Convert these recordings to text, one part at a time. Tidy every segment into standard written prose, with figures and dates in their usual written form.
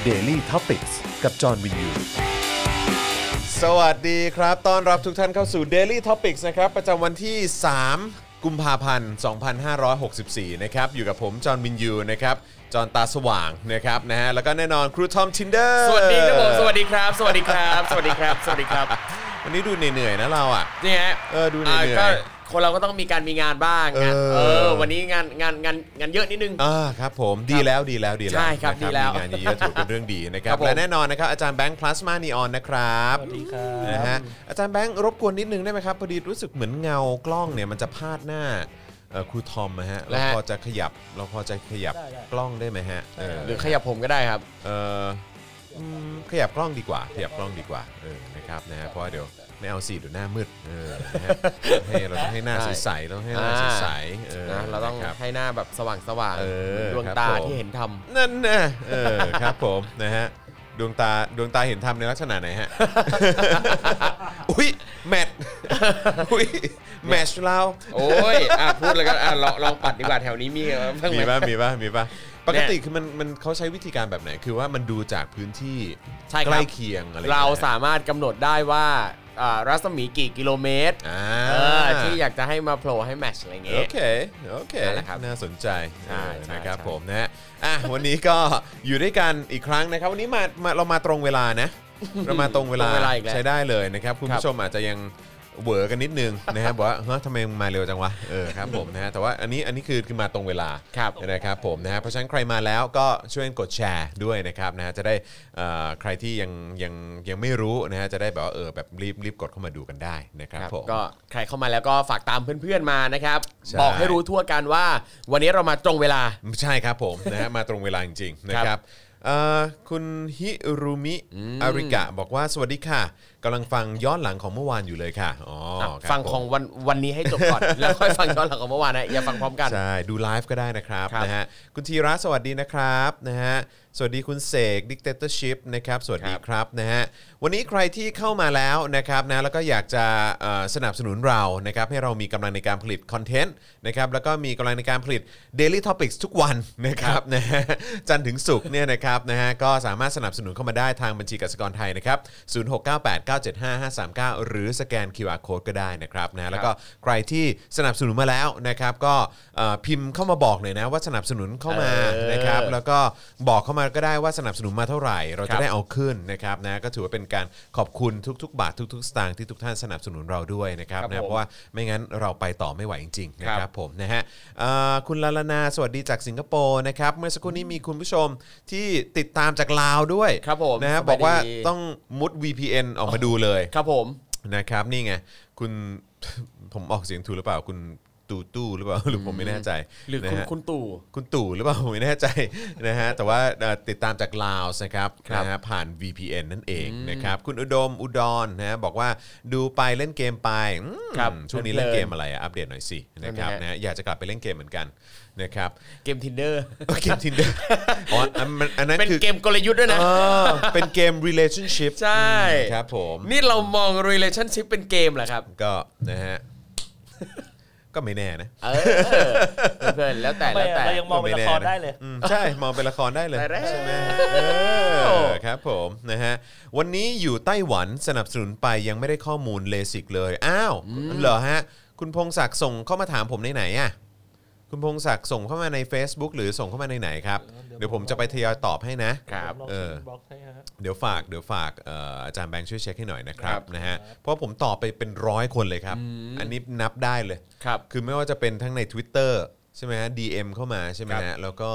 Daily Topics กับจอห์นวินยูสวัสดีครับต้อนรับทุกท่านเข้าสู่ Daily Topics นะครับประจำวันที่3กุมภาพันธ์2564นะครับอยู่กับผมจอห์นวินยูนะครับจอห์นตาสว่างนะครับนะฮะแล้วก็แน่นอนครูทอมทินเดอร์สวัสดีครับผมสวัสดีครับสวัสดีครับสวัสดีครับสวัสดีครับวันนี้ดูเหนื่อยๆนะเราอ่ะนี่ฮะดูเหนื่อยก็คนเราก็ต้องมีงานบ้างนะวันนี้งานเยอะนิดนึงครับผมดีแล้วใช่ครับดีแล้วมีงานเยอะๆถือเป็นเรื่องดีนะครับและแน่นอนนะครับอาจารย์แบงค์พลาสมานีออนนะครับสวัสดีครับนะฮะอาจารย์แบงค์รบกวนนิดนึงได้ไหมครับพอดีรู้สึกเหมือนเงากล้องเนี่ยมันจะพาดหน้าครูทอมนะฮะเราพอจะขยับกล้องได้ไหมฮะหรือขยับผมก็ได้ครับขยับกล้องดีกว่านะครับนะฮะเพราะว่าเดี๋ยวไม่เอาสีดูหน้ามืดนะฮะเราต้องให้หน้าใสๆเราให้หน้าใสๆนะเราต้องให้หน้าแบบสว่างๆดวงตาที่เห็นธรรมนั่นนะครับผมนะฮะดวงตาเห็นธรรมในลักษณะไหนฮะอุ้ยแมทอุ้ยแมชเราโอ้ยพูดแล้วก็ลองปัดดีกว่าแถวนี้มีป่ะปกติคือมันเขาใช้วิธีการแบบไหนคือว่ามันดูจากพื้นที่ใกล้เคียงอะไรเราสามารถกำหนดได้ว่ารัศมีกี่กิโลเมตรที่อยากจะให้มาโผล่ให้แมทช์อะไรเงี้ยโอเคน่าสนใจนะครับผมนะวันนี้ก็อยู่ด้วยกันอีกครั้งนะครับวันนี้เรามาตรงเวลานะเรามาตรงเวลาใช้ได้เลยนะครับคุณผู้ชมอาจจะยังเวอร์กันนิดนึงนะครับบอกว่าทำไมมาเร็วจังวะครับผมนะฮะแต่ว่าอันนี้คือมาตรงเวลานะครับผมนะฮะเพราะฉะนั้นใครมาแล้วก็ช่วยกดแชร์ด้วยนะครับนะฮะจะได้ใครที่ยังไม่รู้นะฮะจะได้แบบว่าแบบรีบกดเข้ามาดูกันได้นะครับผมก็ใครเข้ามาแล้วก็ฝากตามเพื่อนๆมานะครับบอกให้รู้ทั่วกันว่าวันนี้เรามาตรงเวลาใช่ครับผมนะฮะมาตรงเวลาจริงๆนะครับคุณฮิรุมิอาริกะบอกว่าสวัสดีค่ะกำลังฟังย้อนหลังของเมื่อวานอยู่เลยค่ะฟังของวันนี้ให้จบก่อนแล้วค่อยฟังย้อนหลังของเมื่อวานนะอย่าฟังพร้อมกันใช่ดูไลฟ์ก็ได้นะครับนะฮะคุณธีระสวัสดีนะครับนะฮะสวัสดีคุณเสก Dictatorship นะครับสวัสดีครับนะฮะวันนี้ใครที่เข้ามาแล้วนะครับนะแล้วก็อยากจะสนับสนุนเรานะครับให้เรามีกำลังในการผลิตคอนเทนต์นะครับแล้วก็มีกำลังในการผลิต Daily Topics ทุกวันนะครับนะฮะจันทร์ถึงศุกร์เนี่ยนะครับนะฮะก็สามารถสนับสนุนเข้ามาได้ทางบัญชีกสิกรไทยนะครับ0698975539หรือสแกน QR Code ก็ได้นะครับนะแล้วก็ใครที่สนับสนุนมาแล้วนะครับก็พิมพ์เข้ามาบอกหน่อยนะว่าสนับสนุนเข้ามานะครับแล้วก็บอกเข้ามาก็ได้ว่าสนับสนุนมาเท่าไหร่เราจะได้เอาขึ้นนะครับนะก็ถือว่าเป็นการขอบคุณทุกๆบาททุกๆสตางค์ที่ทุกท่านสนับสนุนเราด้วยนะครับนะเพราะว่าไม่งั้นเราไปต่อไม่ไหวจริงๆนะครับผมนะฮะคุณลาลานาสวัสดีจากสิงคโปร์นะครับเมื่อสักครู่นี้มีคุณผู้ชมที่ติดตามจากลาวด้วยนะฮะบอกว่าต้องมุด VPN ออกมาดูเลยครับผมนะครับนี่ไงคุณผมออกเสียงถูกหรือเปล่าคุณตู่หรือเปล่าหรือผมไม่แน่ใจหรือคุณตู่หรือเปล่าผมไม่แน่ใจนะฮะแต่ว่าติดตามจากลาวนะครับนะฮะผ่าน VPN นั่นเองนะครับคุณอุดมอุดรนะบอกว่าดูไปเล่นเกมไปช่วงนี้เล่นเกมอะไรอัปเดตหน่อยสินะครับนะอยากจะกลับไปเล่นเกมเหมือนกันนะครับเกม Tinder เกม Tinder อ๋ออันนั้นเป็นเกมกลยุทธ์ด้วยนะเป็นเกม relationship ใช่ครับผมนี่เรามอง relationship เป็นเกมเหรอครับก็นะฮะก็ไม่แน่นะเพื่อนแล้วแต่เรายังมองเป็นละครได้เลยใช่มองเป็นละครได้เลยใช่ไหมครับผมนะฮะวันนี้อยู่ไต้หวันสนับสนุนไปยังไม่ได้ข้อมูลเลสิกเลยอ้าวเหรอฮะคุณพงศักดิ์ส่งเข้ามาถามผมในไหนอ่ะคุณพงศักดิ์ส่งเข้ามาใน Facebook หรือส่งเข้ามาในไหนครับเดี๋ยวผมจะไปทยอยตอบให้นะครับเดี๋ยวฝากอาจารย์แบงค์ช่วยเช็คให้หน่อยนะครับนะฮะเพราะผมตอบไปเป็น100คนเลยครับอันนี้นับได้เลยคือไม่ว่าจะเป็นทั้งใน Twitter ใช่ไหมฮะ DM เข้ามาใช่ไหมฮะแล้วก็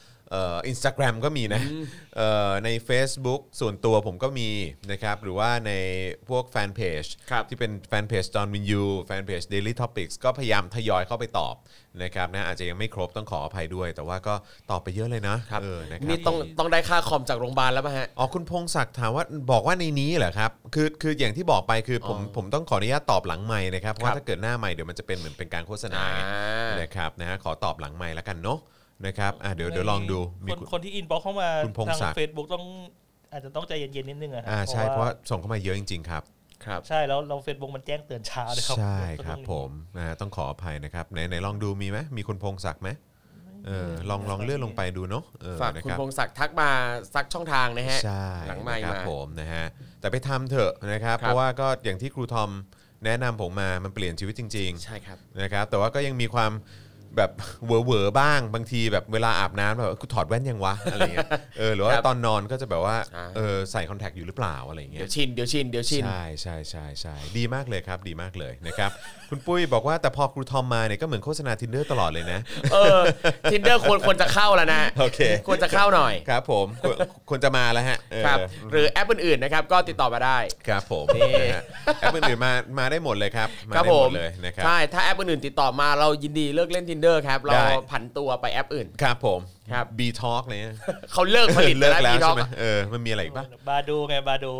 Instagram ก็มีนะใน Facebook ส่วนตัวผมก็มีนะครับหรือว่าในพวกแฟนเพจที่เป็นแฟนเพจจอห์นวินยูแฟนเพจ Daily Topics ก็พยายามทยอยเข้าไปตอบนะครับนะอาจจะยังไม่ครบต้องขออภัยด้วยแต่ว่าก็ตอบไปเยอะเลยนะครับนี่ต้องได้ค่าคอมจากโรงพยาบาลแล้วป่ะฮะอ๋อคุณพงศักดิ์ถามว่าบอกว่าในนี้เหรอครับคืออย่างที่บอกไปคือผมต้องขออนุญาตตอบหลังไมค์นะครับเพราะว่าถ้าเกิดหน้าไมค์เดี๋ยวมันจะเป็นเหมือนเป็นการโฆษณานะครับนะฮะขอตอบหลังไมค์แล้วกันเนาะนะครับเดี๋ยวลองดูคนที่อินบ็อกเข้ามาทาง Facebook ต้องอาจจะต้องใจเย็นๆนิดนึงอะใช่เพราะส่งเข้ามาเยอะจริงๆครับใช่แล้วเรา Facebook มันแจ้งเตือนช้าด้วยครับใช่ครับผมต้องขออภัยนะครับไหนลองดูมีไหมมีคุณพงศักดิ์ไหมลองเลื่อนลงไปดูเนาะฝากคุณพงศักดิ์ทักมาสักช่องทางนะฮะใช่หลังไมค์มาผมนะฮะแต่ไปทำเถอะนะครับเพราะว่าก็อย่างที่ครูทอมแนะนำผมมามันเปลี่ยนชีวิตจริงๆใช่ครับนะครับแต่ว่าก็ยังมีความแบบเวอบ้างบางทีแบบเวลาอาบน้ำแบบกูถอดแว่นยังวะอะไรเงี้ยหรือว่าตอนนอนก็จะแบบว่าใส่คอนแทคอยู่หรือเปล่าอะไรเงี้ยเดี๋ยวชินใช่ดีมากเลยครับดีมากเลยนะครับคุณปุ้ยบอกว่าแต่พอครูทอมมาเนี่ยก็เหมือนโฆษณา Tinder ตลอดเลยนะ Tinder ควรจะเข้าแล้วนะโอเคควรจะเข้าหน่อยครับผมควรจะมาแล้วฮะครับหรือแอปอื่นๆนะครับก็ติดต่อมาได้ครับผมแอปอื่นๆมาได้หมดเลยครับมาได้หมดเลยนะครับใช่ถ้าแอปอื่นๆติดต่อมาเรายินดีเลิกเล่น Tinder ครับเราผันตัวไปแอปอื่นครับผมครับ B Talk เลยเขาเลิกผลิตแล้วใช่ไหมมันมีอะไรอีกป่ะบาดูไงบาดู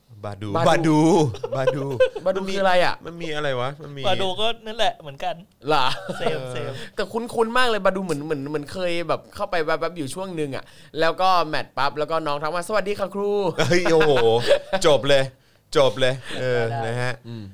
คืออะไรอ่ะมันมีอะไรวะมันมีบาดูก็นั่นแหละเหมือนกันเหรอเซมแต่คุ้นๆมากเลยบาดูเหมือนเคยแบบเข้าไปแวบๆอยู่ช่วงนึงอ่ะแล้วก็แมทปั๊บแล้วก็น้องทักมาสวัสดีค่ะครูเฮ้ยโอ้โหจบเลยนะฮะ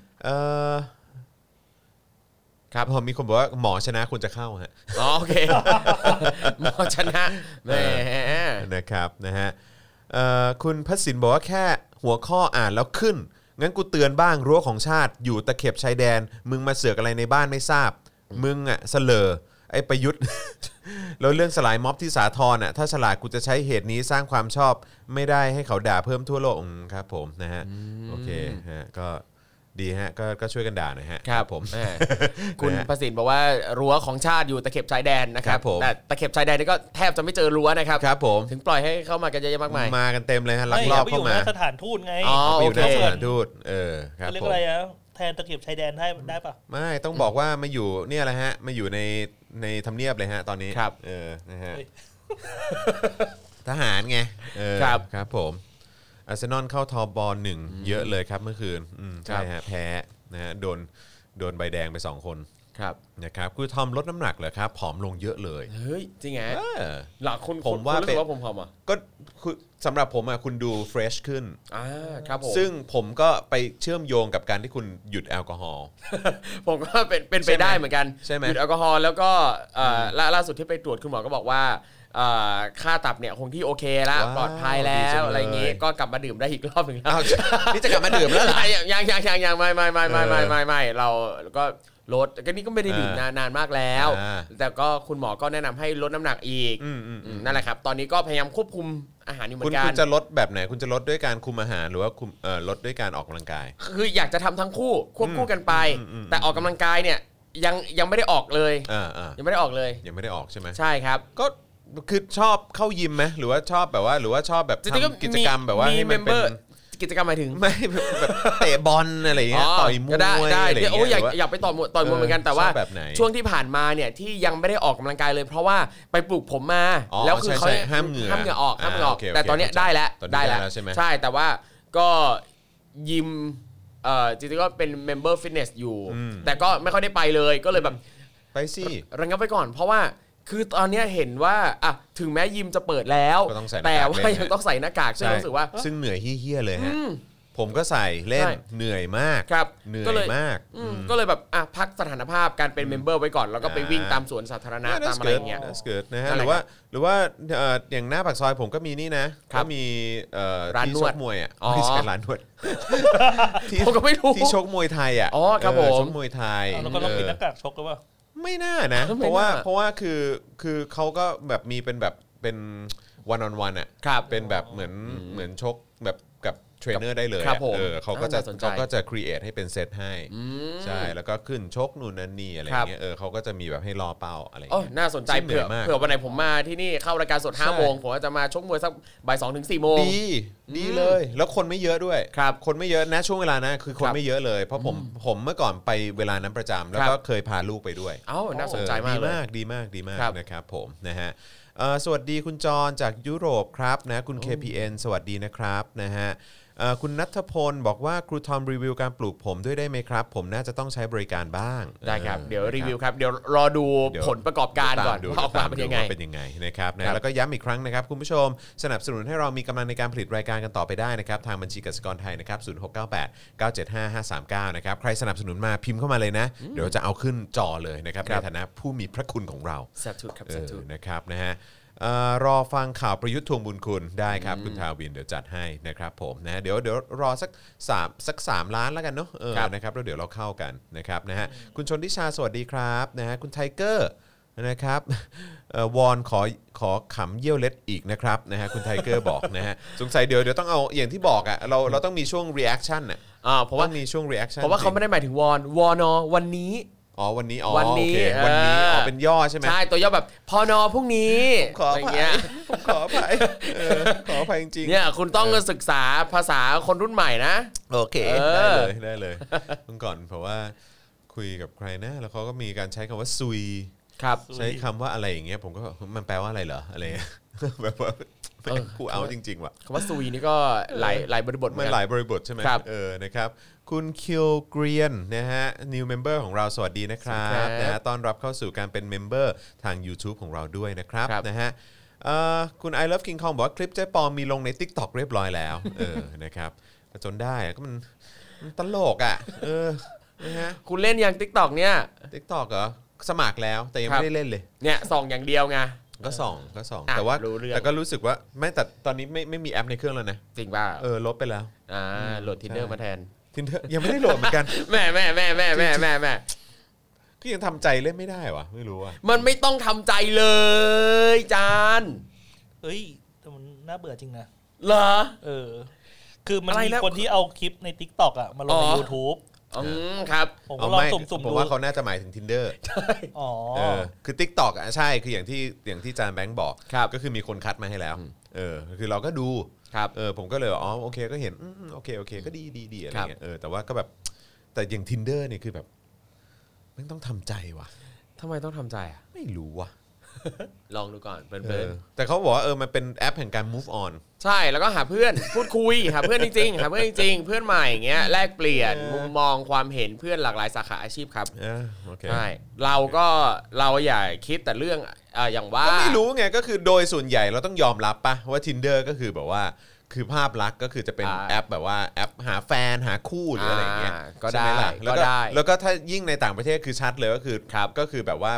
ครับพอมีคนบอกว่าหมอชนะคุณจะเข้าฮะโอเคหมอชนะแหมนะครับนะฮะคุณพัชสินบอกว่าแค่หัวข้ออ่านแล้วขึ้นงั้นกูเตือนบ้างรั้วของชาติอยู่ตะเข็บชายแดนมึงมาเสือกอะไรในบ้านไม่ทราบมึงอ่ะเสลอไอ้ประยุทธ์ แล้วเรื่องสลายม็อบที่สาทรอ่ะถ้าฉลาดกูจะใช้เหตุนี้สร้างความชอบไม่ได้ให้เขาด่าเพิ่มทั่วโลกครับผมนะฮะโอเคฮะก็ดีฮะก็ช่วยกันด่าหน่อยฮะครับผมคุณประสิทธิ์บอกว่ารั้วของชาติอยู่ตะเข็บชายแดนนะครับแต่ตะเข็บชายแดนนี่ก็แทบจะไม่เจอรั้วนะครับครับผมถึงปล่อยให้เข้ามากันเยอะๆมากมายมากันเต็มเลยฮะลักลอบเข้ามาสถานทูตไงไปอยู่ในสถานทูตครับเรียกอะไรอ่ะแทนตะเข็บชายแดนได้ป่ะไม่ต้องบอกว่ามาอยู่เนี่ยแหละฮะมาอยู่ในทำเนียบเลยฮะตอนนี้ครับนะฮะทหารไงครับผมอาร์เซนอลเข้าทอบอล1เยอะเลยครับเมื่อคืนใช่ฮะแพ้นะฮะโดนใบแดงไป2คนครับนะครับคือทอมลดน้ำหนักเหรอครับผอมลงเยอะเลยเฮ้ยจริงไงหลักคุณผมว่าเป็นว่าผมผอมอ่ะก็คือสำหรับผมอ่ะคุณดูเฟรชขึ้นครับผมซึ่งผมก็ไปเชื่อมโยงกับการที่คุณหยุดแอลกอฮอล์ผมก็เป็นไปได้เหมือนกันใช่ไหมหยุดแอลกอฮอล์แล้วก็ล่าสุดที่ไปตรวจคุณหมอก็บอกว่าค่าตับเนี่ยคงที่โอเคแล้วปลอดภัยแล้วอะไรอย่างงี้ก็กลับมาดื่มได้อีกรอบนึงแล้วนี่จะกลับมาดื่มแล้วเหรอยังไม่เราก็ลดก็นี่ก็ไม่ได้ดื่มนานมากแล้วแต่ก็คุณหมอก็แนะนำให้ลดน้ำหนักอีกนั่นแหละครับตอนนี้ก็พยายามควบคุมอาหารอยู่เหมือนกันคุณจะลดแบบไหนคุณจะลดด้วยการคุมอาหารหรือว่าคุมลดด้วยการออกกำลังกายคืออยากจะทำทั้งคู่ควบคู่กันไปแต่ออกกำลังกายเนี่ยยังไม่ได้ออกเลยยังไม่ได้ออกเลยยังไม่ได้ออกใช่ไหมใช่ครับก็คือชอบเข้ายิมไหมหรือว่าชอบแบบว่าหรือว่าชอบแบบทำกิจกรรมแบบว่าให้มันเป็นกิจกรรมหมายถึงไม่แบบเตะบอลอะไรอย่างเงี้ยต่อยมวยได้โอ้อยากไปต่อยมวยเหมือนกันแต่ว่าช่วงที่ผ่านมาเนี่ยที่ยังไม่ได้ออกกำลังกายเลยเพราะว่าไปปลูกผมมาแล้วคือเขาห้ามเหงื่อออกแต่ตอนนี้ได้แล้วใช่แต่ว่าก็ยิมจริงๆก็เป็นเมมเบอร์ฟิตเนสอยู่แต่ก็ไม่ค่อยได้ไปเลยก็เลยแบบไปสิระงับไปก่อนเพราะว่าคือตอนนี้เห็นว่าถึงแม้ยิมจะเปิดแล้วแต่ว่ายังต้องใส่หน้ากากซึ่งรู้สึกว่าซึ่งเหนื่อยเหี้ยๆเลยฮะผมก็ใส่เล่นเหนื่อยมากเหนื่อยมากก็เลยแบบพักสถานภาพการเป็นเมมเบอร์ไว้ก่อนแล้วก็ไปวิ่งตามสวนสาธารณะตามอะไรเงี้ยนะฮะหรือว่าอย่างหน้าปากซอยผมก็มีนี่นะก็มีร้านนวดมวยไม่ใช่ร้านนวดผมก็ไม่รู้ที่ชกมวยไทยครับผมชกมวยไทยแล้วก็ต้องปิดหน้ากากชกหรือเปล่าไม่น่านะเพราะว่าคือเขาก็แบบมีเป็นแบบเป็นวันออนวันอ่ะเป็นแบบเหมือนชกแบบกับเทรนเนอร์ได้เลยเขาก็จะครีเอทให้เป็นเซตให้ใช่แล้วก็ขึ้นชกนู่นนั่นนี่อะไรเงี้ยเขาก็จะมีแบบให้รอเป้าอะไรเงี้ยน่าสนใจเผื่อวันไหนผมมาที่นี่เข้ารายการสด 5 โมงผมจะมาชกมวยสักบ่าย 2 ถึง 4 โมงดีเลยแล้วคนไม่เยอะด้วยคนไม่เยอะนะช่วงเวลานะคือคนไม่เยอะเลยเพราะผมเมื่อก่อนไปเวลานั้นประจำแล้วก็เคยพาลูกไปด้วยน่าสนใจมากเลยดีมากนะครับผมนะฮะสวัสดีคุณจรจากยุโรปครับนะคุณ KPN สวัสดีนะครับนะฮะคุณณัฐพลบอกว่าครูทอมรีวิวการปลูกผมด้วยได้ไหมครับผมน่าจะต้องใช้บริการบ้างได้ครับเดี๋ยวรีวิวครับเดี๋ยวรอดูผลประกอบการก่อนว่าออกมาเป็นยังไงนะครับนะแล้วก็ย้ำอีกครั้งนะครับคุณผู้ชมสนับสนุนให้เรามีกำลังในการผลิตรายการการกันต่อไปได้นะครับทางบัญชีกสิกรไทยนะครับ0698975539นะครับใครสนับสนุนมาพิมพ์เข้ามาเลยนะเดี๋ยวจะเอาขึ้นจอเลยนะครับในฐานะผู้มีพระคุณของเราสาธุครับสาธุนะครับนะฮะรอฟังข่าวประยุทธ์ทวงบุญคุณได้ครับคุณทาวินเดี๋ยวจัดให้นะครับผมนะเดี๋ยวรอสัก3ล้านแล้วกันเนาะนะครับแล้วเดี๋ยวเราเข้ากันนะครับนะฮะคุณชนทิชาสวัสดีครับนะฮะคุณไทเกอร์นะครับวอนขอขำเยี่ยวเล็ดอีกนะครับนะฮะคุณไทเกอร์บอกนะฮะสงสัยเดี๋ยวต้องเอาอย่างที่บอกอ่ะเราต้องมีช่วง reaction อ่ะเพราะว่ามีช่วง reaction เพราะว่าเขาไม่ได้หมายถึงวอนอวันนี้วันนี้วันนี้โอเควันนี้เป็นย่อใช่ไหมใช่ตัวย่อแบบพนพรุ่งนี้อะไรเงี้ยผมขออภัยขออภัยจริงๆเนี่ยคุณต้องศึกษาภาษาคนรุ่นใหม่นะโอเคได้เลยเมื่อก่อนเพราะว่าคุยกับใครนะแล้วเขาก็มีการใช้คำว่าซุยใช้คำว่าอะไรอย่างเงี้ยผมก็มันแปลว่าอะไรเหรออะไรแบบว่ากูเอาจริงๆว่ะคำว่าซุยนี่ก็หลายบริบทมันหลายบริบทใช่ไหมนะครับคุณคิวเกรียนนะฮะ new member ของเราสวัสดีนะครับนะฮะต้อนรับเข้าสู่การเป็น member ทาง YouTube ของเราด้วยนะครับนะฮะคุณ I love King Kong บอกว่าคลิปเจ๊ปอมมีลงใน TikTok เรียบร้อยแล้วนะครับจนได้ก็มันตลกอ่ะนะฮะคุณเล่นยัง TikTok เนี่ย TikTok เหรอสมัครแล้วแต่ยังไม่ได้เล่นเลยเนี่ยส่องอย่างเดียวไงก็ส่องแต่ก็รู้สึกว่าไม่แต่ตอนนี้ไม่มีแอปในเครื่องแล้วนะจริงป่ะลบไปแล้วโหลด Tinder มาแทน Tinder ยังไม่ได้โหลดเหมือนกันแม่ก็ยังทำใจเล่นไม่ได้วะไม่รู้อ่ะมันไม่ต้องทำใจเลยจานเฮ้ยแต่มันน่าเบื่อจริงนะเหรอคือมันมีคนที่เอาคลิปใน TikTok อ่ะมาลงใน YouTube ครับผมลองสุ่มๆดูผมว่าเขาน่าจะหมายถึง Tinder ใช่คือ TikTok อ่ะใช่คืออย่างที่จานแบงค์บอกก็คือมีคนคัดมาให้แล้วคือเราก็ดูผมก็เลยโอเคก็เห็นโอเคก็ดีอะไรเงี้ยแต่ว่าก็แบบแต่อย่าง Tinder เนี่ยคือแบบไม่ต้องทำใจว่ะทำไมต้องทำใจอ่ะไม่รู้ว่ะลองดูก่อนเปิดแต่เขาบอกว่ามันเป็นแอปแห่งการ move on ใช่แล้วก็หาเพื่อนพูดคุยหาเพื่อนจริงๆหาเพื่อนจริงๆเพื่อนใหม่อย่างเงี้ยแลกเปลี่ยนมุมมองความเห็นเพื่อนหลากหลายสาขาอาชีพครับใช่เราอย่าคิดแต่เรื่องอย่างว่าก็ไม่รู้ไงก็คือโดยส่วนใหญ่เราต้องยอมรับป่ะว่า Tinder ก็คือแบบว่าคือภาพลักษณ์ก็คือจะเป็นแอปแบบว่าแอปหาแฟนหาคู่หรืออะไรเงี้ยก็ได้แล้วก็ถ้ายิ่งในต่างประเทศคือชัดเลยก็คือแบบว่า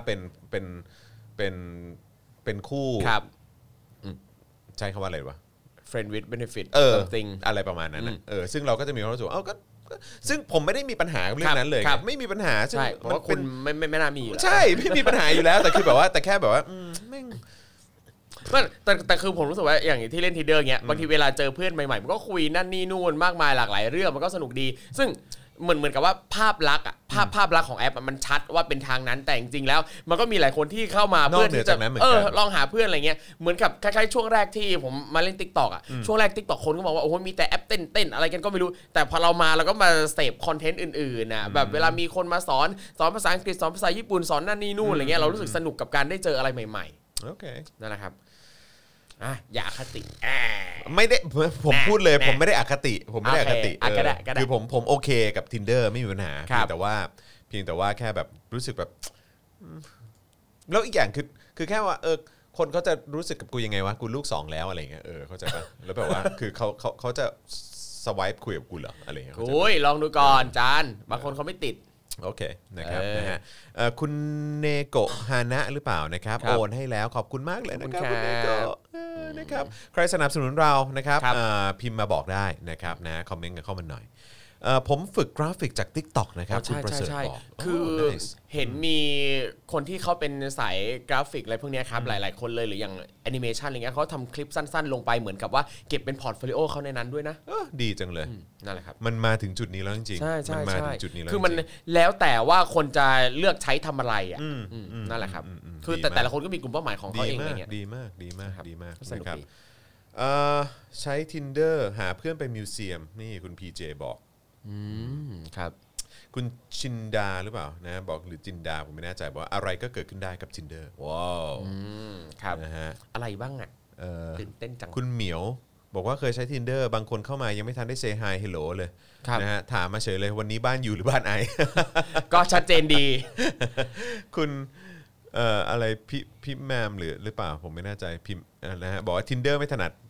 เป็นคู่ใช้คำว่าอะไรวะ friend with benefit something อะไรประมาณนั้นนะซึ่งเราก็จะมีความรู้สึกก็ซึ่งผมไม่ได้มีปัญหาเรื่องนั้นเลยไม่มีปัญหาใช่เพราะว่าคุณไม่น่ามีใช่ไม่มีปัญหาอยู่แล้วแต่คือแบบว่าแต่แค่แบบว่าไม่แต่คือผมรู้สึกว่าอย่างที่เล่น Tinder เงี้ยบางทีเวลาเจอเพื่อนใหม่ๆมันก็คุยนั่นนี่นู่นมากมายหลากหลายเรื่องมันก็สนุกดีซึ่งเหมือนกับว่าภาพลักษณ์ภาพลักษณ์ของแอปมันชัดว่าเป็นทางนั้นแต่จริงๆแล้วมันก็มีหลายคนที่เข้ามาเพื่อที่จะลองหาเพื่อนอะไรเงี้ยเหมือนกับคล้ายๆช่วงแรกที่ผมมาเล่น TikTok อ่ะช่วงแรก TikTok คนก็บอกว่าโอ้โหมีแต่แอปเต้นอะไรกันก็ไม่รู้แต่พอเราก็มาเสพคอนเทนต์อื่นๆนะแบบเวลามีคนมาสอนภาษาอังกฤษสอนภาษาญี่ปุ่นสอนนั่นนี่นู่นอะไรเงี้ยเรารู้สึกสนุกกับการได้เจออะไรใหม่ๆโอเคนั่นแหละครับอย่าอคติไม่ได้ผมพูดเลยผมไม่ได้อคติผมไม่ได้อคติคือผมโอเคกับ Tinder ไม่มีปัญหาเพียงแต่ว่าแค่แบบรู้สึกแบบแล้วอีกอย่างคือแค่ว่าคนเขาจะรู้สึกกับกูยังไงวะกูลูก2แล้วอะไรเงี้ยเข้าใจป่ะแล้วแบบว่าคือเขาจะสวายคุยกับกูเหรออะไรเงี้ยโอ้ยลองดูก่อนจานบางคนเขาไม่ติดโอเคนะครับนะฮะคุณเนโกะฮานะหรือเปล่านะครับโอนให้แล้วขอบคุณมากเลยนะครับคุณเนโกะนะครับใครสนับสนุนเรานะครับพิมพ์มาบอกได้นะครับนะคอมเมนต์กันเข้ามาหน่อยผมฝึกกราฟิกจาก TikTok นะครับคุณประเสริฐบอกคือเห็นมีคนที่เขาเป็นสายกราฟิกอะไรพวกนี้ครับหลายๆคนเลยหรืออย่างแอนิเมชันอะไรเงี้ยเขาทำคลิปสั้นๆลงไปเหมือนกับว่าเก็บเป็นพอร์ตโฟลิโอเขาในนั้นด้วยนะดีจังเลยนั่นแหละครับมันมาถึงจุดนี้แล้วจริงๆมันมาถึงจุดนี้แล้วคือมันแล้วแต่ว่าคนจะเลือกใช้ทำอะไรนั่นแหละครับคือแต่ละคนก็มีกลุ่มเป้าหมายของเขาเองอะไรเงี้ยดีมากนะครับใช้ Tinder หาเพื่อนไปมิวเซียมนี่คุณ PJ บอกครับคุณชินดาหรือเปล่านะบอกหรือจินดาผมไม่แน่ใจว่าอะไรก็เกิดขึ้นได้กับ Tinder ว้าวครับนะฮะอะไรบ้างอ่ะตื่นเต้นจังคุณเหมียวบอกว่าเคยใช้ Tinder บางคนเข้ามายังไม่ทันได้ say hi hello เลยนะฮะถามมาเฉยเลยวันนี้บ้านอยู่หรือบ้านไอก็ชัดเจนดีคุณอะไรพี่แมมหรือเปล่าผมไม่แน่ใจพิมพ์นะฮะบอกว่า Tinder ไม่ถนัด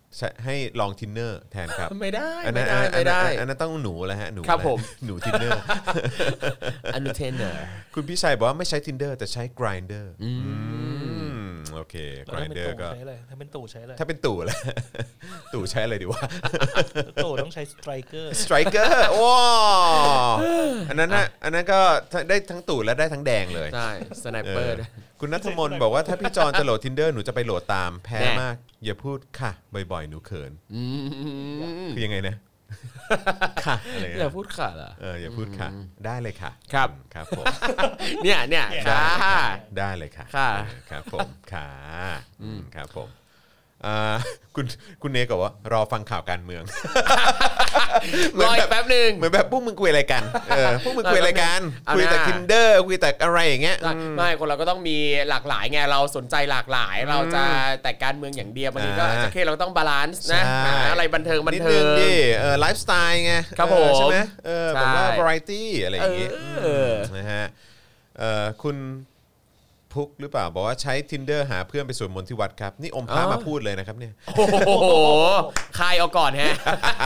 ให้ลอง Tinder แทนครับไม่ได้อันไม่นั้นได้ไม่ได้อันนั้นต้องหนูแล้วฮะหนูครับผมหนู Tinder อนุเทนเนอร์คุณพี่ชัยบอกว่าไม่ใช้ Tinder แต่ใช้ Grindr โอเคแล้วถ้าเป็น Grindr ตู่ก็ใช้อะไรถ้าเป็นตู่ใช้อะไรถ้าเป็นตู่แล้ว ตู่ใช้อะไรดีวะตู่ต้องใช้สไตรเกอร์ Striker ว้าอันนั้นก็ได้ทั้งตู่และได้ทั้งแดงเลยใช่สไนเปอร์คุณณัฐมนต์บอกว่าถ้าพี่จอนจะโหลด Tinder หนูจะไปโหลดตามแพ้มากอย่าพูดค่ะบ่อยๆหนูเขินคือยังไงนะค่ะอะไรอย่าพูดขาดอ่ะอย่าพูดค่ะได้เลยค่ะครับครับผมเนี่ยค่ะได้เลยค่ะค่ะครับผมค่ะครับผมคุณเนกบอกว่ารอฟังข่าวการเมืองรออีกแป๊บนึงเหมือนแบบพวกมึงคุยอะไรกันพวกมึงคุยอะไรกันคุยแต่ Tinder คุยแต่อะไรอย่างเงี้ยไม่คนเราก็ต้องมีหลากหลายไงเราสนใจหลากหลายเราจะแต่การเมืองอย่างเดียวบางทีก็โอเคเราต้องบาลานซ์นะอะไรบันเทิงนิดนึงดิไลฟ์สไตล์ไงครับผมใช่ไหมแบบว่า variety อะไรอย่างงี้นะฮะคุณพุกหรือเปล่าบอกว่าใช้ Tinder หาเพื่อนไปสวดมนต์ที่วัดครับนี่อมพระมาพูดเลยนะครับเนี่ยโอ้โหคายเอาก่อนฮะ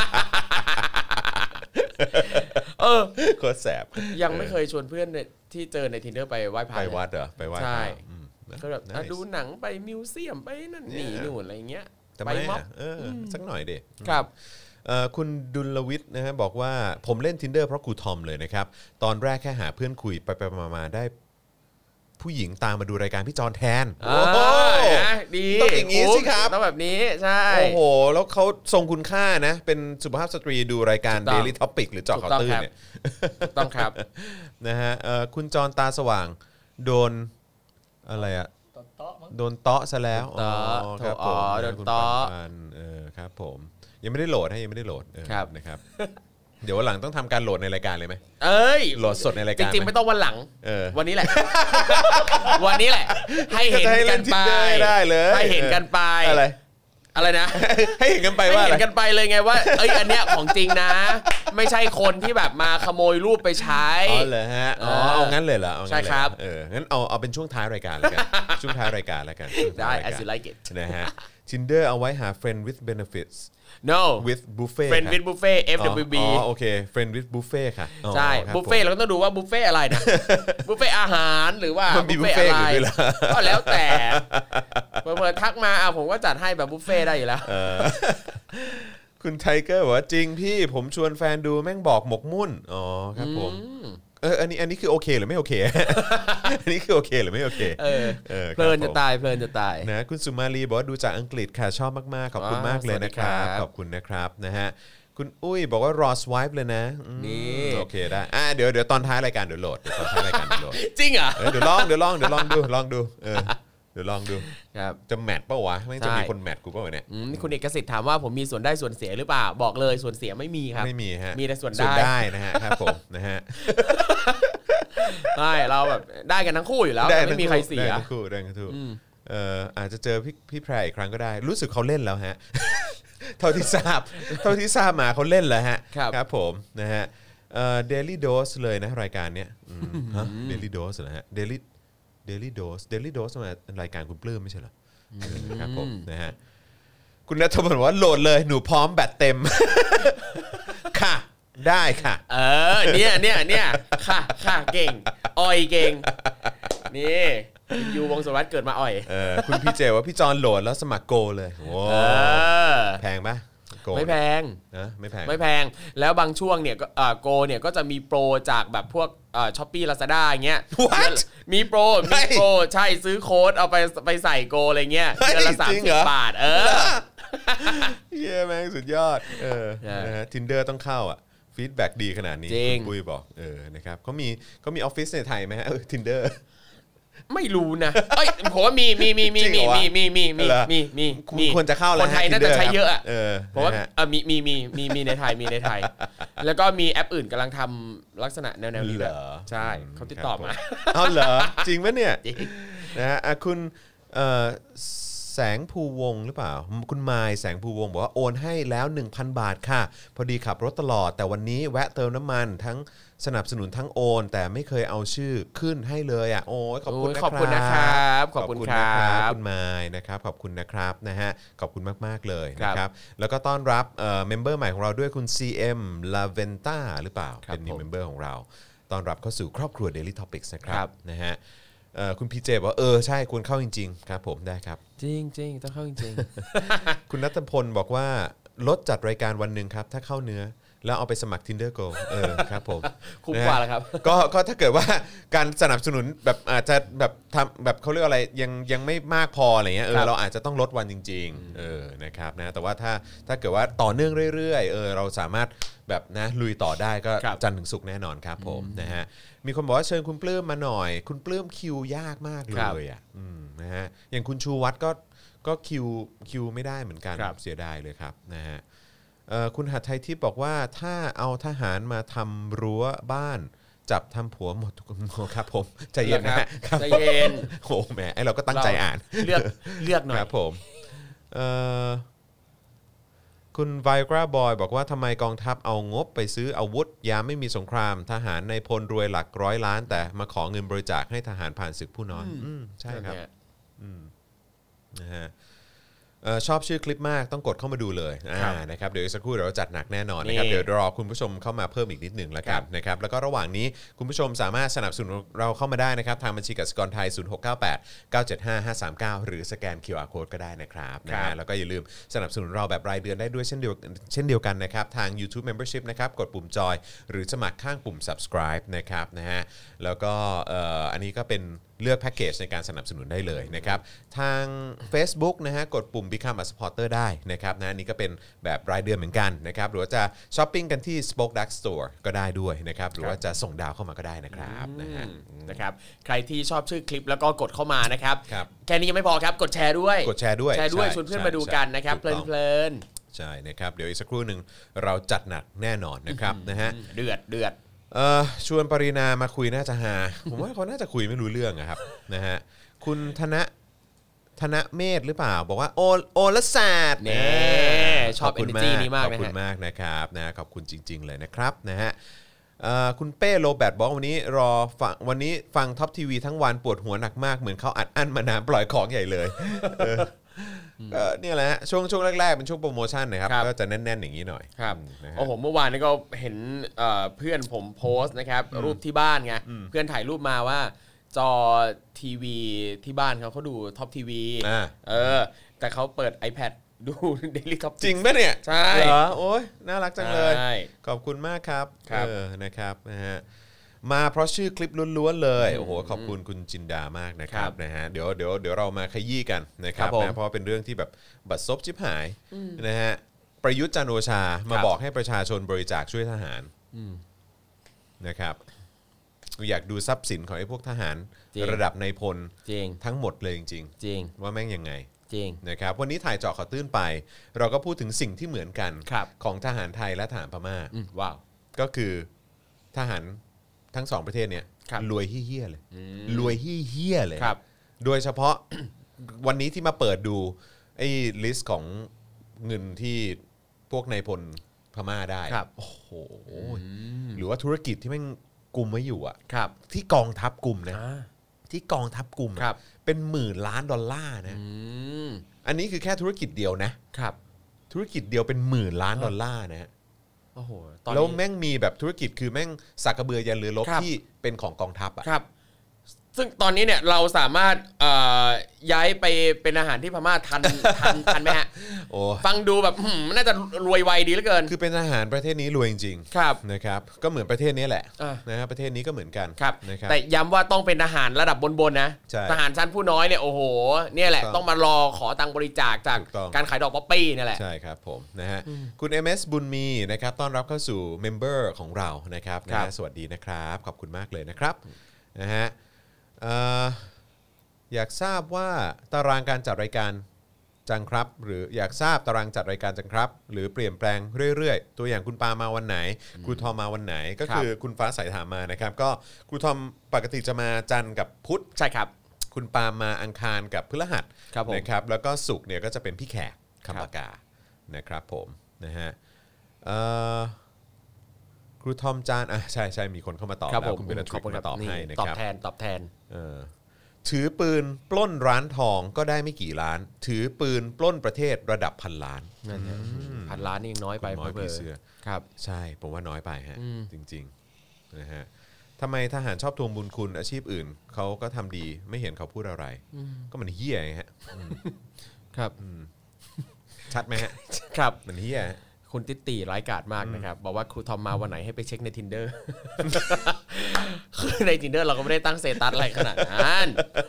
โคตรแสบยังไม่เคยชวนเพื่อนที่เจอใน Tinder ไปไหว้พระไปวัดเหรอไปไหว้ใช่ก็แบบดูหนังไปมิวเซียมไปนั่นนี่นู่นอะไรเงี้ยไปม็อบสักหน่อยดิครับคุณดุลวิทย์นะฮะบอกว่าผมเล่น Tinder เพราะครูทอมเลยนะครับตอนแรกแค่หาเพื่อนคุยไปมาได้ผู้หญิงตามมาดูรายการพี่จอนแทนโอ้โหดีต้องอย่างนี้สิครับต้องแบบนี้ใช่โอ้โหแล้วเขาทรงคุณค่านะเป็นสุภาพสตรีดูรายการ Daily Topic หรือเจาะข่าวตื้นเนี่ยต้องครับนะฮะคุณจอนตาสว่างโดนอะไรอะโดนเตาะซะแล้วครับผมโดนเตาะครับผมยังไม่ได้โหลดให้ยังไม่ได้โหลดนะครับเดี๋ยววันหลังต้องทำการโหลดในรายการเลยไหมโหลดสดในรายการจริงๆไม่ต้องวันหลังวันนี้แหละวันนี้แหละให้เห็นกันไปได้เลยให้เห็นกันไปอะไรนะให้เห็นกันไปว่าเห็นกันไปเลยไงว่าอันเนี้ยของจริงนะไม่ใช่คนที่แบบมาขโมยรูปไปใช้เหรอฮะเอางั้นเลยเหรอใช่ครับงั้นเอาเป็นช่วงท้ายรายการแล้วกันช่วงท้ายรายการแล้วกันได้ as you like it นะฮะ Tinder เอาไว้หา friend with benefits no with buffet friend with buffet FWB โอเค friend with buffet ค่ะใช่บุฟเฟ่เราก็ต้องดูว่าบุฟเฟ่อะไรนะบุฟเฟ่อาหารหรือว่าบุฟเฟ่อะไรก็แล้วแต่เปิดทักมาผมก็จัดให้แบบบุฟเฟ่ได้อยู่แล้วคุณไทเกอร์บอกว่าจริงพี่ผมชวนแฟนดูแม่งบอกหมกมุ่นครับผมอันนี้คือโอเคหรือไม่โอเคอันนี้คือโอเคหรือไม่โอเคเพลินจะตายนะคุณสุมาลีบอกว่าดูจากอังกฤษค่ะชอบมากๆขอบคุณมากเลยนะครับขอบคุณนะครับนะฮะคุณอุ้ยบอกว่ารอสวายเลยนะนี่โอเคได้เดี๋ยวตอนท้ายรายการเดี๋ยวโหลดตอนท้ายรายการเดี๋ยวโหลดจริงเหรอเดี๋ยวลองดูเดี๋ยวลองดูเดี๋ยวลองดูครับจะแมทป่าววะไม่จะมีคนแมทกูป่าวเนี่ยคุณเอกสิทธิ์ถามว่าผมมีส่วนได้ส่วนเสียหรือเปล่าบอกเลยส่วนเสียไม่มีครับไม่มีฮะมีแต่ส่วนได้นะฮะครับผมนะฮะใช่เราแบบได้กันทั้งคู่อยู่แล้วไม่มีใครเสียได้ทั้งคู่อาจจะเจอพี่แพรอีกครั้งก็ได้รู้สึกเขาเล่นแล้วฮะเท่าที่ทราบมาเขาเล่นแล้วฮะครับผมนะฮะDaily Dose เลยนะรายการเนี้ยDaily Dose นะฮะDaily Dose มารายการคุณปลื้มไม่ใช่เหรอครับผมนะฮะคุณณัฐมนต์บอกว่าโหลดเลยหนูพร้อมแบตเต็มค่ะได้ค่ะเนี่ยค่ะเก่งอ่อยเก่งนี่ยูวงสุวัสดิ์เกิดมาอ่อยคุณพี่เจว่าพี่จอนโหลดแล้วสมัครโกเลยโอ้แพงปะไม่แพงไม่แพงแล้วบางช่วงเนี่ยโกเนี่ยก็จะมีโปรจากแบบพวกShopee Lazada อย่างเงี้ยมีโปรใช่ซื้อโค้ดเอาไปใส่โกอะไรเงี้ยเดือนละ30 บาทเย้แม่งสุดยอดนะฮะ Tinder ต้องเข้าฟีดแบ็กดีขนาดนี้คุณปุ้ยบอกนะครับเขามีออฟฟิศในไทยไหมฮะTinder ไม่รู้นะผมว่ามีควรจะเข้าแล้วคนไทยน่าจะใช้เยอะเพราะว่ามีในไทยแล้วก็มีแอปอื่นกำลังทำลักษณะแนวนี้แบบใช่เขาติดต่อมาเอาเหรอจริงไหมเนี่ยนะฮะคุณแสงภูวงศ์หรือเปล่าคุณมายแสงภูวงศ์บอกว่าโอนให้แล้ว 1,000 บาทค่ะพอดีขับรถตลอดแต่วันนี้แวะเติมน้ำมันทั้งสนับสนุนทั้งโอนแต่ไม่เคยเอาชื่อขึ้นให้เลยอ่ะโอ้ยขอบคุณนะครับขอบคุณนะครับขอบคุณครับคุณมายนะครับขอบคุณนะครับนะฮะขอบคุณมากๆเลยนะครับแล้วก็ต้อนรับเมมเบอร์ใหม่ของเราด้วยคุณ CM Laventa หรือเปล่าเป็นเมมเบอร์ของเราต้อนรับเข้าสู่ครอบครัว Daily Topics นะครับนะฮะคุณพีเจบอกว่าใช่ควรเข้าจริงๆครับผมได้ครับจริงๆต้องเข้าจริงๆ คุณณัฐพลบอกว่าลดจัดรายการวันหนึ่งครับถ้าเข้าเนื้อแล้วเอาไปสมัคร Tinder Go ครับผมคุ้มกว่าแล้วครับก็ถ้าเกิดว่าการสนับสนุนแบบอาจจะแบบทำแบบเขาเรียกอะไรยังไม่มากพออะไรเงี้ยเราอาจจะต้องลดวันจริงๆนะครับนะแต่ว่าถ้าเกิดว่าต่อเนื่องเรื่อยๆเราสามารถแบบนะลุยต่อได้ก็จันทร์ถึงศุกร์แน่นอนครับผมนะฮะมีคนบอกว่าเชิญคุณปลื้มมาหน่อยคุณปลื้มคิวยากมากเลยอ่ะนะฮะอย่างคุณชูวัฒน์ก็คิวไม่ได้เหมือนกันเสียดายเลยครับนะฮะคุณหัตถ์ไทยทิพย์บอกว่าถ้าเอาทหารมาทำรั้วบ้านจับทำผัวหมดทุกคนครับผมใจเย็นนะครับใจเย็นโอ้แหมไอเราก็ตั้งใจอ่านเลือกหน่อยครับผมคุณไวกราบอยบอกว่าทำไมกองทัพเอางบไปซื้ออาวุธยามไม่มีสงครามทหารในพลรวยหลักร้อยล้านแต่มาขอเงินบริจาคให้ทหารผ่านศึกผู้น้อยใช่ครับนะฮะชอบชื่อคลิปมากต้องกดเข้ามาดูเลยนะครับเดี๋ยวสักครู่เราจัดหนักแน่นอนนะครับเดี๋ยวรอคุณผู้ชมเข้ามาเพิ่มอีกนิดหนึ่งแล้วกันนะครับแล้วก็ระหว่างนี้คุณผู้ชมสามารถสนับสนุนเราเข้ามาได้นะครับทางบัญชีกสิกรไทย0698 975 539หรือสแกน QR Code ก็ได้นะครับนะฮะแล้วก็อย่าลืมสนับสนุนเราแบบรายเดือนได้ด้วยเช่นเดียวกันนะครับทาง YouTube Membership นะครับกดปุ่มจอยหรือสมัครข้างปุ่ม Subscribe นะครับนะฮะแล้วก็อันนี้ก็เป็นเลือกแพ็กเกจในการสนับสนุนได้เลยนะครับทาง Facebook นะฮะกดปุ่ม Become a Supporter ได้นะครับนะนี่ก็เป็นแบบรายเดือนเหมือนกันนะครับหรือว่าจะช้อปปิ้งกันที่ Spoke Dark Store ก็ได้ด้วยนะครับหรือว่าจะส่งดาวเข้ามาก็ได้นะครับนะครับใครที่ชอบชื่อคลิปแล้วก็กดเข้ามานะครับแค่นี้ยังไม่พอครับกดแชร์ด้วยชวนเพื่อนมาดูกันนะครับเพลินใช่นะครับเดี๋ยวอีกสักครู่นึงเราจัดหนักแน่นอนนะครับนะฮะเดือดชวนปรินามาคุยน่าจะหาผมว่าเขาน่าจะคุยไม่รู้เรื่องอะครับนะฮะคุณธนเมธหรือเปล่าบอกว่าโอละศาสตร์ชอบ energy นี้มากขอบคุณมากนะครับนะขอบคุณจริงๆเลยนะครับนะฮะคุณเป้โรแบร์ตบอกวันนี้ฟังท็อปทีวีทั้งวันปวดหัวหนักมากเหมือนเขาอัดอั้นมานานปล่อยของใหญ่เลยเนี่ยแหละช่วงแรกๆเป็นช่วงโปรโมชั่นนะครับก็จะแน่นๆอย่างนี้หน่อยครับโอ้โหเมื่อวานนี้ก็เห็นเพื่อนผมโพสต์นะครับรูปที่บ้านไงเพื่อนถ่ายรูปมาว่าจอทีวีที่บ้านเขาดูท็อปทีวีแต่เขาเปิด iPad ดู Daily Top จริงป่ะเนี่ยใช่เหรอโอ้ยน่ารักจังเลยขอบคุณมากครับนะครับนะฮะมาเพราะชื่อคลิปล้วนๆเลยโอ้โหขอบคุณคุณจินดามากนะครับนะฮะเดี๋ยวเรามาขยี้กันนะครับนะเพราะเป็นเรื่องที่แบบบัดซบชิบหายนะฮะประยุทธ์จันทร์โอชามาบอกให้ประชาชนบริจาคช่วยทหารนะครับอยากดูทรัพย์สินของไอ้พวกทหารระดับนายพลทั้งหมดเลยจริงว่าแม่งยังไงนะครับวันนี้ถ่ายเจาะข่าวตื้นไปเราก็พูดถึงสิ่งที่เหมือนกันของทหารไทยและทหารพม่าว้าวก็คือทหารทั้งสองประเทศเนี่ยรวยเหี้ยเลยรวยเหี้ยเลยโดยเฉพาะ วันนี้ที่มาเปิดดูไอ้ลิสต์ของเงินที่พวกนายพลพม่าได้โอ้โหหรือว่าธุรกิจที่แม่งกุมไว้อยู่อ่ะที่กองทัพกุมนะที่กองทัพกุมเป็น10,000 ล้านดอลลาร์นะอันนี้คือแค่ธุรกิจเดียวนะครับธุรกิจเดียวเป็น10,000 ล้านดอลลาร์นะแล้วแม่งมีแบบธุรกิจคือแม่งสักกระเบือยันเรือรบที่เป็นของกองทัพอ่ะซึ่งตอนนี้เนี่ยเราสามารถย้ายไปเป็นอาหารที่พม่าทันไหมฮะฟังดูแบบน่าจะรวยไวดีเหลือเกินคือเป็นอาหารประเทศนี้รวยจริงๆนะครับก็เหมือนประเทศนี้แหละนะฮะประเทศนี้ก็เหมือนกันนะครับแต่ย้ำว่าต้องเป็นอาหารระดับบนๆนะทหารชั้นผู้น้อยเนี่ยโอ้โหเนี่ยแหละต้องมารอขอตังค์บริจาคจากการขายดอกป๊อปปี้นี่แหละใช่ครับผมนะฮะคุณ MS บุญมีนะครับต้อนรับเข้าสู่เมมเบอร์ของเรานะครับนะสวัสดีนะครับขอบคุณมากเลยนะครับนะฮะอยากทราบว่าตารางการจัดรายการจังครับหรืออยากทราบตารางจัดรายการจังครับหรือเปลี่ยนแปลงเรื่อยๆตัวอย่างคุณปามาวันไหนครูทอมมาวันไหนก็คือคุณฟ้าใสถามมานะครับก็ครูทอมปกติจะมาจันทร์กับพุธใช่ครับคุณปาล์มมาอังคารกับพฤหัสครับผมนะครับแล้วก็ศุกร์เนี่ยก็จะเป็นพี่แขกคำปากานะครับผมนะฮะครูทอมจานใช่มีคนเข้ามาตอบแล้วคุณเบลทริกมาตอบให้นะครับตอบแทนถือปืนปล้นร้านทองก็ได้ไม่กี่ล้านถือปืนปล้นประเทศระดับพันล้านนั่นพันล้านนี่ยังน้อยไปน้อยพี่เสือครับใช่ผมว่าน้อยไปฮะจริงๆนะฮะทำไมทหารชอบทวงบุญคุณอาชีพอื่นเขาก็ทำดีไม่เห็นเขาพูดอะไรก็มันเหี้ยไงฮะครับชัดไหมฮะครับมันเหี้ยคุณติติร้ายกาจมากนะครับบอกว่าครูทอมมาวันไหนให้ไปเช็คใน Tinder คือใน Tinder เราก็ไม่ได้ตั้งสเตตัสอะไรขนาดนั้น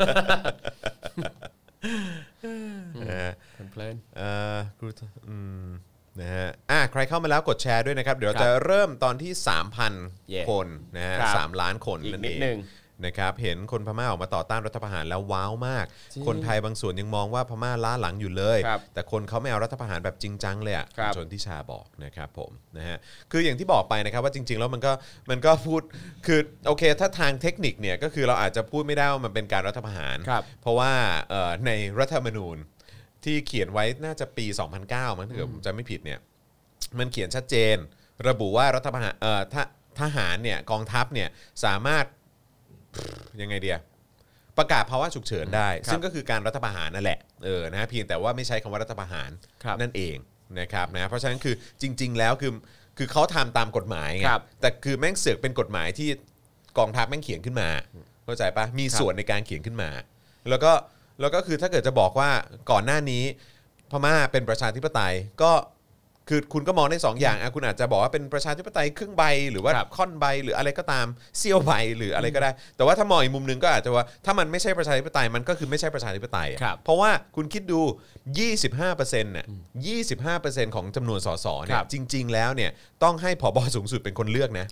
เพลินครูนะฮะใครเข้ามาแล้วกดแชร์ด้วยนะครับเดี๋ยวจะเริ่มตอนที่ 3,000 คนนะฮะ3 ล้านคนนั่นเองนะครับเห็นคนพม่าออกมาต่อต้านรัฐประหารแล้วว้าวมากคนไทยบางส่วนยังมองว่าพม่าล้าหลังอยู่เลยแต่คนเขาไม่เอารัฐประหารแบบจริงจังเลยอ่ะชนทิชาบอกนะครับผมนะฮะคืออย่างที่บอกไปนะครับว่าจริงๆแล้วมันก็พูดคือโอเคถ้าทางเทคนิคเนี่ยก็คือเราอาจจะพูดไม่ได้ว่ามันเป็นการรัฐประหารเพราะว่าในรัฐธรรมนูญที่เขียนไว้น่าจะปี 2009 มั้งถ้าเกิดผมจำไม่ผิดเนี่ยมันเขียนชัดเจนระบุว่ารัฐประหารทหารเนี่ยกองทัพเนี่ยสามารถยังไงเดียประกาศภาวะฉุกเฉินได้ซึ่งก็คือการรัฐประหารนั่นแหละนะเพียงแต่ว่าไม่ใช้คำว่ารัฐประหารนั่นเองนะครับนะเพราะฉะนั้นคือจริงๆแล้วคือเขาทำตามกฎหมายไงแต่คือแม่งเสือกเป็นกฎหมายที่กองทัพแม่งเขียนขึ้นมาเข้าใจปะมีส่วนในการเขียนขึ้นมาแล้วก็คือถ้าเกิดจะบอกว่าก่อนหน้านี้พม่าเป็นประชาธิปไตยก็คือคุณก็มองได้2 อย่างคุณอาจจะบอกว่าเป็นประชาธิปไตยครึ่งใบหรือว่าค่อนใบหรืออะไรก็ตามเสี้ยวใบหรืออะไรก็ได้แต่ว่าถ้ามองอีกมุมนึงก็อาจจะว่าถ้ามันไม่ใช่ประชาธิปไตยมันก็คือไม่ใช่ประชาธิปไตยเพราะว่าคุณคิดดู 25% น่ะ 25% ของจำนวนสสเนี่ยจริงๆแล้วเนี่ยต้องให้ผบ.สูงสุดเป็นคนเลือกนะ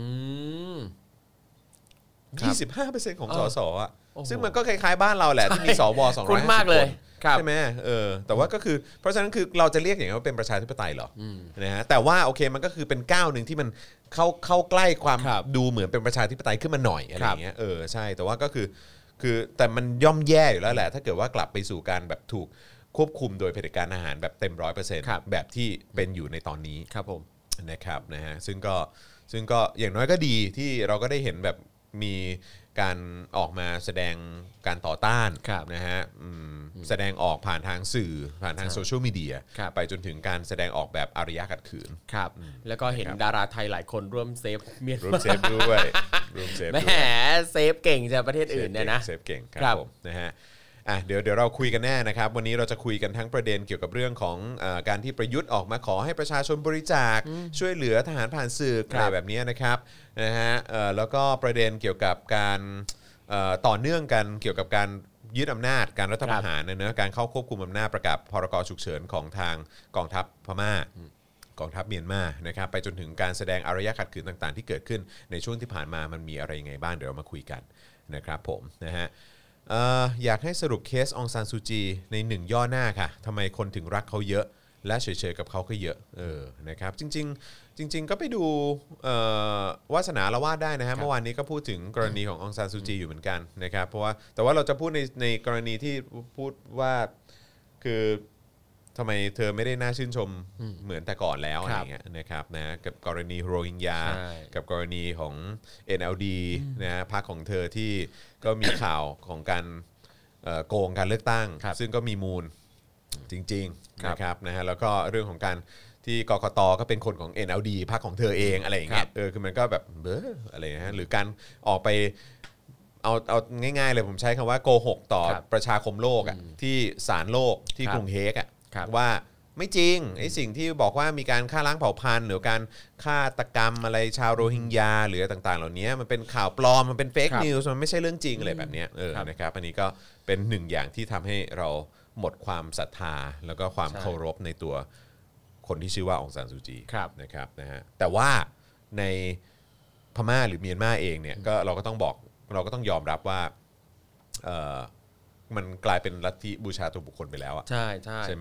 25% ของสสอ่ะซึ่งมันก็คล้ายๆบ้านเราแหละที่มีสว250 มากเลยใช่ไหมแต่ว่าก็คือเพราะฉะนั้นคือเราจะเรียกอย่างนี้ว่าเป็นประชาธิปไตยเหรอนะฮะแต่ว่าโอเคมันก็คือเป็นก้าวนึงที่มันเข้าใกล้ความดูเหมือนเป็นประชาธิปไตยขึ้นมาหน่อยอะไรอย่างเงี้ยใช่แต่ว่าก็คือแต่มันย่อมแย่อยู่แล้วแหละถ้าเกิดว่ากลับไปสู่การแบบถูกควบคุมโดยเผด็จการทหารแบบเต็ม 100% แบบที่เป็นอยู่ในตอนนี้ครับผมนะครับนะฮะซึ่งก็อย่างน้อยก็ดีที่เราก็ได้เห็นแบบมีการออกมาแสดงการต่อต้านนะฮะแสดงออกผ่านทางสื่อผ่านทางโซเชียลมีเดียไปจนถึงการแสดงออกแบบอารยะขัดขืนครับแล้วก็เห็นดาราไทยหลายคนร่วมเซฟเมียนมาร่วมเซฟด้วยแหมเซฟเก่งจากประเทศอื่นเนี่ยนะเซฟเก่งครับผมนะฮะเดี๋ยวเราคุยกันแน่นะครับวันนี้เราจะคุยกันทั้งประเด็นเกี่ยวกับเรื่องของการที่ประยุทธ์ออกมาขอให้ประชาชนบริจาคช่วยเหลือทหารผ่านสื่ออะไรแบบนี้นะครับนะฮะแล้วก็ประเด็นเกี่ยวกับการต่อเนื่องกันเกี่ยวกับการยึดอำนาจการรัฐประหารนะการเข้าควบคุมอำนาจประกาศพรกฉุกเฉินของทางกองทัพพม่ากองทัพเมียนมานะครับไปจนถึงการแสดงอารยะขัดขืนต่างๆที่เกิดขึ้นในช่วงที่ผ่านมามันมีอะไรยังไงบ้างเดี๋ยวเรามาคุยกันนะครับผมนะฮะอยากให้สรุปเคสองซานซูจีใน1ย่อหน้าค่ะทำไมคนถึงรักเขาเยอะและเฉยๆกับเขาก็เยอะนะครับจริงๆก็ไปดูวาสนาละวาดได้นะฮะเมื่อวานนี้ก็พูดถึงกรณีขององซานซูจีอยู่เหมือนกันนะครับเพราะว่าแต่ว่าเราจะพูดในกรณีที่พูดว่าคือทำไมเธอไม่ได้น่าชื่นชมเหมือนแต่ก่อนแล้วอะไรเงี้ยนะครับนะกับกรณีโรฮิงญากับกรณีของ NLD นะพรรคของเธอที่ก็มีข่าวของการโกงการเลือกตั้งซึ่งก็มีมูลจริงๆนะครับนะฮะแล้วก็เรื่องของการที่กกต.ก็เป็นคนของ NLD พรรคของเธอเองอะไรอย่างเงี้ยคือมันก็แบบอะไรนะฮะหรือการออกไปเอาง่ายๆเลยผมใช้คำว่าโกหกต่อประชาคมโลกอ่ะที่ศาลโลกที่กรุงเฮกอ่ะว่าไม่จริงไอ้สิ่งที่บอกว่ามีการฆ่าล้างเผ่าพันธุ์หรือการฆาตกรรมอะไรชาวโรฮิงญาหรือต่างๆเหล่านี้มันเป็นข่าวปลอมมันเป็นเฟกนิวส์มันไม่ใช่เรื่องจริงอะไรแบบนี้นะครับอันนี้ก็เป็นหนึ่งอย่างที่ทำให้เราหมดความศรัทธาแล้วก็ความเคารพในตัวคนที่ชื่อว่าองซานซูจีนะครับนะฮะแต่ว่าในพม่าหรือเมียนมาเองเนี่ยก็เราก็ต้องยอมรับว่ามันกลายเป็นลัทธิบูชาตัวบุคคลไปแล้วอ่ะใช่ไหม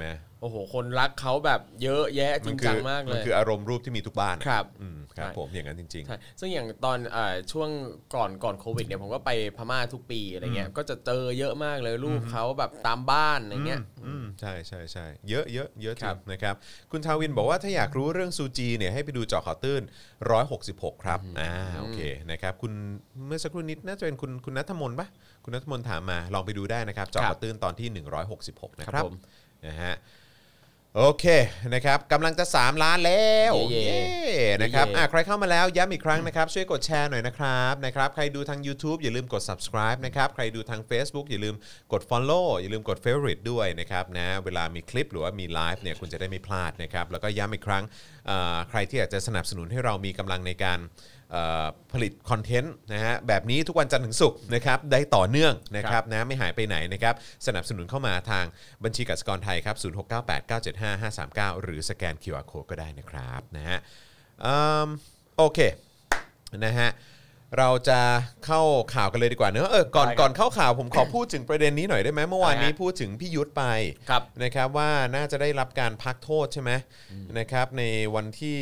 โอ้โหคนรักเขาแบบเยอะแยะจริงจังมากเลยมันคืออารมณ์รูปที่มีทุกบ้านครับครับผมอย่างนั้นจริงๆซึ่งอย่างตอนช่วงก่อนโควิดเนี่ยผมก็ไปพม่าทุกปีอะไรเงี้ยก็จะเจอเยอะมากเลยรูปเขาแบบตามบ้านอะไรเงี้ยใช่ใช่ใช่เยอะเยอะเยอะจริงนะครับคุณทาวินบอกว่าถ้าอยากรู้เรื่องซูจีเนี่ยให้ไปดูเจาะข่าวตื้น166ครับโอเคนะครับคุณเมื่อสักครู่นิดน่าจะเป็นคุณณัฐมนต์ปะคุณณัฐมนต์ถามมาลองไปดูได้นะครับเจาะข่าวตื้นตอนที่166นะครับนะฮะโอเคนะครับกำลังจะ3ล้านแล้วนะครับใครเข้ามาแล้วย้ำอีกครั้งนะครับช่วยกดแชร์หน่อยนะครับใครดูทาง YouTube อย่าลืมกด subscribe นะครับใครดูทาง Facebook อย่าลืมกด follow อย่าลืมกด favorite ด้วยนะครับนะเวลามีคลิปหรือว่ามีไลฟ์เนี่ยคุณจะได้ไม่พลาดนะครับแล้วก็ย้ำอีกครั้งใครที่อยากจะสนับสนุนให้เรามีกำลังในการผลิตคอนเทนต์นะฮะแบบนี้ทุกวันจันทร์ถึงศุกร์นะครับได้ต่อเนื่องนะครับนะไม่หายไปไหนนะครับสนับสนุนเข้ามาทางบัญชีกสิกรไทยครับ0698975539หรือสแกน QR Code ก็ได้นะครับนะฮะโอเคนะฮะเราจะเข้าข่าวกันเลยดีกว่าเนอะก่อนเข้าข่าวผมขอพูดถึงประเด็นนี้หน่อยได้ไหมเมื่อวานนี้พูดถึงพี่ยุทธไปนะครับว่าน่าจะได้รับการพักโทษใช่ไหมนะครับในวันที่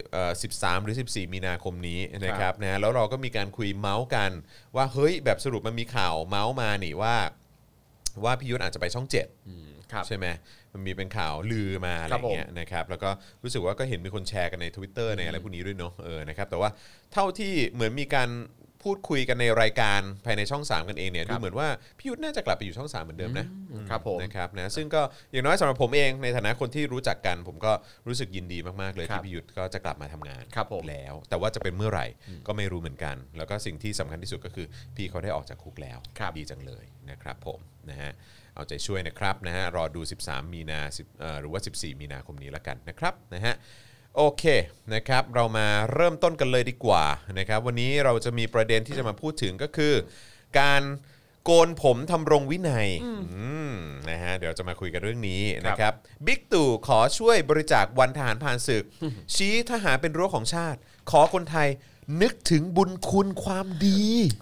13หรือ14มีนาคมนี้นะครับนะแล้วเราก็มีการคุยเมาส์กันว่าเฮ้ยแบบสรุปมันมีข่าวเมาส์มานี่ว่าพี่ยุทธอาจจะไปช่อง7ใช่ไหมมันมีเป็นข่าวลือมาอะไรเงี้ยนะครับแล้วก็รู้สึกว่าก็เห็นมีคนแชร์กันใน Twitter ในอะไรพวกนี้ด้วยเนาะนะครับแต่ว่าเท่าที่เหมือนมีการพูดคุยกันในรายการภายในช่อง3กันเองเนี่ยดูเหมือนว่าพี่ยุทธน่าจะกลับไปอยู่ช่อง3เหมือนเดิมนะครับผมนะครับนะซึ่งก็อย่างน้อยสำหรับผมเองในฐานะคนที่รู้จักกันผมก็รู้สึกยินดีมากๆเลยที่พี่ยุทธก็จะกลับมาทำงานแล้วแต่ว่าจะเป็นเมื่อไหร่ก็ไม่รู้เหมือนกันแล้วก็สิ่งที่สำคัญที่สุดก็คือพี่เขาได้ออกจากคุกแล้วดีจังเลยนะครับผมนะฮะเอาใจช่วยนะครับนะฮะรอดู13มีนาหรือว่า14มีนาคมนี้ละกันนะครับนะฮะโอเคนะครับเรามาเริ่มต้นกันเลยดีกว่านะครับวันนี้เราจะมีประเด็นที่จะมาพูดถึงก็คือการโกนผมทำรงวินัยนะฮะเดี๋ยวจะมาคุยกันเรื่องนี้นะครับบิ๊กตู่ขอช่วยบริจาควันทหารผ่านศึกชี้ทหารเป็นรั้วของชาติขอคนไทยนึกถึงบุญคุณความดี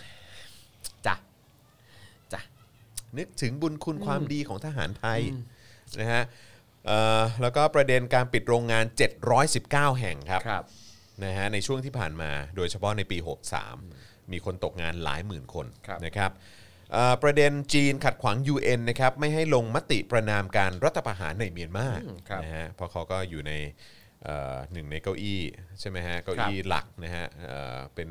นึกถึงบุญคุณความดีของทหารไทยนะฮะแล้วก็ประเด็นการปิดโรงงาน719แห่งครับนะฮะในช่วงที่ผ่านมาโดยเฉพาะในปี63มีคนตกงานหลายหมื่นคนนะครับประเด็นจีนขัดขวาง UN นะครับไม่ให้ลงมติประนามการรัฐประหารในเมียนมานะฮะเพราะเขาก็อยู่ในหนึ่งในเก้าอี้ใช่ไหมฮะเก้าอี้หลักนะฮะเป็น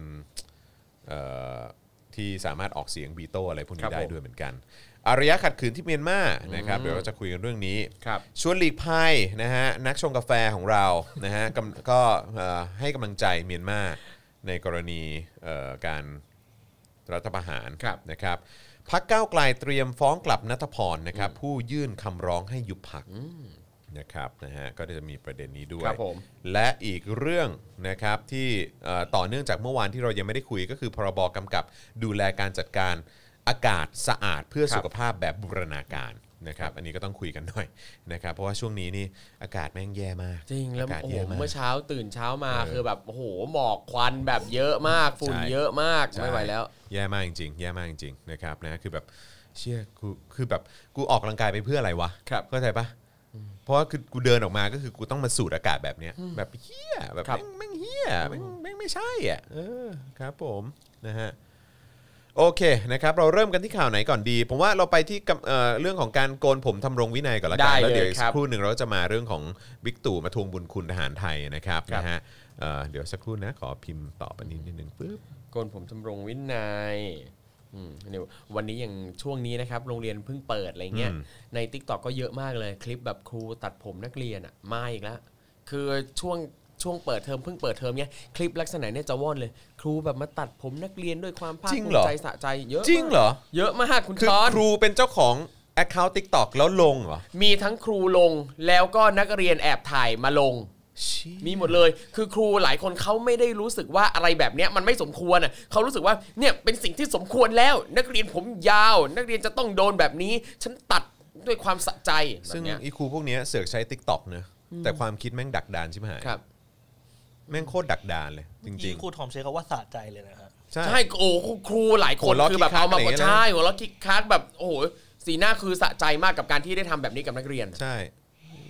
ที่สามารถออกเสียงวีโต้อะไรพวกนี้ได้ด้วยเหมือนกันอารยะขัดขืนที่เมียนมานะครับเดี๋ยวเราจะคุยกันเรื่องนี้ชวนหลีกภัยนะฮะนักชงกาแฟของเรานะฮะก็ให้กำลังใจเมียนมาในกรณีการรัฐประหารนะครับพรรคก้าวไกลเตรียมฟ้องกลับณัฐพรนะครับผู้ยื่นคำร้องให้ยุบพรรคนะครับนะฮะก็จะมีประเด็นนี้ด้วยและอีกเรื่องนะครับที่ต่อเนื่องจากเมื่อวานที่เรายังไม่ได้คุยก็คือพรบกำกับดูแลการจัดการอากาศสะอาดเพื่อสุขภาพแบบบูรณาการนะครับอันนี้ก็ต้องคุยกันหน่อยนะครับเพราะว่าช่วงนี้นี่อากาศแม่งแย่มากจริงแล้วโอ้โหเมื่อเช้าตื่นเช้ามาคือแบบโอ้โหหมอกควันแบบเยอะมากฝุ่นเยอะมากไม่ไหวแล้วแย่มากจริงๆแย่มากจริงๆนะครับนะคือแบบเชี่ยคือแบบกูออกกำลังกายไปเพื่ออะไรวะเข้าใจปะเพราะว่าคือกูเดินออกมาก็คือกูต้องมาสูดอากาศแบบเนี้ยแบบเฮี้ยแบบแม่งเฮี้ยแม่งไม่ใช่อ่ะครับผมนะฮะโอเคนะครับเราเริ่มกันที่ข่าวไหนก่อนดีผมว่าเราไปที่เรื่องของการโกนผมทำรงวินัยก่อนละกันแล้วเดี๋ยวสักครู่หนึ่งเราจะมาเรื่องของบิ๊กตู่มาทวงบุญคุณทหารไทยนะครับนะฮะเดี๋ยวสักครู่นะขอพิมพ์ตอบอันนี้นิดนึงปึ๊บโกนผมทำรงวินัยวันนี้อย่างช่วงนี้นะครับโรงเรียนเพิ่งเปิดอะไรเงี้ยใน TikTok ก็เยอะมากเลยคลิปแบบครูตัดผมนักเรียนอ่ะมาอีกแล้วคือช่วงเปิดเทอมเพิ่งเปิดเทอมเนี้ยคลิปลักษณะเนี้ยจะว่อนเลยครูแบบมาตัดผมนักเรียนด้วยความภาคภูมิใจสะใจเยอะจริงเหรอเยอะมากคุณจอนครูเป็นเจ้าของ account TikTok แล้วลงเหรอมีทั้งครูลงแล้วก็นักเรียนแอบถ่ายมาลงมีหมดเลยคือครูหลายคนเขาไม่ได้รู้สึกว่าอะไรแบบเนี้ยมันไม่สมควรอ่ะเขารู้สึกว่าเนี่ยเป็นสิ่งที่สมควรแล้วนักเรียนผมยาวนักเรียนจะต้องโดนแบบนี้ฉันตัดด้วยความสะใจซึ่งอีครูพวกนี้เสือกใช้ TikTok เนอะแต่ความคิดแม่งดักดานใช่ไหมครับแม่งโคตรดักดานเลยจริงๆครูทอมใช้คำว่าสะใจเลยนะฮะใช่โอ้ครูหลายคนคือแบบเอามาใช่หัวเราะคิกคักแบบโอ้โหสีหน้าคือสะใจมากกับการที่ได้ทำแบบนี้กับนักเรียนใช่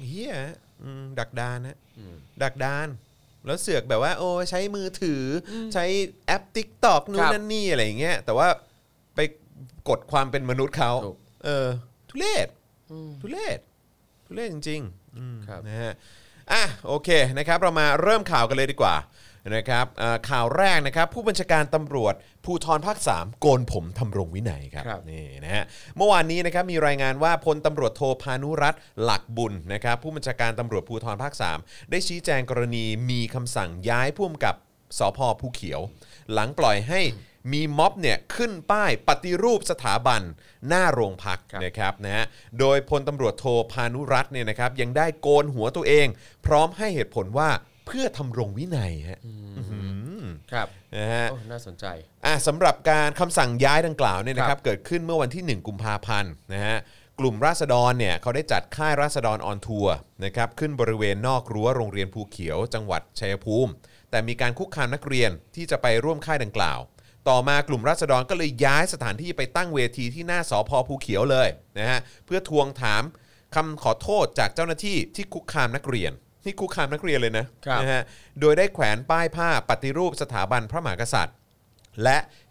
เฮียดักดานนะดักดานแล้วเสือกแบบว่าโอ้ใช้มือถือใช้แอป TikTok นู่นนั่นนี่อะไรอย่างเงี้ยแต่ว่าไปกดความเป็นมนุษย์เขาทุเรศทุเรศจริงๆนะฮะโอเคนะครับเรามาเริ่มข่าวกันเลยดีกว่านะครับข่าวแรกนะครับผู้บัญชาการตำรวจภูธรภาค3โกนผมทำรงวินัยครับนี่นะฮะเมื่อวานนี้นะครับมีรายงานว่าพลตำรวจโทพานุรัตน์หลักบุญนะครับผู้บัญชาการตำรวจภูธรภาค3ได้ชี้แจงกรณีมีคำสั่งย้ายผู้กำกับสภ.ภูเขียวหลังปล่อยให้มีม็อบเนี่ยขึ้นป้ายปฏิรูปสถาบันหน้าโรงพักนะครับนะฮะโดยพลตำรวจโทพานุรัตน์เนี่ยนะครับยังได้โกนหัวตัวเองพร้อมให้เหตุผลว่าเพื่อทำรงวินัยฮะครับนะฮะน่าสนใจสำหรับการคำสั่งย้ายดังกล่าวเนี่ยนะครับเกิดขึ้นเมื่อวันที่1กุมภาพันธ์นะฮะกลุ่มราษฎรเนี่ยเขาได้จัดค่ายราษฎรออนทัวร์นะครับขึ้นบริเวณนอกรั้วโรงเรียนภูเขียวจังหวัดชัยภูมิแต่มีการคุกคามนักเรียนที่จะไปร่วมค่ายดังกล่าวต่อมากลุ่มราษฎรก็เลยย้ายสถานที่ไปตั้งเวทีที่หน้าสภ.ภูเขียวเลยนะฮะเพื่อทวงถามคำขอโทษจากเจ้าหน้าที่ที่คุกคามนักเรียนนี่คุกคามนักเรียนเลยนะฮะโดยได้แขวนป้ายผ้าปฏิรูปสถาบันพระมหากษัตริย์และ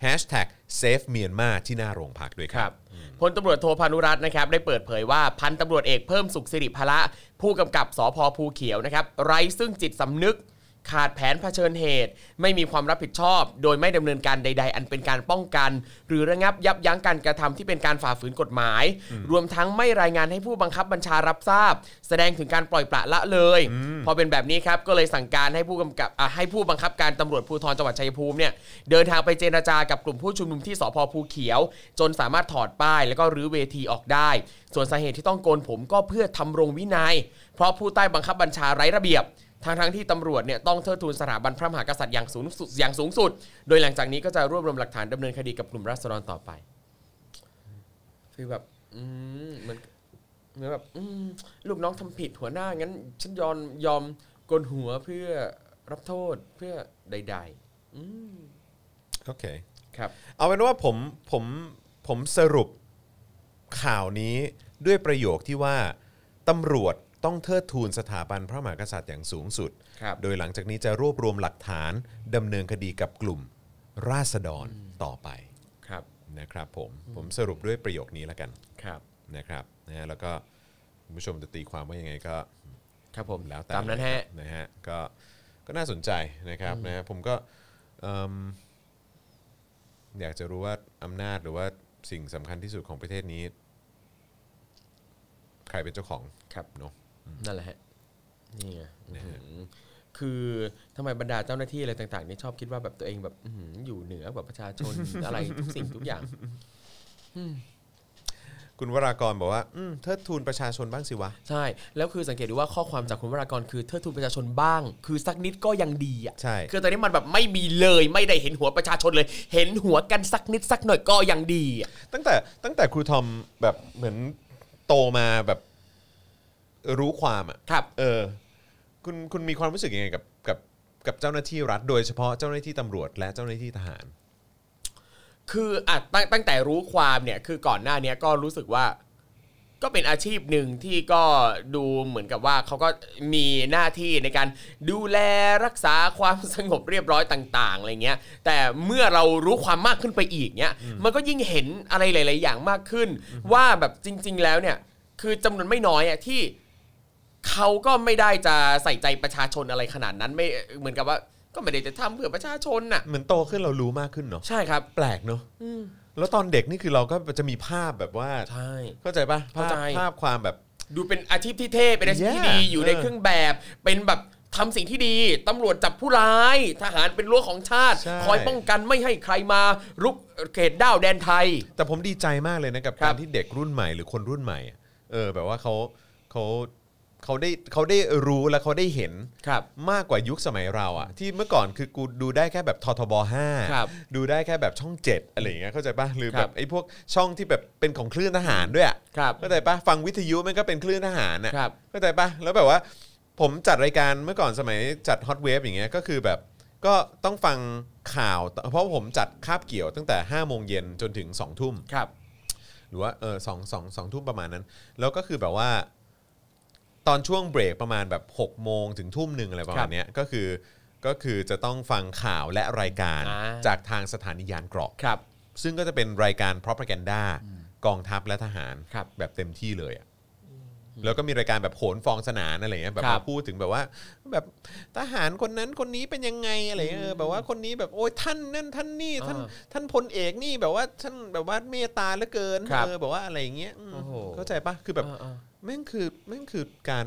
#Save Myanmar ที่หน้าโรงพักด้วยครับพลตำรวจโทพานุรัตน์นะครับได้เปิดเผยว่าพันตำรวจเอกเพิ่มสุขสิริพละผู้กำกับสภ.ภูเขียวนะครับไร้ซึ่งจิตสำนึกขาดแผนเผชิญเหตุไม่มีความรับผิดชอบโดยไม่ดำเนินการใดๆอันเป็นการป้องกันหรือระงับยับยั้งการกระทำที่เป็นการฝ่าฝืนกฎหมายรวมทั้งไม่รายงานให้ผู้บังคับบัญชารับทราบแสดงถึงการปล่อยปละละเลยพอเป็นแบบนี้ครับก็เลยสั่งการให้ผู้บังคับการตำรวจภูธรจังหวัดชัยภูมิเนี่ยเดินทางไปเจรจากับกลุ่มผู้ชุมนุมที่สภ.ภูเขียวจนสามารถถอดป้ายแล้วก็รื้อเวทีออกได้ส่วนสาเหตุที่ต้องโกนผมก็เพื่อทำรงวินัยเพราะผู้ใต้บังคับบัญชาไร้ระเบียบทั้งที่ตำรวจเนี่ยต้องเทิดทูนสถาบันพระมหากษัตริย์อย่างสูงสุดโดยหลังจากนี้ก็จะรวบรวมหลักฐานดำเนินคดีกับกลุ่มราษฎรต่อไปฟีลแบบเหมือนแบบลูกน้องทำผิดหัวหน้างั้นฉันยอมโกนหัวเพื่อรับโทษเพื่อใดโอเคครับเอาเป็นว่าผมสรุปข่าวนี้ด้วยประโยคที่ว่าตำรวจต้องเทิดทูนสถาบันพระมหากษัตริย์อย่างสูงสุดโดยหลังจากนี้จะรวบรวมหลักฐานดำเนินคดีกับกลุ่มราษฎรต่อไปนะครับผมสรุปด้วยประโยคนี้แล้วกันนะครับนะแล้วก็คุณผู้ชมจะตีความว่ายังไงก็ครับผมแล้วแต่ตามนั้นนะฮะก็น่าสนใจนะครับนะผมก็อยากจะรู้ว่าอำนาจหรือว่าสิ่งสำคัญที่สุดของประเทศนี้ใครเป็นเจ้าของเนาะนั่นแหละฮะนี่ไงคือทำไมบรรดาเจ้าหน้าที่อะไรต่างๆนี่ชอบคิดว่าแบบตัวเองแบบอยู่เหนือแบบประชาชน อะไรทุกสิ่งทุกอย่างคุณวรากรบอกว่าเทิดทูนประชาชนบ้างสิวะใช่แล้วคือสังเกตดูว่าข้อความจากคุณวรากรคือเทิดทูนประชาชนบ้างคือสักนิดก็ยังดีอ่ะใช่คือตอนนี้มันแบบไม่มีเลยไม่ได้เห็นหัวประชาชนเลยเห็นหัวกันสักนิดสักหน่อยก็ยังดีอ่ะตั้งแต่ครูทอมแบบเหมือนโตมาแบบรู้ความอ่ะครับคุณมีความรู้สึกยังไงกับเจ้าหน้าที่รัฐโดยเฉพาะเจ้าหน้าที่ตำรวจและเจ้าหน้าที่ทหารคือตั้งแต่รู้ความเนี่ยคือก่อนหน้านี้ก็รู้สึกว่าก็เป็นอาชีพหนึ่งที่ก็ดูเหมือนกับว่าเขาก็มีหน้าที่ในการดูแลรักษาความสงบเรียบร้อยต่างๆอะไรเงี้ยแต่เมื่อเรารู้ความมากขึ้นไปอีกเนี่ยมันก็ยิ่งเห็นอะไรหลายๆอย่างมากขึ้นว่าแบบจริงๆแล้วเนี่ยคือจำนวนไม่น้อยอ่ะที่เขาก็ไม่ได้จะใส่ใจประชาชนอะไรขนาดนั้นไม่เหมือนกับว่าก็ไม่ได้จะทำเพื่อประชาชนน่ะเหมือนโตขึ้นเรารู้มากขึ้นเนาะใช่ครับแปลกเนาะแล้วตอนเด็กนี่คือเราก็จะมีภาพแบบว่าใช่เข้าใจป่ะภาพความแบบดูเป็นอาชีพที่เท่เป็นอาชีพที่ดีอยู่ในเครื่องแบบเป็นแบบทำสิ่งที่ดีตำรวจจับผู้ร้ายทหารเป็นรั้วของชาติคอยป้องกันไม่ให้ใครมารุกเขตด้าวแดนไทยแต่ผมดีใจมากเลยนะกับการที่เด็กรุ่นใหม่หรือคนรุ่นใหม่แบบว่าเขาได้รู้และเขาได้เห็นมากกว่ายุคสมัยเราอ่ะที่เมื่อก่อนคือกูดูได้แค่แบบททบ5ดูได้แค่แบบช่อง7อะไรอย่างเงี้ยเข้าใจป่ะหรือแบบไอ้พวกช่องที่แบบเป็นของคลื่นทหารด้วยเข้าใจป่ะฟังวิทยุมันก็เป็นคลื่นทหารน่ะเข้าใจป่ะแล้วแบบว่าผมจัดรายการเมื่อก่อนสมัยจัดฮอตเวฟอย่างเงี้ยก็คือแบบก็ต้องฟังข่าวเพราะผมจัดคาบเกี่ยวตั้งแต่ 5:00 นจนถึง 20:00 นหรือว่า2 ทุ่มประมาณนั้นแล้วก็คือแบบว่าตอนช่วงเบรกประมาณแบบ6 โมงถึงทุ่มนึงอะไรประมาณเนี้ยก็คือจะต้องฟังข่าวและรายการจากทางสถานียานเกราะซึ่งก็จะเป็นรายการ propaganda กองทัพและทหารแบบเต็มที่เลยอ่ะแล้วก็มีรายการแบบโหนฟองสนานอะไรเงี้ยแบบมาพูดถึงแบบว่าแบบทหารคนนั้นคนนี้เป็นยังไงอะไรเงี้ยแบบว่าคนนี้แบบโอ้ยท่านนั่นท่านนี่ท่านพลเอกนี่แบบว่าท่านแบบว่าเมตตาเหลือเกินแบบว่าอะไรอย่างเงี้ยเข้าใจปะคือแบบแม่งคือการ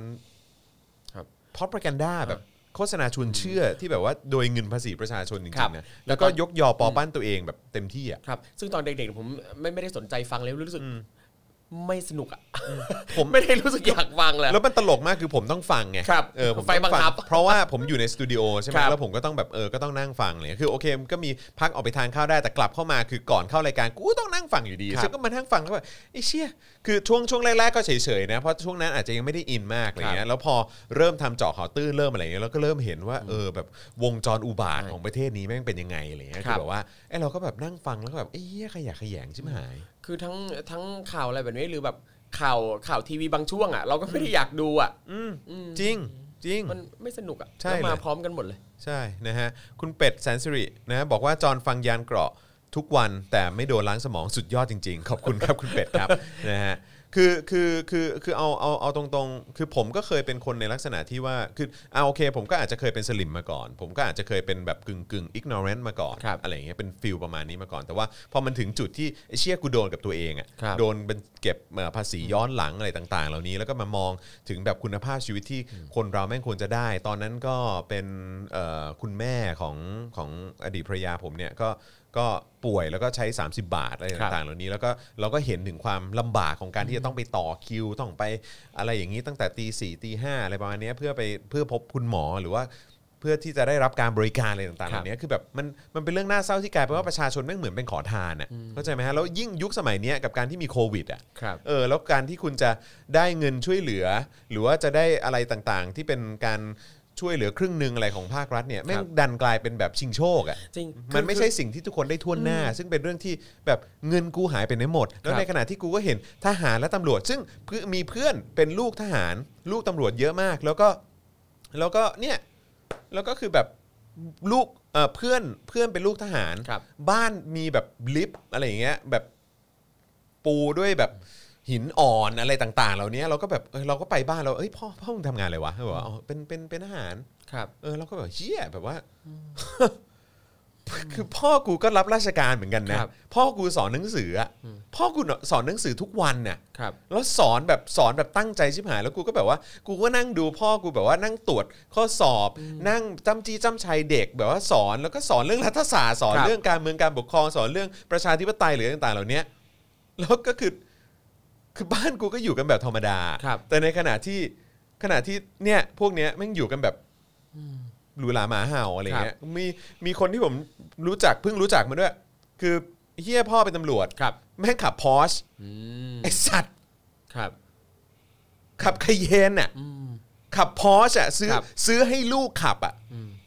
propaganda แบบโฆษณาชวนเชื่อที่แบบว่าโดยเงินภาษีประชาชนจริงๆนะแล้วก็ยกยอปอปั้นตัวเองแบบเต็มที่อ่ะครับซึ่งตอนเด็กๆผมไม่ได้สนใจฟังเลยรู้สึกไม่สนุกอ่ะผมไม่ได้รู้สึกอยากฟังแล้วมันตลกมากคือผมต้องฟังไงผมไฟบังคับเพราะว่าผมอยู่ในสตูดิโอใช่ไหมแล้วผมก็ต้องแบบก็ต้องนั่งฟังเลยคือโอเคก็มีพักออกไปทานข้าวได้แต่กลับเข้ามาคือก่อนเข้ารายการกูต้องนั่งฟังอยู่ดีซึ่งก็มานั่งฟังแล้วแบบไอ้เชี่ยคือช่วงแรกๆก็เฉยๆนะเพราะช่วงนั้นอาจจะยังไม่ได้อินมากอะไรเงี้ยแล้วพอเริ่มทำเจาะข่าวตื้นเริ่มอะไรเงี้ยแล้วก็เริ่มเห็นว่าแบบวงจรอุบาทของประเทศนี้แม่งเป็นยังไงอะไรเงี้ยคือแบบว่าเราก็แบบนั่งฟังแล้วก็แบบเหี้ยขยะแขยงชิบหายคือทั้งข่าวอะไรแบบนี้หรือแบบข่าวทีวีบางช่วงอ่ะเราก็ไม่ได้อยากดูอ่ะจริงมันไม่สนุกอ่ะแล้วมาพร้อมกันหมดเลยใช่นะฮะคุณเป็ดแสนสิรินะบอกว่าจอนฟังยานเกราะทุกวันแต่ไม่โดนล้างสมองสุดยอดจริงๆขอบคุณครับคุณเป็ดครับนะฮะคือเอาตรงๆคือผมก็เคยเป็นคนในลักษณะที่ว่าคือโอเคผมก็อาจจะเคยเป็นสลิมมาก่อนผมก็อาจจะเคยเป็นแบบกึ่ง ignorant มาก่อนอะไรอย่างเงี้ยเป็นฟิลประมาณนี้มาก่อนแต่ว่าพอมันถึงจุดที่ไอ้เชี่ยกูโดนกับตัวเองอ่ะโดนเป็นเก็บภาษีย้อนหลังอะไรต่างๆเหล่านี้แล้วก็มามองถึงแบบคุณภาพชีวิตที่คนเราแม่งควรจะได้ตอนนั้นก็เป็นคุณแม่ของอดีตภรรยาผมเนี่ยก็ป่วยแล้วก็ใช้30 บาทอะไรต่างๆเหล่านี้แล้วก็เราก็เห็นถึงความลำบากของการที่จะต้องไปต่อคิวต้องไปอะไรอย่างนี้ตั้งแต่ตี 4 ตี 5อะไรประมาณนี้เพื่อพบคุณหมอหรือว่าเพื่อที่จะได้รับการบริการอะไรต่างๆเหล่านี้คือแบบมันเป็นเรื่องน่าเศร้าที่กลายเป็นว่าประชาชนแม่งเหมือนเป็นขอทานอ่ะเข้าใจไหมฮะแล้วยิ่งยุคสมัยนี้กับการที่มีโควิดอ่ะแล้วการที่คุณจะได้เงินช่วยเหลือหรือว่าจะได้อะไรต่างๆที่เป็นการช่วยเหลือครึ่งนึงอะไรของภาครัฐเนี่ยแม่งดันกลายเป็นแบบชิงโชคอ่ะจริงมันไม่ใช่สิ่งที่ทุกคนได้ทั่วหน้าซึ่งเป็นเรื่องที่แบบเงินกูหายไปไหนหมดแล้วในขณะที่กูก็เห็นทหารและตำรวจซึ่งมีเพื่อนเป็นลูกทหารลูกตำรวจเยอะมากแล้วก็เนี่ยแล้วก็คือแบบลูกเพื่อนเป็นลูกทหารบ้านมีแบบลิฟต์อะไรอย่างเงี้ยแบบปูด้วยแบบหินอ่อนอะไรต่างๆเหล่านี้เราก็แบบเราก็ไปบ้านเราพ่อมึงทำงานอะไรวะเขาบอกว่าเป็นทหารครับเราก็แบบเชี่ยแบบว่าคือพ่อกูก็รับราชการเหมือนกันนะพ่อกูสอนหนังสืออ่ะพ่อกูสอนหนังสือทุกวันน่ะแล้วสอนแบบตั้งใจชิบหายแล้วกูก็แบบว่ากูก็นั่งดูพ่อกูแบบว่านั่งตรวจข้อสอบนั่งจ้ำจี้จ้ำชัยเด็กแบบว่าสอนแล้วก็สอนเรื่องรัฐศาสตร์สอนเรื่องการเมืองการปกครองสอนเรื่องประชาธิปไตยหรือต่างๆเหล่านี้แล้วก็คือบ้านกูก็อยู่กันแบบธรรมดาแต่ในขณะที่เนี่ยพวกเนี้ยแม่งอยู่กันแบบหรูหราหมาเห่าอะไรเงี้ยมีคนที่ผมรู้จักเพิ่งรู้จักมาด้วยคือเฮียพ่อเป็นตำรวจแม่งขับพอร์ชไอสัตว์ขับคาเยนอ่ะขับพอร์ชอ่ะซื้อให้ลูกขับอ่ะ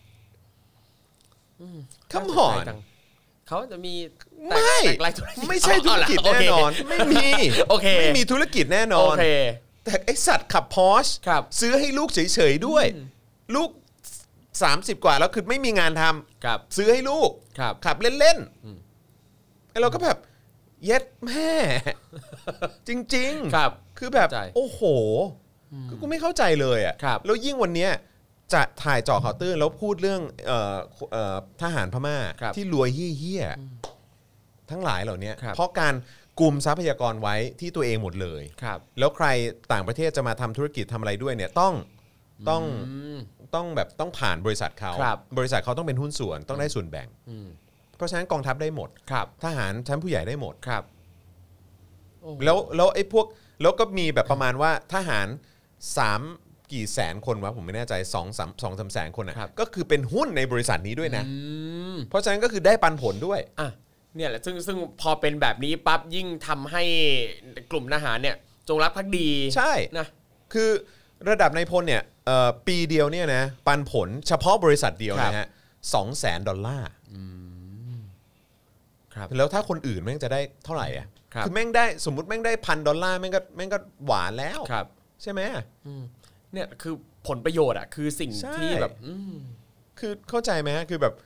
คัมฮอนเขาจะมีไม่ใช่ธุรกิจแน่นอนไม่มีไม่มีธุรกิจแน่นอนแต่ไอสัตว์ขับพอร์ชซื้อให้ลูกเฉยๆด้วยลูก30กว่าแล้วคือไม่มีงานทำซื้อให้ลูกขับเล่นๆแล้วเราก็แบบเย็ดแม่จริงๆคือแบบโอ้โหกูไม่เข้าใจเลยอ่ะแล้วยิ่งวันเนี้ยจะถ่ายเจาะข่าวตื้นแล้วพูดเรื่องทหารพม่าที่รวยเหี้ยๆทั้งหลายเหล่านี้เพราะการกุมทรัพยากรไว้ที่ตัวเองหมดเลยแล้วใครต่างประเทศจะมาทำธุรกิจทำอะไรด้วยเนี่ยต้องแบบต้องผ่านบริษัทเขาบริษัทเขาต้องเป็นหุ้นส่วนต้องได้ส่วนแบ่งเพราะฉะนั้นกองทัพได้หมดทหารชั้นผู้ใหญ่ได้หมดแล้วไอ้พวกแล้วก็มีแบบประมาณว่าทหาร3กี่แสนคนวะผมไม่แน่ใจ 2-3 แสนคนนะก็คือเป็นหุ้นในบริษัทนี้ด้วยนะเพราะฉะนั้นก็คือได้ปันผลด้วยเนี่ยแหละซึ่งพอเป็นแบบนี้ปั๊บยิ่งทำให้กลุ่มทหารเนี่ยจงรักภักดีใช่นะคือระดับนายพลเนี่ยปีเดียวเนี่ยนะปันผลเฉพาะบริษัทเดียวนะฮะ$200,000แล้วถ้าคนอื่นแม่งจะได้เท่าไหร่อ่ะคือแม่งได้สมมุติแม่งได้$1,000แม่งก็หวานแล้วใช่ไหมเนี่ยคือผลประโยชน์อ่ะคือสิ่งที่แบบคือเข้าใจไหมคือแบบ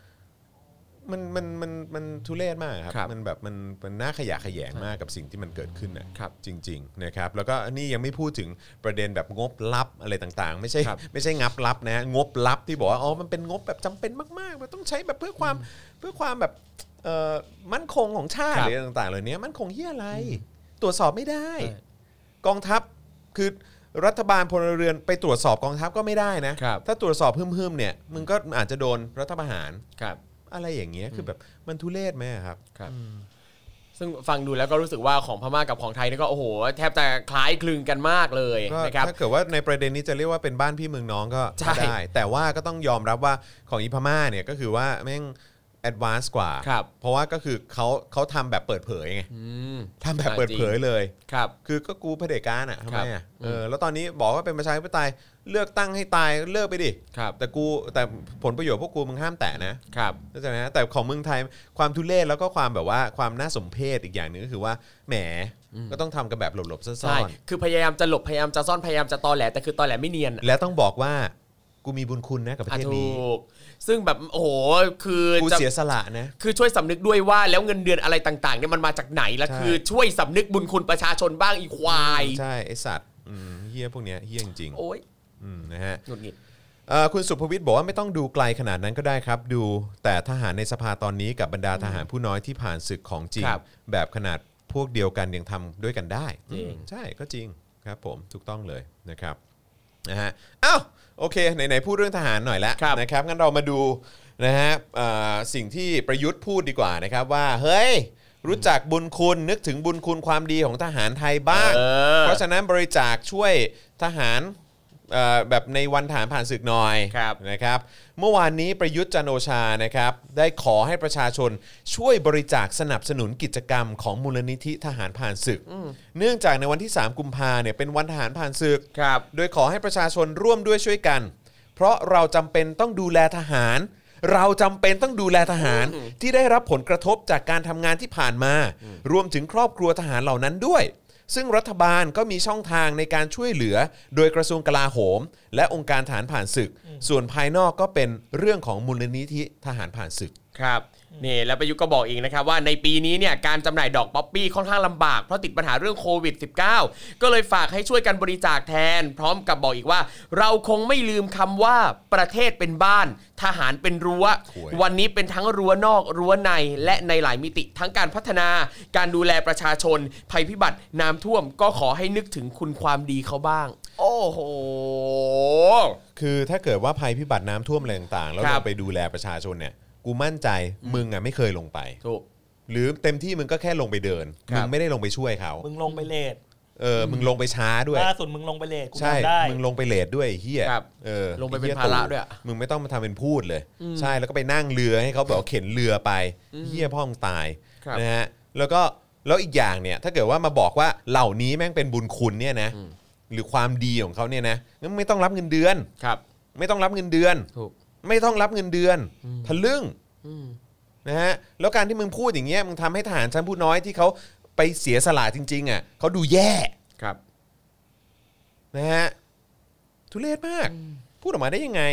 มันทุเรศมากครับมันแบบมันน่าขยะแขยงมากกับสิ่งที่มันเกิดขึ้นนะครับจริงๆนะครับแล้วก็นี่ยังไม่พูดถึงประเด็นแบบงบลับอะไรต่างๆไม่ใช่งับลับนะงบลับที่บอกว่าอ๋อมันเป็นงบแบบจำเป็นมากๆมันต้องใช้แบบเพื่อความแบบมั่นคงของชาติอะไรต่างๆเหล่านี้มั่นคงเหี้ยอะไรตรวจสอบไม่ได้กองทัพคือรัฐบาลพลเรือนไปตรวจสอบกองทัพก็ไม่ได้นะถ้าตรวจสอบฮึ่มๆเนี่ยมึงก็อาจจะโดนรัฐประหารอะไรอย่างเงี้ยคือแบบมันทุเรศไหมครับซึ่งฟังดูแล้วก็รู้สึกว่าของพม่ากับของไทยนี่ก็โอ้โหแทบจะคล้ายคลึงกันมากเลยนะครับถ้าเกิดว่าในประเด็นนี้จะเรียกว่าเป็นบ้านพี่เมืองน้องก็ได้แต่ว่าก็ต้องยอมรับว่าของอีพม่าเนี่ยก็คือว่าแม่งแอดวานซ์กว่าเพราะว่าก็คือเขาทำแบบเปิดเผยไงทำแบบเปิดเผยเลยคือก็กูเผด็จการอ่ะทำไมอ่ะแล้วตอนนี้บอกว่าเป็นประชาธิปไตยเลือกตั้งให้ตายเลิกไปดิแต่ผลประโยชน์พวกกูมึงห้ามแตะนะเข้าใจไหมแต่ของเมืองไทยความทุเรศแล้วก็ความแบบว่าความน่าสมเพชอีกอย่างนึงก็คือว่าแหมก็ต้องทำกันแบบหลบๆซ่อนๆคือพยายามจะหลบพยายามจะซ่อนพยายามจะตอแหลแต่คือตอแหลไม่เนียนและต้องบอกว่ากูมีบุญคุณนะกับประเทศนี้ซึ่งแบบโอ้โหคือกูเสียสละนะคือช่วยสำนึกด้วยว่าแล้วเงินเดือนอะไรต่างๆเนี่ยมันมาจากไหนและคือช่วยสำนึกบุญคุณประชาชนบ้างอีควายใช่ไอสัตว์เฮี้ยพวกเนี้ยเฮี้ยจริงๆโอ้ยนะฮะหงุดหงิดคุณสุภวิทย์บอกว่าไม่ต้องดูไกลขนาดนั้นก็ได้ครับดูแต่ทหารในสภาตอนนี้กับบรรดาทหารผู้น้อยที่ผ่านศึกของจริงแบบขนาดพวกเดียวกันยังทำด้วยกันได้ใช่ก็จริงครับผมถูกต้องเลยนะครับนะฮะอ้าวโอเคไหนๆพูดเรื่องทหารหน่อยแล้วนะครับงั้นเรามาดูนะฮะสิ่งที่ประยุทธ์พูดดีกว่านะครับว่าเฮ้ยรู้จักบุญคุณนึกถึงบุญคุณความดีของทหารไทยบ้างเพราะฉะนั้นบริจาคช่วยทหารแบบในวันทหารผ่านศึกหน่อยนะครับเมื่อวานนี้ประยุทธ์จันทร์โอชานะครับได้ขอให้ประชาชนช่วยบริจาคสนับสนุนกิจกรรมของมูลนิธิทหารผ่านศึกเนื่องจากในวันที่3กุมภาเนี่ยเป็นวันทหารผ่านศึกโดยขอให้ประชาชนร่วมด้วยช่วยกันเพราะเราจำเป็นต้องดูแลทหารเราจำเป็นต้องดูแลทหารที่ได้รับผลกระทบจากการทำงานที่ผ่านมารวมถึงครอบครัวทหารเหล่านั้นด้วยซึ่งรัฐบาลก็มีช่องทางในการช่วยเหลือโดยกระทรวงกลาโหมและองค์การทหารผ่านศึกส่วนภายนอกก็เป็นเรื่องของมูลนิธิทหารผ่านศึกครับนี่แล้วประยุทธ์ก็บอกอีกนะครับว่าในปีนี้เนี่ยการจำหน่ายดอกป๊อปปี้ค่อนข้างลำบากเพราะติดปัญหาเรื่องโควิด -19 ก็เลยฝากให้ช่วยกันบริจาคแทนพร้อมกับบอกอีกว่าเราคงไม่ลืมคำว่าประเทศเป็นบ้านทหารเป็นรั้ววันนี้เป็นทั้งรั้วนอกรั้วในและในหลายมิติทั้งการพัฒนาการดูแลประชาชนภัยพิบัติน้ำท่วมก็ขอให้นึกถึงคุณความดีเขาบ้างโอ้โหคือถ้าเกิดว่าภัยพิบัติน้ำท่วมอะไรต่างๆแล้วเราไปดูแลประชาชนเนี่ยกูมั่นใจมึงอ่ะไม่เคยลงไปถูกหรือเต็มที่มึงก็แค่ลงไปเดินมึงไม่ได้ลงไปช่วยเขามึงลงไปเลทมึงลงไปช้าด้วยล่าสุดมึงลงไปเลทกูจำได้มึงลงไปเลทด้วยเฮียลงไปเป็นภาระด้วยมึงไม่ต้องมาทำเป็นพูดเลยใช่แล้วก็ไปนั่งเรือให้เขาแบบเข็นเรือไปเฮียพ่อมึงตายนะฮะแล้วอีกอย่างเนี่ยถ้าเกิดว่ามาบอกว่าเหล่านี้แม่งเป็นบุญคุณเนี่ยนะหรือความดีของเขาเนี่ยนะงั้นไม่ต้องรับเงินเดือนไม่ต้องรับเงินเดือนไม่ต้องรับเงินเดือนทะลึ่งนะฮะแล้วการที่มึงพูดอย่างเงี้ยมึงทำให้ทหารชั้นผู้น้อยที่เขาไปเสียสละจริงๆอ่ะเขาดูแย่ครับนะฮะทุเรศมากพูดออกมาได้ยังไง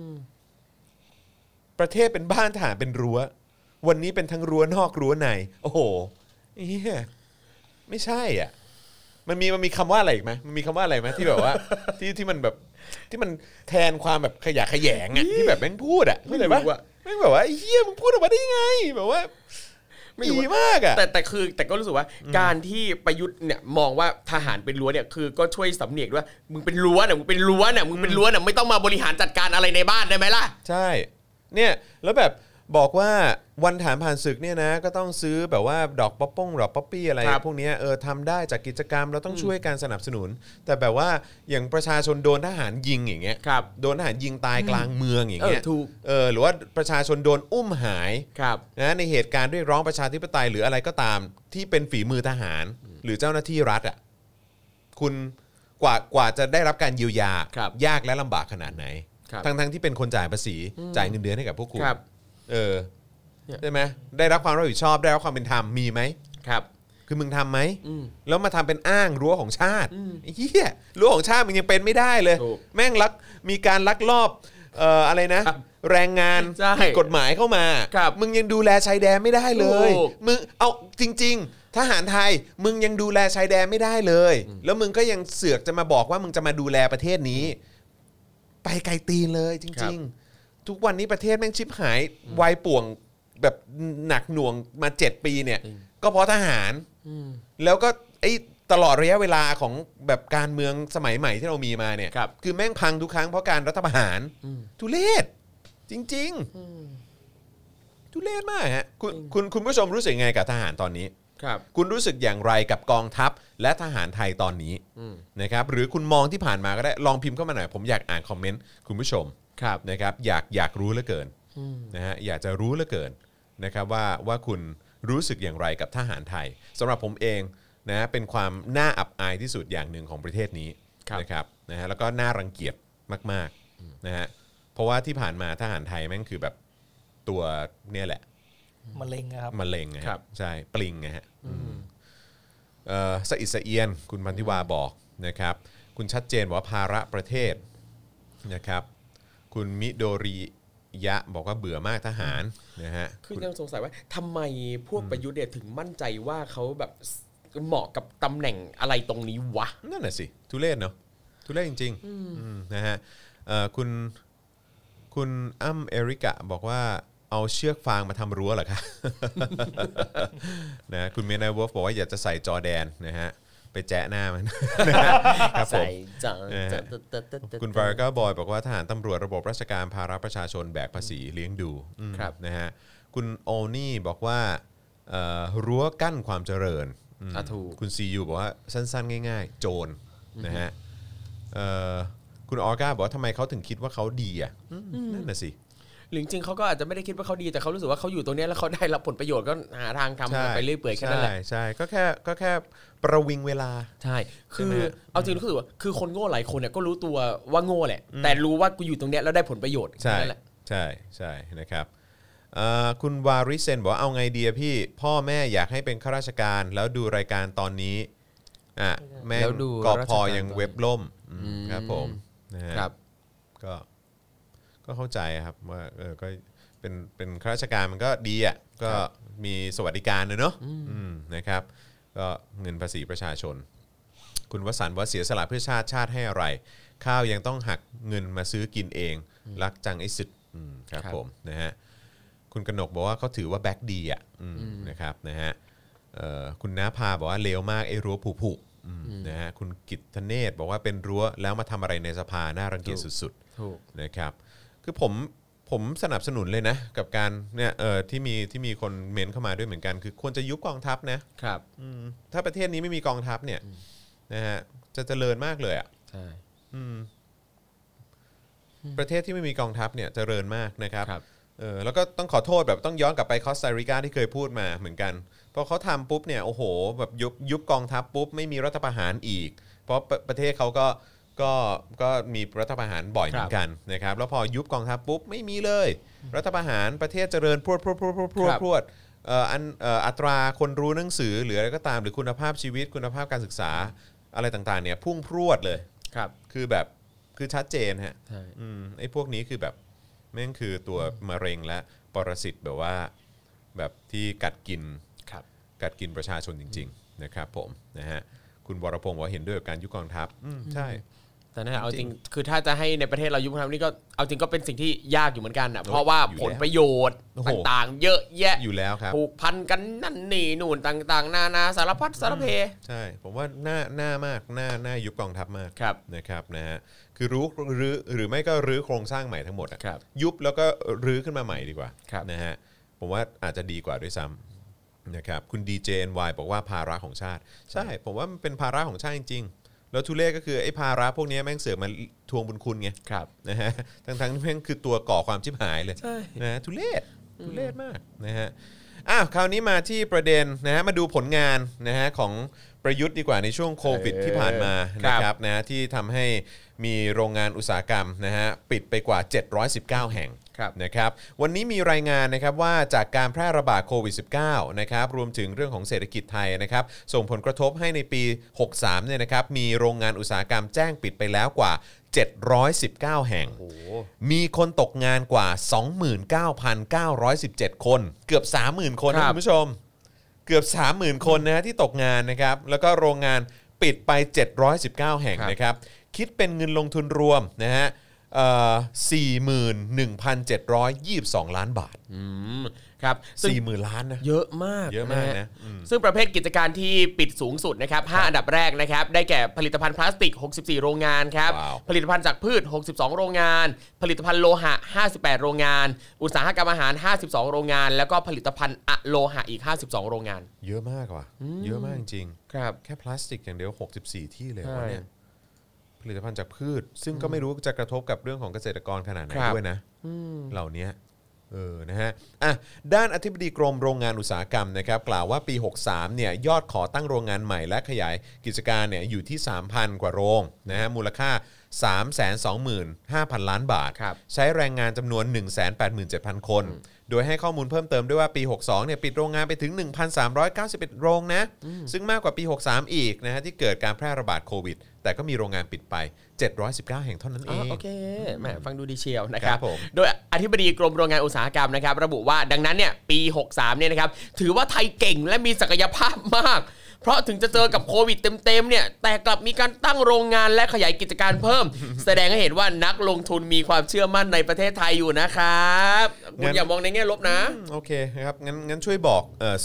ประเทศเป็นบ้านทหารเป็นรั้ววันนี้เป็นทั้งรั้วนอกรั้วในโอ้โหไม่ใช่อ่ะมันมีคำว่าอะไรอีกไหมมันมีคำว่าอะไรไหมที่แบบว่าที่มันแบบที่มันแทนความแบบขยะแขยงอ่ะที่แบบแม่งพูดอ่ะไม่เลยว่าแม่งแบบว่าเฮียมึงพูดออกมาได้ยังไงแบบว่าไม่ดีมากอ่ะแต่ก็รู้สึกว่าการที่ประยุทธ์เนี่ยมองว่าทหารเป็นรั้วเนี่ยคือก็ช่วยสำเนียกด้วยมึงเป็นรั้วเนี่ยมึงเป็นรั้วเนี่ยมึงเป็นรั้วเนี่ยไม่ต้องมาบริหารจัดการอะไรในบ้านได้ไหมล่ะใช่เนี่ยแล้วแบบบอกว่าวันทหารผ่านศึกเนี่ยนะก็ต้องซื้อแบบว่าดอกป๊อปปี้อะไรพวกนี้ทำได้จากกิจกรรมเราต้องช่วยการสนับสนุนแต่แบบว่าอย่างประชาชนโดนทหารยิงอย่างเงี้ยโดนทหารยิงตายกลางเมืองอย่างเงี้ยหรือว่าประชาชนโดนอุ้มหายนะในเหตุการณ์เรียกร้องประชาธิปไตยหรืออะไรก็ตามที่เป็นฝีมือทหารหรือเจ้าหน้าที่รัฐอ่ะคุณกว่าจะได้รับการเยียวยายากและลำบากขนาดไหนทั้งที่เป็นคนจ่ายภาษีจ่ายเงินเดือนให้กับพวกคุณใช่ไหมได้รับความรับผิดชอบได้รับความเป็นธรรมมีไหมครับคือมึงทำไหมแล้วมาทำเป็นอ้างรั้วของชาติไอ้เหี้ยรั้วของชาติมึงยังเป็นไม่ได้เลยแม่งมีการลักลอบอะไรนะแรงงานผิดกฎหมายเข้ามามึงยังดูแลชายแดนไม่ได้เลยมึงเอาจริงๆทหารไทยมึงยังดูแลชายแดนไม่ได้เลยแล้วมึงก็ยังเสือกจะมาบอกว่ามึงจะมาดูแลประเทศนี้ไปไกลตีนเลยจริงๆทุกวันนี้ประเทศแม่งชิบหายวายป่วงแบบหนักหน่วงมา7 ปีเนี่ยก็เพราะทหารแล้วก็ไอ้ตลอดระยะเวลาของแบบการเมืองสมัยใหม่ที่เรามีมาเนี่ยคือแม่งพังทุกครั้งเพราะการรัฐประหารทุเรศจริงๆทุเรศมากฮะคุณผู้ชมรู้สึกไงกับทหารตอนนี้คุณรู้สึกอย่างไรกับกองทัพและทหารไทยตอนนี้นะครับหรือคุณมองที่ผ่านมาก็ได้ลองพิมพ์เข้ามาหน่อยผมอยากอ่านคอมเมนต์คุณผู้ชมนะครับอยากรู้เหลือเกินนะฮะอยากจะรู้เหลือเกินนะครับว่าคุณรู้สึกอย่างไรกับทหารไทยสำหรับผมเองนะเป็นความน่าอับอายที่สุดอย่างหนึ่งของประเทศนี้นะครับนะฮะแล้วก็น่ารังเกียจมากๆนะฮะเพราะว่าที่ผ่านมาทหารไทยแม่งคือแบบตัวเนี่ยแหละมะเร็งครับมะเร็งนะครับใช่ปลิงไงฮะสะอิดสะเอียนคุณพันธิวาบอกนะครับคุณชัดเจนว่าภาระประเทศนะครับคุณมิโดริยะบอกว่าเบื่อมากทหารนะฮะคือยังสงสัยว่าทำไมพวกประยุทธ์เนี่ยถึงมั่นใจว่าเขาแบบเหมาะกับตำแหน่งอะไรตรงนี้วะนั่นน่ะสิทุเรศเนาะทุเรศจริงๆนะฮะคุณอ้ำเอริกะบอกว่าเอาเชือกฟางมาทำรั้วเหรอคะนะคุณเมนายเวิร์ฟบอกว่าอยากจะใส่จอแดนนะฮะไปแจ๊ะหน้ามันครับผมคุณวาร์ก้าบอยบอกว่าทหารตำรวจระบบราชการภาระประชาชนแบกภาษีเลี้ยงดูนะฮะคุณโอนี่บอกว่ารั้วกั้นความเจริญคุณซียูบอกว่าสั้นๆง่ายๆโจรนะฮะคุณออก้าบอกว่าทำไมเขาถึงคิดว่าเขาดีอ่ะนั่นน่ะสิหรือจริงๆเขาก็อาจจะไม่ได้คิดว่าเขาดีแต่เขารู้สึกว่าเขาอยู่ตรงนี้แล้วเขาได้รับผลประโยชน์ก็หาทางทำไปเรื่อยเปื่อยแค่นั้นแหละใช่ก็แค่ประวิงเวลาใช่คือเอาจริงรู้สึกว่าคือคนโง่หลายคนเนี่ยก็รู้ตัวว่าโง่แหละแต่รู้ว่ากูอยู่ตรงนี้แล้วได้ผลประโยชน์นั่นแหละใช่นะครับคุณวาริเซนบอกว่าเอาไงดีพี่พ่อแม่อยากให้เป็นข้าราชการแล้วดูรายการตอนนี้แม่กพยังเว็บล่มครับผมนะครับก็เข้าใจครับว่าก็เป็นข้าราชการมันก็ดีอ่ะก็มีสวัสดิการเนอะนะครับก็เงินภาษีประชาชนคุณวสันต์ว่าเสียสละเพื่อชาติให้อะไรข้าวยังต้องหักเงินมาซื้อกินเองรักจังไอ้สุดครับผมนะฮะคุณกนกบอกว่าเขาถือว่าแบ็คดีอ่ะนะครับนะฮะคุณน้าพาบอกว่าเลวมากไอ้รั้วผุนะฮะคุณกิตธเนศบอกว่าเป็นรั้วแล้วมาทำอะไรในสภาน่ารังเกียจสุดๆนะครับคือผมสนับสนุนเลยนะกับการเนี่ยที่มีคนเมนเข้ามาด้วยเหมือนกันคือควรจะยุบกองทัพนะครับถ้าประเทศนี้ไม่มีกองทัพเนี่ยนะฮะจะเจริญมากเลยอ่ะใช่ประเทศที่ไม่มีกองทัพเนี่ยเจริญมากนะครับแล้วก็ต้องขอโทษแบบต้องย้อนกลับไปคอสตาริกาที่เคยพูดมาเหมือนกันพอเขาทำปุ๊บเนี่ยโอ้โหแบบยุบกองทัพปุ๊บไม่มีรัฐประหารอีกเพราะประเทศเขาก็มีรัฐประหารบ่อยเหมือนกันนะครับแล้วพอยุบกองทัพปุ๊บไม่มีเลยรัฐประหารประเทศเจริญพรวดอัตราคนรู้หนังสือหรืออะไรก็ตามหรือคุณภาพชีวิตคุณภาพการศึกษาอะไรต่างๆเนี่ยพุ่งพรวดเลยคือแบบคือชัดเจนฮะไอ้พวกนี้คือแบบแม่งคือตัวมะเร็งและปรสิตแบบว่าแบบที่กัดกินประชาชนจริงๆนะครับผมนะฮะคุณวรพงศ์ว่าเห็นด้วยกับการยุบกองทัพใช่แต่นั่นแหละเอาจริงคือถ้าจะให้ในประเทศเรายุบกองทัพนี่ก็เอาจริงก็เป็นสิ่งที่ยากอยู่เหมือนกันอ่ะเพราะว่าผลประโยชน์ต่างๆเยอะแยะอยู่แล้วครับผูกพันกันนั่นนี่นู่นต่างๆนานาสารพัดสารเพใช่ผมว่าหน้ามากหน้ายุบกองทัพมากนะครับนะฮะคือหรือไม่ก็รื้อโครงสร้างใหม่ทั้งหมดอ่ะยุบแล้วก็รื้อขึ้นมาใหม่ดีกว่านะฮะผมว่าอาจจะดีกว่าด้วยซ้ำนะครับคุณ DJNY บอกว่าภาระของชาติใช่ผมว่ามันเป็นภาระของชาติจริงๆแล้วทุเรศก็คือไอ้ภาระพวกนี้แม่งเสือกมาทวงบุญคุณไงนะฮะทั้งที่แม่งคือตัวก่อความชิบหายเลยนะทุเรศมากนะฮะคราวนี้มาที่ประเด็นนะฮะมาดูผลงานนะฮะของประยุทธ์ดีกว่าในช่วงโควิดที่ผ่านมานะครับนะที่ทำให้มีโรงงานอุตสาหกรรมนะฮะปิดไปกว่า719แห่งนะครับวันนี้มีรายงานนะครับว่าจากการแพร่ระบาดโควิด -19 นะครับรวมถึงเรื่องของเศรษฐกิจไทยนะครับส่งผลกระทบให้ในปี 63 เนี่ยนะครับมีโรงงานอุตสาหกรรมแจ้งปิดไปแล้วกว่า719 แห่งมีคนตกงานกว่า 29,917 คนเกือบ 30,000 คนนะคุณผู้ชมเกือบ 30,000 คนนะที่ตกงานนะครับแล้วก็โรงงานปิดไป719 แห่งนะครับคิดเป็นเงินลงทุนรวมนะฮะ41,722 ล้านบาทครับ 40,000 ล้านนะเยอะมากนะซึ่งประเภทกิจการที่ปิดสูงสุดนะครับ5อันดับแรกนะครับได้แก่ผลิตภัณฑ์พลาสติก64โรงงานครับผลิตภัณฑ์จากพืช62โรงงานผลิตภัณฑ์โลหะ58โรงงานอุตสาหกรรมอาหาร52โรงงานแล้วก็ผลิตภัณฑ์อะโลหะอีก52โรงงานเยอะมากว่ะเยอะมากจริงครับแค่พลาสติกอย่างเดียว64ที่เลยวะเนี่ยผลิตภัณฑ์จากพืชซึ่งก็ไม่รู้จะกระทบกับเรื่องของเกษตรกรขนาดไหนด้วยนะเหล่านี้นะฮะด้านอธิบดีกรมโรงงานอุตสาหกรรมนะครับกล่าวว่าปี 63 เนี่ยยอดขอตั้งโรงงานใหม่และขยายกิจการเนี่ยอยู่ที่ 3,000 กว่าโรงนะฮะมูลค่า 325,000 ล้านบาทใช้แรงงานจำนวน 187,000 คนโดยให้ข้อมูลเพิ่มเติมด้วยว่าปี 62 เนี่ยปิดโรงงานไปถึง 1,391 โรงนะซึ่งมากกว่าปี 63 อีกนะฮะที่เกิดการแพร่ระบาดโควิดแต่ก็มีโรงงานปิดไป719 แห่งเท่านั้นเองโอเคแหมฟังดูดีเชียวนะครับโดยอธิบดีกรมโรงงานอุตสาหกรรมนะครับระบุว่าดังนั้นเนี่ยปี 63 เนี่ยนะครับถือว่าไทยเก่งและมีศักยภาพมากเพราะถึงจะเจอกับโควิดเต็มๆเนี่ยแต่กลับมีการตั้งโรงงานและขยายกิจการเพิ่ม แสดงให้เห็นว่านักลงทุนมีความเชื่อมั่นในประเทศไทยอยู่นะครับคุณอย่ามองในแง่ลบนะโอเคครับงั้นช่วยบอก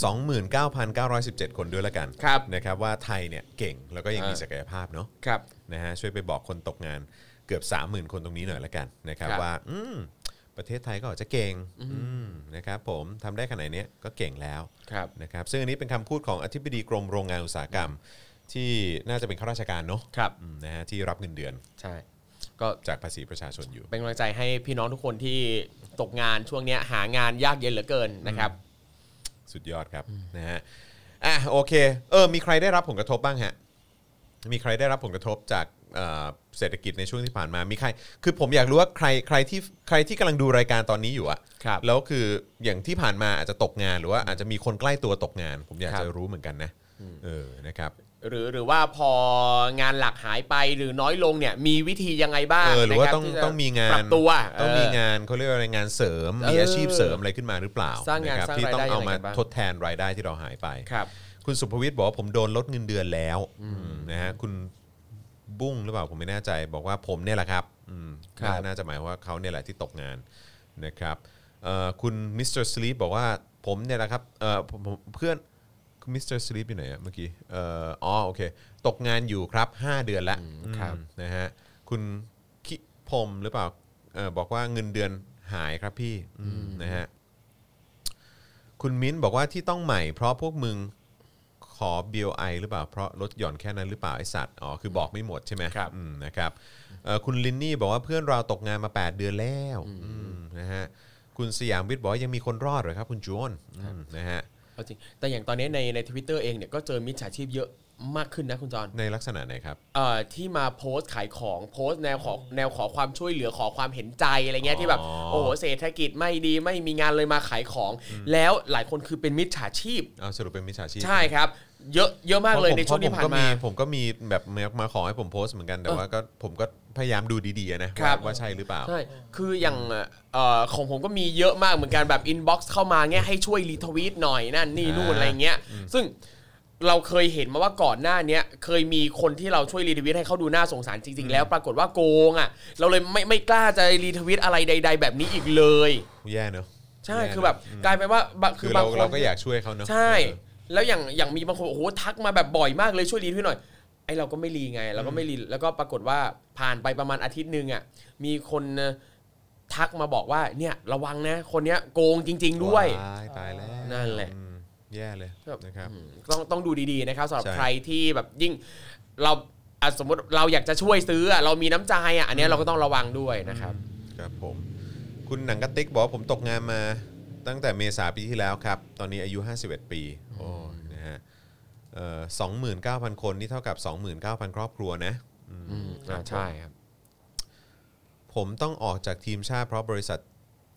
29,917 คนด้วยละกันนะครับว่าไทยเนี่ยเก่งแล้วก็ยังมีศักยภาพเนาะนะฮะช่วยไปบอกคนตกงานเกือบ 30,000 คนตรงนี้หน่อยละกันนะครับว่าประเทศไทยก็อาจจะเก่งนะครับผมทำได้ขนาดนี้ก็เก่งแล้วนะครับซึ่งอันนี้เป็นคำพูดของอธิบดีกรมโรงงานอุตสาหกรรมที่น่าจะเป็นข้าราชการเนาะนะฮะที่รับเงินเดือนใช่ก็จากภาษีประชาชนอยู่เป็นกำลังใจให้พี่น้องทุกคนที่ตกงานช่วงนี้หางานยากเย็นเหลือเกินนะครับสุดยอดครับนะฮะโอเคมีใครได้รับผลกระทบบ้างฮะมีใครได้รับผลกระทบจากเศรษฐกิจในช่วงที่ผ่านมามีใครคือผมอยากรู้ว่าใครที่กำลังดูรายการตอนนี้อยู่อะแล้วคืออย่างที่ผ่านมาอาจจะตกงานหรือว่าอาจจะมีคนใกล้ตัวตกงานผมอยากจะรู้เหมือนกันนะนะครับหรือว่าพองานหลักหายไปหรือน้อยลงเนี่ยมีวิธียังไงบ้างหรือว่าต้องมีงานปรับตัวต้องมีงานเขาเรียกว่าอะไรงานเสริมมีอาชีพเสริมอะไรขึ้นมาหรือเปล่านะครับที่ต้องเอามาทดแทนรายได้ที่เราหายไปคุณสุภวิทย์บอกว่าผมโดนลดเงินเดือนแล้วนะฮะคุณบุ้งหรือเปล่าผมไม่แน่ใจบอกว่าผมเนี่ยแหละครับน่าจะหมายว่าเขาเนี่ยแหละที่ตกงานนะครับคุณมิสเตอร์สลีปบอกว่าผมเนี่ยแหละครับเพื่อนคุณมิสเตอร์สลีปอยู่ไหนเมื่อกี้โอเคตกงานอยู่ครับ5 เดือนแล้วนะฮะคุณคิพมหรือเปล่าบอกว่าเงินเดือนหายครับพี่นะฮะคุณมิ้นบอกว่าที่ต้องใหม่เพราะพวกมึงขอ BOI หรือเปล่าเพราะลดหย่อนแค่นั้นหรือเปล่าไอ้สัตว์คือบอกไม่หมดใช่ไหมนะครับคุณลินนี่บอกว่าเพื่อนเราตกงานมา8 เดือนแล้วนะฮะคุณสยามวิทย์บอกว่ายังมีคนรอดเหรอครับคุณจวนนะฮะจริงแต่อย่างตอนนี้ใน Twitter เองเนี่ยก็เจอมิจฉาชีพเยอะมากขึ้นนะคุณจอนในลักษณะไหนครับที่มาโพสต์ขายของโพสต์แนวขอความช่วยเหลือขอความเห็นใจอะไรเงี้ยที่แบบโอ้โหเศรษฐกิจไม่ดีไม่มีงานเลยมาขายของแล้วหลายคนคือเป็นมิจฉาชีพสรุปเป็นมิจฉาชีพใช่ครับเยอะมากเลยในช่วงที่ผ่านมาผมก็มีแบบมาขอให้ผมโพสต์เหมือนกันแต่ว่าก็ผมก็พยายามดูดีๆนะว่าใช่หรือเปล่าใช่คืออย่างของผมก็มีเยอะมากเหมือนกันแบบอินบ็อกซ์เข้ามาเงี้ยให้ช่วยรีทวีตหน่อยนั่นนี่นู่นอะไรเงี้ยซึ่งเราเคยเห็นมาว่าก่อนหน้านี้เคยมีคนที่เราช่วยรีทวีตให้เขาดูน่าสงสารจริงๆแล้วปรากฏว่าโกงเราเลยไม่กล้าจะรีทวีตอะไรใดๆแบบนี้อีกเลยแย่เนอะใช่คือแบบกลายเป็นว่าคือบางคนเราก็อยากช่วยเขาเนอะใช่แล้วอย่างมีบางคนโอ้โหทักมาแบบบ่อยมากเลยช่วยรีทวีตหน่อยไอเราก็ไม่รีไงเราก็ไม่รีแล้วก็ปรากฏว่าผ่านไปประมาณอาทิตย์นึงมีคนทักมาบอกว่าเนี่ยระวังนะคนเนี้ยโกงจริงๆด้วยตายแล้วนั่นแหละแย่เลยนะครับต้องดูดีๆนะครับสำหรับใครที่แบบยิ่งเราสมมติเราอยากจะช่วยซื้อเรามีน้ำใจอันนี้เราก็ต้องระวังด้วยนะครับครับผมคุณหนังกระติกบอกผมตกงานมาตั้งแต่เมษาปีที่แล้วครับตอนนี้อายุ51 ปีโอ้นะฮะ29,000 คนนี่เท่ากับ 29,000 ครอบครัวนะใช่ครับผมต้องออกจากทีมชาติเพราะบริษัท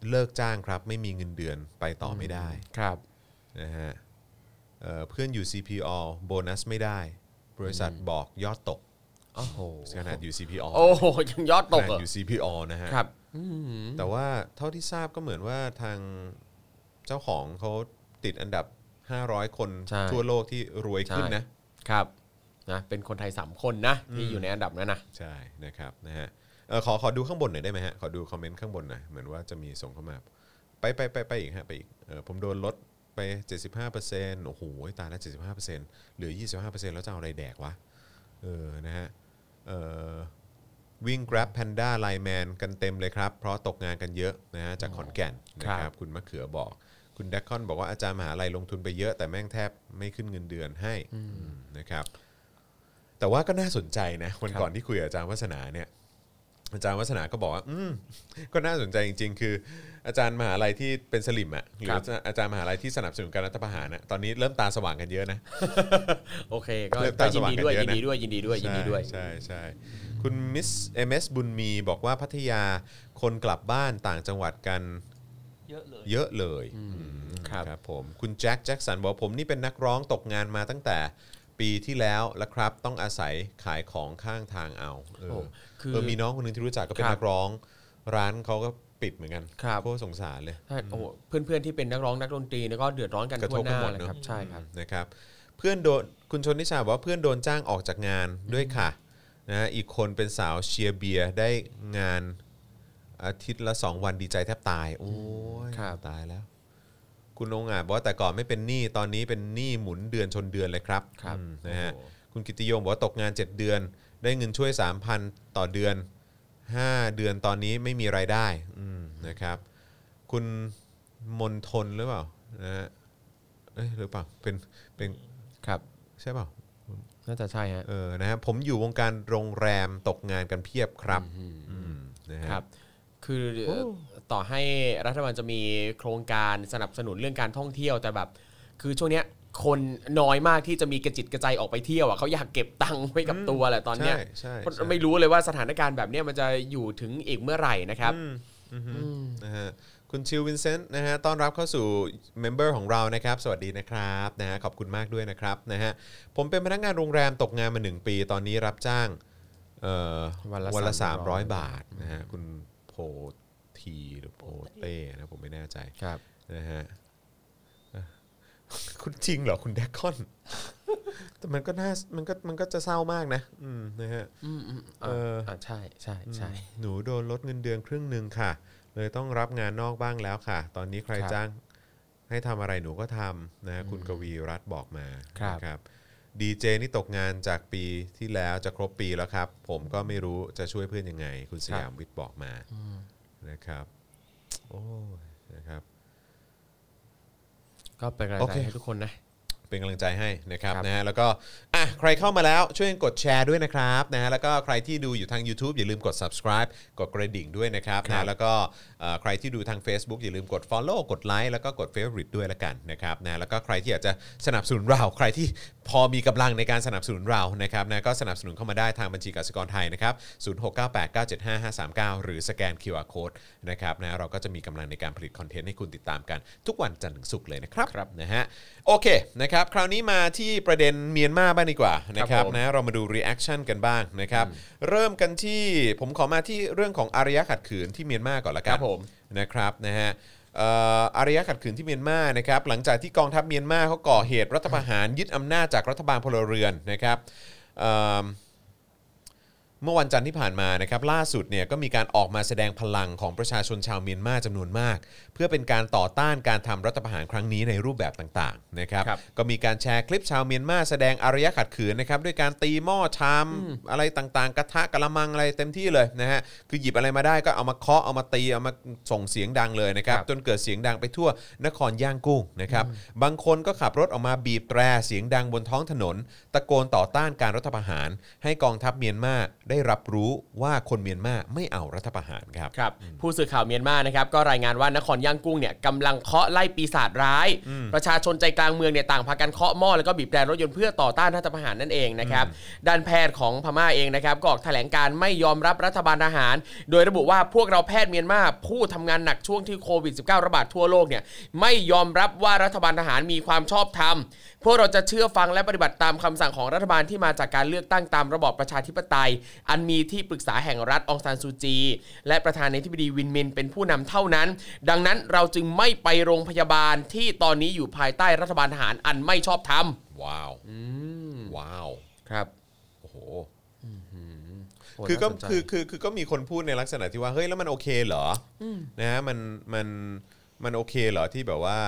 เลิกจ้างครับไม่มีเงินเดือนไปต่อไม่ได้ครับนะฮะเพื่อนอยู่ CPO โบนัสไม่ได้บริษัทบอกยอดตกโอ้โหขนาดอยู่ CPO โอ้โหยังยอดตกขนาเหรดออยู่ CPO นะฮะครับแต่ว่าเท่าที่ทราบก็เหมือนว่าทางเจ้าของเขาติดอันดับ500 คนใช่ทั่วโลกที่รวยขึ้นนะครับนะเป็นคนไทย3คนนะที่อยู่ในอันดับนั้นนะใช่นะครับนะฮะขอดูข้างบนหน่อยได้ไหมฮะขอดูคอมเมนต์ข้างบนหน่อยเหมือนว่าจะมีส่งเข้ามาไปอีกฮะไปอีกผมโดนลดไป 75%โอ้โหตายแล้ว 75%เหลือ 25% แล้วจะเอาอะไรแดกวะนะฮะวิ่ง Grab Panda Line Man กันเต็มเลยครับเพราะตกงานกันเยอะนะฮะจากขอนแก่นนะครับคุณมะเขือบอกคุณแดคคอนบอกว่าอาจารย์มหาลัยลงทุนไปเยอะแต่แม่งแทบไม่ขึ้นเงินเดือนให้นะครับแต่ว่าก็น่าสนใจนะวันก่อนที่คุยกับอาจารย์วัฒนาเนี่ยอาจารย์วัฒนาก็บอกว่าก็น่าสนใจจริงๆคืออาจารย์มหาลัยที่เป็นสลิมหรืออาจารย์มหาลัยที่สนับสนุนการรัฐประหารตอนนี้เริ่มตาสว่างกันเยอะนะโอเคก็ยินดีด้วยยินดีด้วยใช่คุณมิส MS บุญมีบอกว่าพัทยาคนกลับบ้านต่างจังหวัดกันเยอะเลยครับผมคุณแจ็คสันบอกผมนี่เป็นนักร้องตกงานมาตั้งแต่ปีที่แล้วแล้วครับต้องอาศัยขายของข้างทางเอามีน้องคนนึงที่รู้จักก็เป็นนักร้องร้านเขาก็ปิดเหมือนกันโคตรสงสารเลยโอ้เพื่อนๆที่เป็นนักร้องนักดนตรีก็เดือดร้อนกันทั่วหน้าเลยครับใช่ครับนะครับเพื่อนโดนคุณชนนิชาบอกว่าเพื่อนโดนจ้างออกจากงานด้วยค่ะนะอีกคนเป็นสาวเชียร์เบียร์ได้งานอาทิตย์ละ2 วันดีใจแทบตายโอ้ยตายแล้วคุณองอาจบอกว่าแต่ก่อนไม่เป็นหนี้ตอนนี้เป็นหนี้หมุนเดือนชนเดือนเลยครับนะฮะคุณกิติยงบอกว่าตกงาน7 เดือนได้เงินช่วย 3,000 ต่อเดือน5 เดือนตอนนี้ไม่มีรายได้นะครับคุณมนทนหรือเปล่านะฮะหรือเปล่าเป็นครับใช่เปล่าน่าจะใช่ฮะนะฮะผมอยู่วงการโรงแรมตกงานกันเพียบครับนะครับคือต่อให้รัฐบาลจะมีโครงการสนับสนุนเรื่องการท่องเที่ยวแต่แบบคือช่วงเนี้ยคนน้อยมากที่จะมีกระจิตกระใจออกไปเที่ยวเขาอยากเก็บตังค์ไว้กับตัวแหละตอนเนี้ยไม่รู้เลยว่าสถานการณ์แบบนี้มันจะอยู่ถึงอีกเมื่อไหร่นะครับนะฮะคุณชิลวินเซนต์นะฮะต้อนรับเข้าสู่เมมเบอร์ของเรานะครับสวัสดีนะครับนะฮะขอบคุณมากด้วยนะครับนะฮะผมเป็นพนักงานโรงแรมตกงานมา1 ปีตอนนี้รับจ้างวันละ300 บาทนะฮะคุณโพทีหรือโพเต้นะผมไม่แน่ใจนะฮะคุณจริงเหรอคุณแดคคอนแต่มันก็จะเศร้ามากนะนะฮะใช่หนูโดนลดเงินเดือน1/2ค่ะเลยต้องรับงานนอกบ้างแล้วค่ะตอนนี้ใครจ้างให้ทำอะไรหนูก็ทำนะคุณกวีรัตน์บอกมาครับดีเจนี่ตกงานจากปีที่แล้วจะครบปีแล้วครับผมก็ไม่รู้จะช่วยเพื่อนยังไงคุณสยามวิทย์บอกมานะครับโอ้นะครับก็เป็นกำลังใจให้ทุกคนนะเป็นกำลังใจให้นะครับนะฮะแล้วก็ใครเข้ามาแล้วช่วยกดแชร์ด้วยนะครับนะฮะแล้วก็ใครที่ดูอยู่ทาง YouTube อย่าลืมกด subscribe กดกระดิ่งด้วยนะครับนะแล้วก็ใครที่ดูทาง Facebook อย่าลืมกด follow กดไลค์แล้วก็กด favorite ด้วยละกันนะครับนะแล้วก็ใครที่อยากจะสนับสนุนเราใครที่พอมีกำลังในการสนับสนุนเรานะครับนะก็สนับสนุนเข้ามาได้ทางบัญชีกสิกรไทยนะครับ0698975539หรือสแกน QR Code นะครับนะเราก็จะมีกำลังในการผลิตคอนเทนต์ให้คุณติดตามกันทุกวันจันทร์ถึงศุกร์เลยนะครับนะฮะโอเคนะครับคราวนี้มาที่ประเด็นเมียนมาบ้างดีกว่านะครับนะเรามาดู reaction กันบ้างนะครับเริ่มกันที่ผมขอมาที่เรื่องของอารยะขัดขืนที่เมียนมาก่อนละกันนะครับนะฮะอารยะขัดขืนที่เมียนมานะครับหลังจากที่กองทัพเมียนมาเขาก่อเหตุรัฐประหารยึดอำนาจจากรัฐบาลพลเรือนนะครับเมื่อวันจันทร์ที่ผ่านมานะครับล่าสุดเนี่ยก็มีการออกมาแสดงพลังของประชาชนชาวเมียนมาจำนวนมากเพื่อเป็นการต่อต้านการทำรัฐประหารครั้งนี้ในรูปแบบต่างๆนะครับก็มีการแชร์คลิปชาวเมียนมาแสดงอารยะขัดขืนนะครับด้วยการตีหม้อชามอะไรต่างๆกระทะกระมังอะไรเต็มที่เลยนะฮะคือหยิบอะไรมาได้ก็เอามาเคาะเอามาตีเอามาส่งเสียงดังเลยนะครับจนเกิดเสียงดังไปทั่วนครย่างกุ้งนะครับบางคนก็ขับรถออกมาบีบแตรเสียงดังบนท้องถนนตะโกนต่อต้านการรัฐประหารให้กองทัพเมียนมาได้รับรู้ว่าคนเมียนมาไม่เอารัฐประหารครับครับผู้สื่อข่าวเมียนมานะครับก็รายงานว่านครย่างกุ้งเนี่ยกำลังเคาะไล่ปีศาจร้ายประชาชนใจกลางเมืองเนี่ยต่างพากันเคาะหม้อแล้วก็บีบแตรรถยนต์เพื่อต่อต้านรัฐประหารนั่นเองนะครับด้านแพทย์ของพม่าเองนะครับก็ออกแถลงการไม่ยอมรับรัฐบาลทหารโดยระบุว่าพวกเราแพทย์เมียนมาผู้ทำงานหนักช่วงที่โควิด -19 ระบาดทั่วโลกเนี่ยไม่ยอมรับว่ารัฐบาลทหารมีความชอบธรรมพวกเราจะเชื่อฟังและปฏิบัติตามคำสั่งของรัฐบาลที่มาจากการเลือกตั้งตามระบอบประชาธิปไตยอันมีที่ปรึกษาแห่งรัฐองซานซูจีและประธานาธิบดีวินมินเป็นผู้นำเท่านั้นดังนั้นเราจึงไม่ไปโรงพยาบาลที่ตอนนี้อยู่ภายใต้รัฐบาลทหารอันไม่ชอบธรรมว้าวว้าวครับโอ้โหคือก็มีคนพูดในลักษณะที่ว่าเฮ้ยแล้วมันโอเคเหรอนะฮะมันโอเคเหรอที่แบบว่า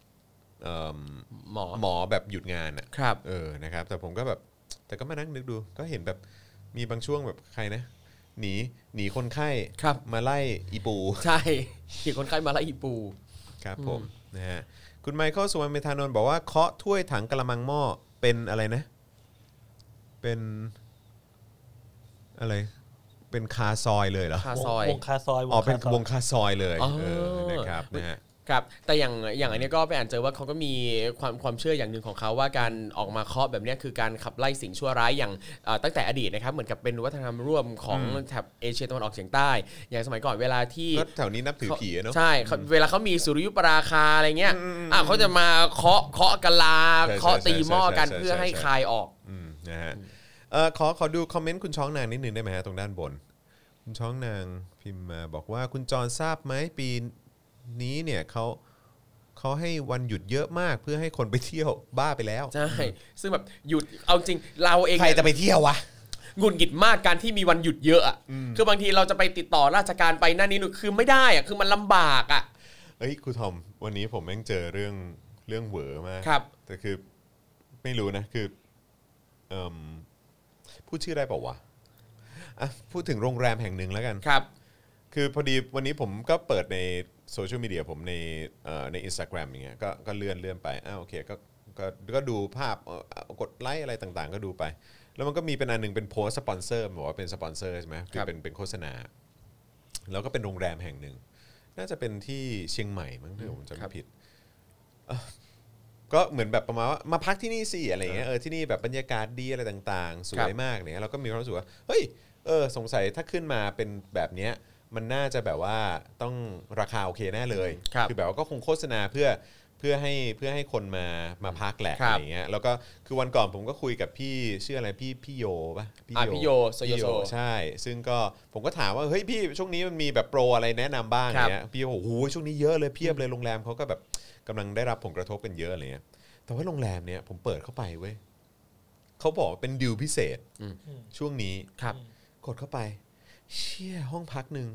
หมอแบบหยุดงานอ่ะนะครับแต่ผมก็แบบแต่ก็มานั่งนึกดูก็เห็นแบบมีบางช่วงแบบใครนะหนีคนไข้มาไล่อีปูใช่หนีคนไข้มาไล่อีปูครับผมนะฮะคุณไมเคิลสุวรรณเมธานนท์บอกว่าเคาะถ้วยถังกะละมังหม้อเป็นอะไรนะเป็นอะไรเป็นคาซอยเลยเหรอวงคาซอยอ๋อเป็นวงคาซอยเลยนะครับนะฮะครับแต่อย่างอันนี้ก็ไปอ่านเจอว่าเขาก็มีความเชื่ออย่างหนึ่งของเขาว่าการออกมาเคาะแบบนี้คือการขับไล่สิ่งชั่วร้ายอย่างตั้งแต่อดีตนะครับเหมือนกับเป็นวัฒนธรรมร่วมของแถบเอเชียตะวันออกเฉียงใต้อย่างสมัยก่อนเวลาที่แถวนี้นับถือผีเนาะใช่เวลาเขามีสุริยุปราคาอะไรเงี้ยเขาจะมาเคาะกะลาเคาะตีหม้อกันเพื่อให้คายออกนะฮะขอดูคอมเมนต์คุณช้องนางนิดนึงได้ไหมฮะตรงด้านบนคุณช้องนางพิมพ์มาบอกว่าคุณจรทราบไหมปีนี้เนี่ยเขาให้วันหยุดเยอะมากเพื่อให้คนไปเที่ยวบ้าไปแล้วใช่ซึ่งแบบหยุดเอาจริงเราเองใครจะไปเที่ยววะหงุดหงิดมากการที่มีวันหยุดเยอะอ่ะคือบางทีเราจะไปติดต่อราชการไปนั่นนี่นู่นคือไม่ได้อ่ะคือมันลำบากอ่ะเอ้ยครูทอมวันนี้ผมแม่งเจอเรื่องเหวอมากครับแต่คือไม่รู้นะคือพูดชื่อได้เปล่าวะอ่ะพูดถึงโรงแรมแห่งหนึ่งแล้วกันครับคือพอดีวันนี้ผมก็เปิดในโซเชียลมีเดียผมใน Instagram อย่างเงี้ยก็เลื่อนไปโอเคก็ดูภาพกดไลค์อะไรต่างๆก็ดูไปแล้วมันก็มีเป็นอันนึงเป็นโพสสปอนเซอร์บอกว่าเป็นสปอนเซอร์ใช่ไหมคือเป็นโฆษณาแล้วก็เป็นโรงแรมแห่งหนึ่งน่าจะเป็นที่เชียงใหม่มั้งถ้าผมจำไม่ผิดก็เหมือนแบบประมาณว่ามาพักที่นี่สิอะไรเงี้ยที่นี่แบบบรรยากาศดีอะไรต่างๆสวยมากเนี่ยเราก็มีความรู้สึกว่าเฮ้ยสงสัยถ้าขึ้นมาเป็นแบบเนี้ยมันน่าจะแบบว่าต้องราคาโอเคแน่เลยคือแบบว่าก็คงโฆษณาเพื่อให้คนมาพักแหละอะไรเงี้ยแล้วก็คือวันก่อนผมก็คุยกับพี่ชื่ออะไรพี่โยป่ะพี่โยใช่ซึ่งก็ผมก็ถามว่าเฮ้ยพี่ช่วงนี้มันมีแบบโปรอะไรแนะนำบ้างเงี้ยพี่โอ้โหช่วงนี้เยอะเลยเพียบเลยโรงแรมเขาก็แบบกำลังได้รับผลกระทบกันเยอะอะไรเงี้ยแต่ว่าโรงแรมเนี้ยผมเปิดเข้าไปเว้ยเขาบอกเป็นดีลพิเศษช่วงนี้กดเข้าไปเชี่ยห้องพักนึง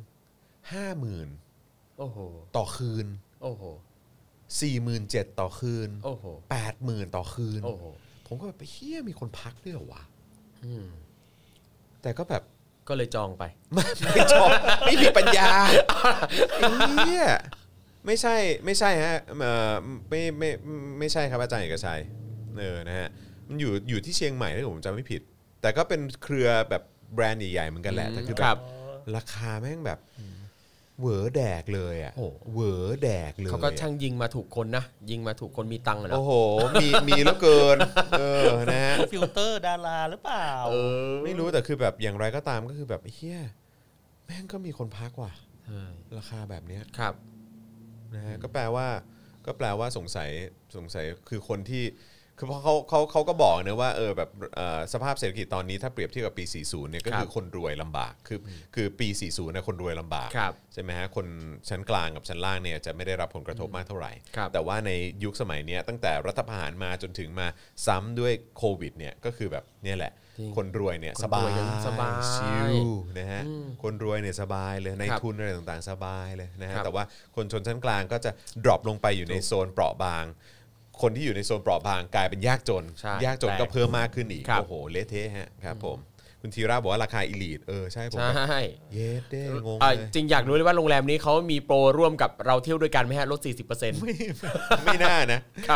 50,000 โอ้โหต่อคืนโอ้โห 47,000ต่อคืนโอ้โห 80,000ต่อคืนโอ้โหผมก็แบบเฮียมีคนพักด้วยเหรอวะแต่ก็แบบก็เลยจองไปไม่จองไม่มีปัญญาเฮียไม่ใช่ฮะไม่ใช่ครับอาจารย์เอกชัยนะฮะมันอยู่ที่เชียงใหม่ถ้าผมจำไม่ผิดแต่ก็เป็นเครือแบบแบรนด์ใหญ่ๆเหมือนกันแหละแต่คือแบบราคาแม่งแบบเหวอแดกเลยอ่ะเหวอแดกเลยเขาก็ช่างยิงมาถูกคนนะยิงมาถูกคนมีตังค์นะโอ้โหมีแล้วเกินนะฮะฟิลเตอร์ดาราหรือเปล่าไม่รู้แต่คือแบบอย่างไรก็ตามก็คือแบบเฮียแม่งก็มีคนพักว่ะราคาแบบเนี้ยครับนะฮะก็แปลว่าสงสัยคือคนที่คือเพราะเขาก็บอกนะว่าแบบสภาพเศรษฐกิจตอนนี้ถ้าเปรียบเทียบกับปี40เนี่ยก็คือคนรวยลำบากคือปี40นะคนรวยลำบากใช่ไหมฮะคนชั้นกลางกับชั้นล่างเนี่ยจะไม่ได้รับผลกระทบมากเท่าไหร่แต่ว่าในยุคสมัยนี้ตั้งแต่รัฐประหารมาจนถึงมาซ้ำด้วยโควิดเนี่ยก็คือแบบเนี่ยแหละคนรวยเนี่ยสบายชิลนะฮะคนรวยเนี่ยสบายเลยในทุนอะไรต่างๆสบายเลยนะฮะแต่ว่าคนชนชั้นกลางก็จะดรอปลงไปอยู่ในโซนเปราะบางคนที่อยู่ในโซนเปราะบางกลายเป็นยากจนก็เพิ่มมากขึ้นอีกโอ้โหเละเทะฮะครับผมคุณธีระบอกว่าราคาอีลีทใช่ผมใช่เย็ดเด้งงจริงอยากรู้เลยว่าโรงแรมนี้เขามีโปรร่วมกับเราเที่ยวด้วยกันไหมฮะลด 40% ไม่น่านะครับ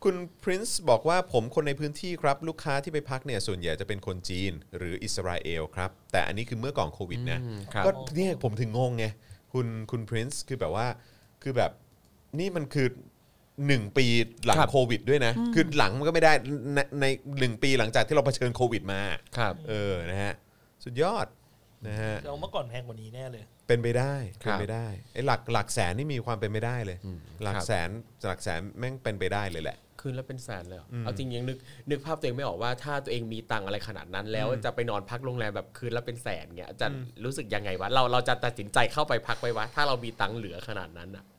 คุณ Prince บอกว่าผมคนในพื้นที่ครับลูกค้าที่ไปพักเนี่ยส่วนใหญ่จะเป็นคนจีนหรืออิสราเอลครับแต่อันนี้คือเมื่อก่อนโควิดนะก็เนี่ยผมถึงงงไงคุณ Prince คือแบบว่าคือแบบนี่มันคือ1ปีหลังโควิดด้วยนะคือหลังมันก็ไม่ได้ใน1ปีหลังจากที่เราเผชิญโควิดมานะฮะสุดยอดนะฮะเราเมื่อก่อนแพงกว่านี้แน่เลยเป็นไปได้ไอ้หลักแสนนี่มีความเป็นไปได้เลยหลักแสนแม่งเป็นไปได้เลยแหละคืนแล้วเป็นแสนเลยเอาจริงยังนึกภาพตัวเองไม่ออกว่าถ้าตัวเองมีตังอะไรขนาดนั้นแล้วจะไปนอนพักโรงแรมแบบคืนแล้วเป็นแสนเงี้ยจะรู้สึกยังไงวะเราจะตัดสินใจเข้าไปพักไว้วะถ้าเรามีตังเหลือขนาดนั้นอ่ะ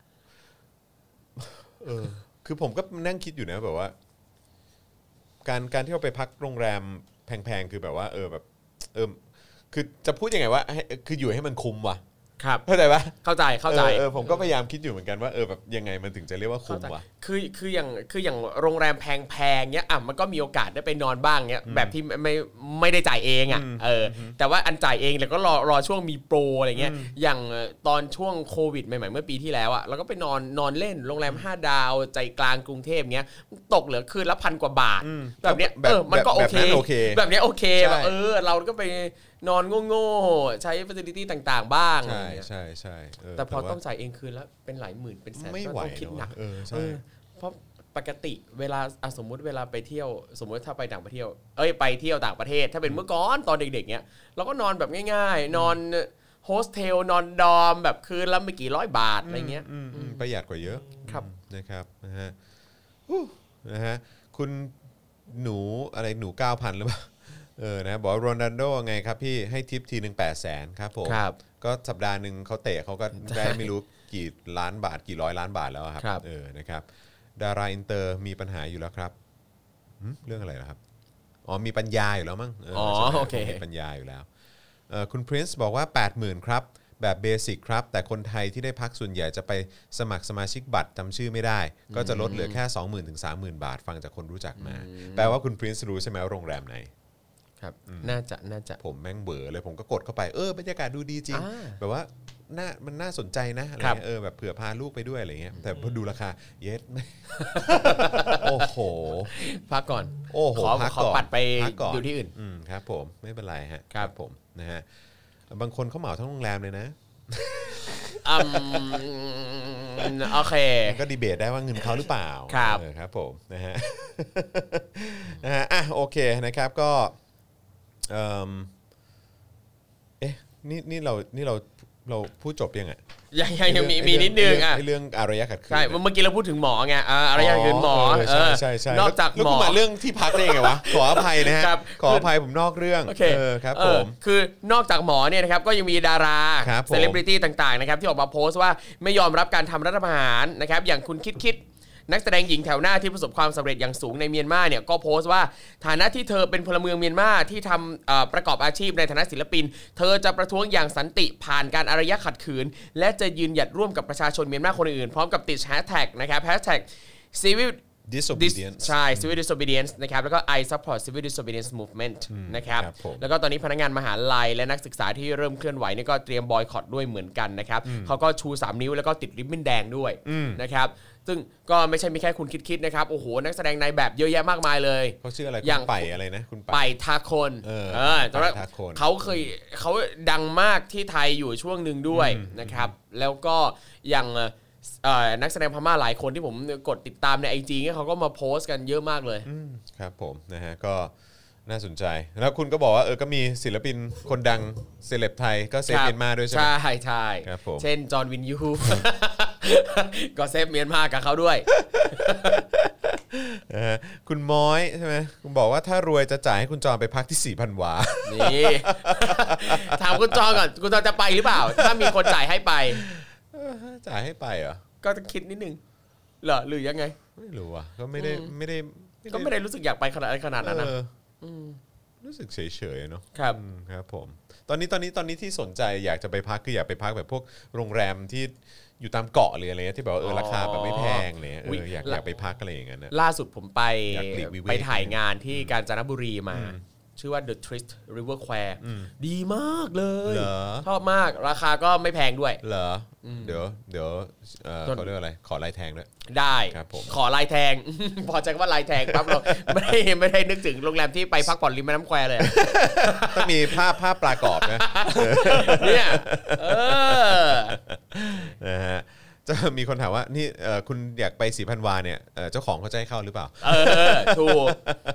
คือผมก็นั่งคิดอยู่นะแบบว่าการที่เราไปพักโรงแรมแพงๆคือแบบว่าแบบคือจะพูดยังไงว่าคืออยู่ให้มันคุ้มว่ะเข้าใจปะเข้าใจผมก็พยายามคิดอยู่เหมือนกันว่าแบบยังไงมันถึงจะเรียกว่าคุ้มว่ะคืออย่างโรงแรมแพงๆเงี้ยมันก็มีโอกาสได้ไปนอนบ้างเงี้ยแบบที่ไม่ได้จ่ายเองอ่ะแต่ว่าอันจ่ายเองแล้วก็รอช่วงมีโปรอะไรเงี้ยอย่างตอนช่วงโควิดใหม่ๆเมื่อปีที่แล้วอ่ะเราก็ไปนอนเล่นโรงแรม5 ดาวใจกลางกรุงเทพเงี้ยตกเหลือคืนละ1,000 กว่าบาทแบบเนี้ยมันก็โอเคแบบเนี้ยโอเคแบบเราก็ไปนอนโง่ๆใช้ฟาซิลิตี้ต่างๆบ้างใช่แต่พอต้องจ่ายเองคืนแล้วเป็นหลายหมื่นเป็นแสนก็ต้องคิดหนักเพราะปกติเวลาสมมุติเวลาไปเที่ยวสมมุติถ้าไปต่างประเทศไปเที่ยวต่างประเทศถ้าเป็นเมื่อก่อนตอนเด็กๆเนี้ยเราก็นอนแบบง่ายๆนอนโฮสเทลนอนดอมแบบคืนละไม่กี่ร้อยบาทอะไรเงี้ยประหยัดกว่าเยอะครับนะครับนะฮะคุณหนูอะไรหนู 9,000 หรือเปล่านะบอกโรนัลโดไงครับพี่ให้ทิปทีนึง 800,000 ครับผมก็สัปดาห์นึงเขาเตะเขาก็ได้ไม่รู้กี่ล้านบาทกี่ร้อยล้านบาทแล้วครับนะครับดาราอินเตอร์มีปัญหาอยู่แล้วครับเรื่องอะไรนะครับมีปัญญาอยู่แล้วมั้งโอเคมีปัญญาอยู่แล้วคุณ Prince บอกว่า 80,000 ครับแบบเบสิกครับแต่คนไทยที่ได้พักส่วนใหญ่จะไปสมัครสมาชิกบัตรจำชื่อไม่ได้ก็จะลดเหลือแค่ 20,000 ถึง 30,000 บาทฟังจากคนรู้จักมาแปลว่าคุณ Prince รู้ใช่ไหมว่าโรงแรมไหนครับน่าจะผมแม่งเบื่อเลยผมก็กดเข้าไปบรรยากาศดูดีจริงแบบว่ามันน่าสนใจนะอะไรเงี้ยแบบเผื่อพาลูกไปด้วยอะไรเงี้ยแต่พอดูราคาเย็ดโอ้โหพักก่อนโอ้โหขอปัดไปอยู่ที่อื่นครับผมไม่เป็นไรฮะครับผมนะฮะบางคนเขาเหมาทั้งโรงแรมเลยนะโอเคก็ดีเบตได้ว่าเงินเขาหรือเปล่าครับผมนะฮะโอเคนะครับก็นี่เราพูดจบยังอ่ะยังมีนิดนึงเรื่องอารยะขัดขืนใช่เมื่อกี้เราพูดถึงหมอไงอารยะขัดขืนหมอใช่นอกจากหมอมาเรื่องที่พักได้ไงวะขออภัยนะฮะขออภัยผมนอกเรื่องครับผมคือนอกจากหมอเนี่ยนะครับก็ยังมีดาราเซเลบริตี้ต่างๆนะครับที่ออกมาโพสต์ว่าไม่ยอมรับการทำรัฐประหารนะครับอย่างคุณคิดนักแสดงหญิงแถวหน้าที่ประสบความสำเร็จอย่างสูงในเมียนมาเนี่ยก็โพสต์ว่าฐานะที่เธอเป็นพลเมืองเมียนมาที่ทำประกอบอาชีพในฐานะศิลปินเธอจะประท้วงอย่างสันติผ่านการอารยะขัดขืนและจะยืนหยัดร่วมกับประชาชนเมียนมาคนอื่นพร้อมกับติดแฮชแท็กนะครับแฮชแท็ก civil disobedience ใช่ civil disobedience นะครับแล้วก็ I support civil disobedience movement นะครับแล้วก็ตอนนี้พนักงานมหาลัยและนักศึกษาที่เริ่มเคลื่อนไหวนี่ก็เตรียมบอยคอตด้วยเหมือนกันนะครับเขาก็ชู3นิ้วแล้วก็ติดริบบิ้นแดงด้วยนะครับซึ่งก็ไม่ใช่มีแค่คุณคิดนะครับโอ้โหนักแสดงนายแบบเยอะแยะมากมายเลยเขาชื่ออะไรคุณไปอะไรนะคุณไปทาคนตอนแรกเขาดังมากที่ไทยอยู่ช่วงหนึ่งด้วยนะครับแล้วก็อย่างนักแสดงพม่าหลายคนที่ผมกดติดตามใน IG เนี่ยเขาก็มาโพสต์กันเยอะมากเลยครับผมนะฮะก็น่าสนใจแล้วคุณก็บอกว่าก็มีศิลปินคนดังเซเลบไทยก็เซฟเมียนมาด้วยใช่ไหมใช่เช่นจอห์นวินยูก็เซฟเมียนมากับเขาด้วยคุณม้อยใช่ไหมคุณบอกว่าถ้ารวยจะจ่ายให้คุณจอห์นไปพักที่ 4,000 วานี่ถามคุณจอห์นก่อนคุณจอห์นจะไปหรือเปล่าถ้ามีคนจ่ายให้ไปจ่ายให้ไปเหรอก็ต้องคิดนิดนึงเหรอหรือยังไงไม่รู้อ่ะก็ไม่ได้รู้สึกอยากไปขนาดนั้นนะรู้สึกเฉยๆเนาะครับผมตอนนี้ที่สนใจอยากจะไปพักคืออยากไปพักแบบพวกโรงแรมที่อยู่ตามเกาะหรืออะไรเงี้ยที่แบบราคาแบบไม่แพงเลยอยากไปพักอะไรอย่างเงี้ยล่าสุดผมไปถ่ายงานที่กาญจนบุรีมาชื่อว่า The Trist River Quay ดีมากเลยเหรอชอบมากราคาก็ไม่แพงด้วยเหรอเดี๋ยวเขาเรียกอะไรขอลายแทงด้วยได้ครับผมขอลายแทง พอใจว่าลายแทงปั๊บเราไม่ได้นึกถึงโรงแรมที่ไปพักผ่อนริมแม่น้ำแควเลยต้องมีภาพปลากรอบนะเนี่ยนะฮะจะมีคนถามว่านี่คุณอยากไป4,000 วาเนี่ยเจ้าของเขาจะให้เข้าหรือเปล่าถูก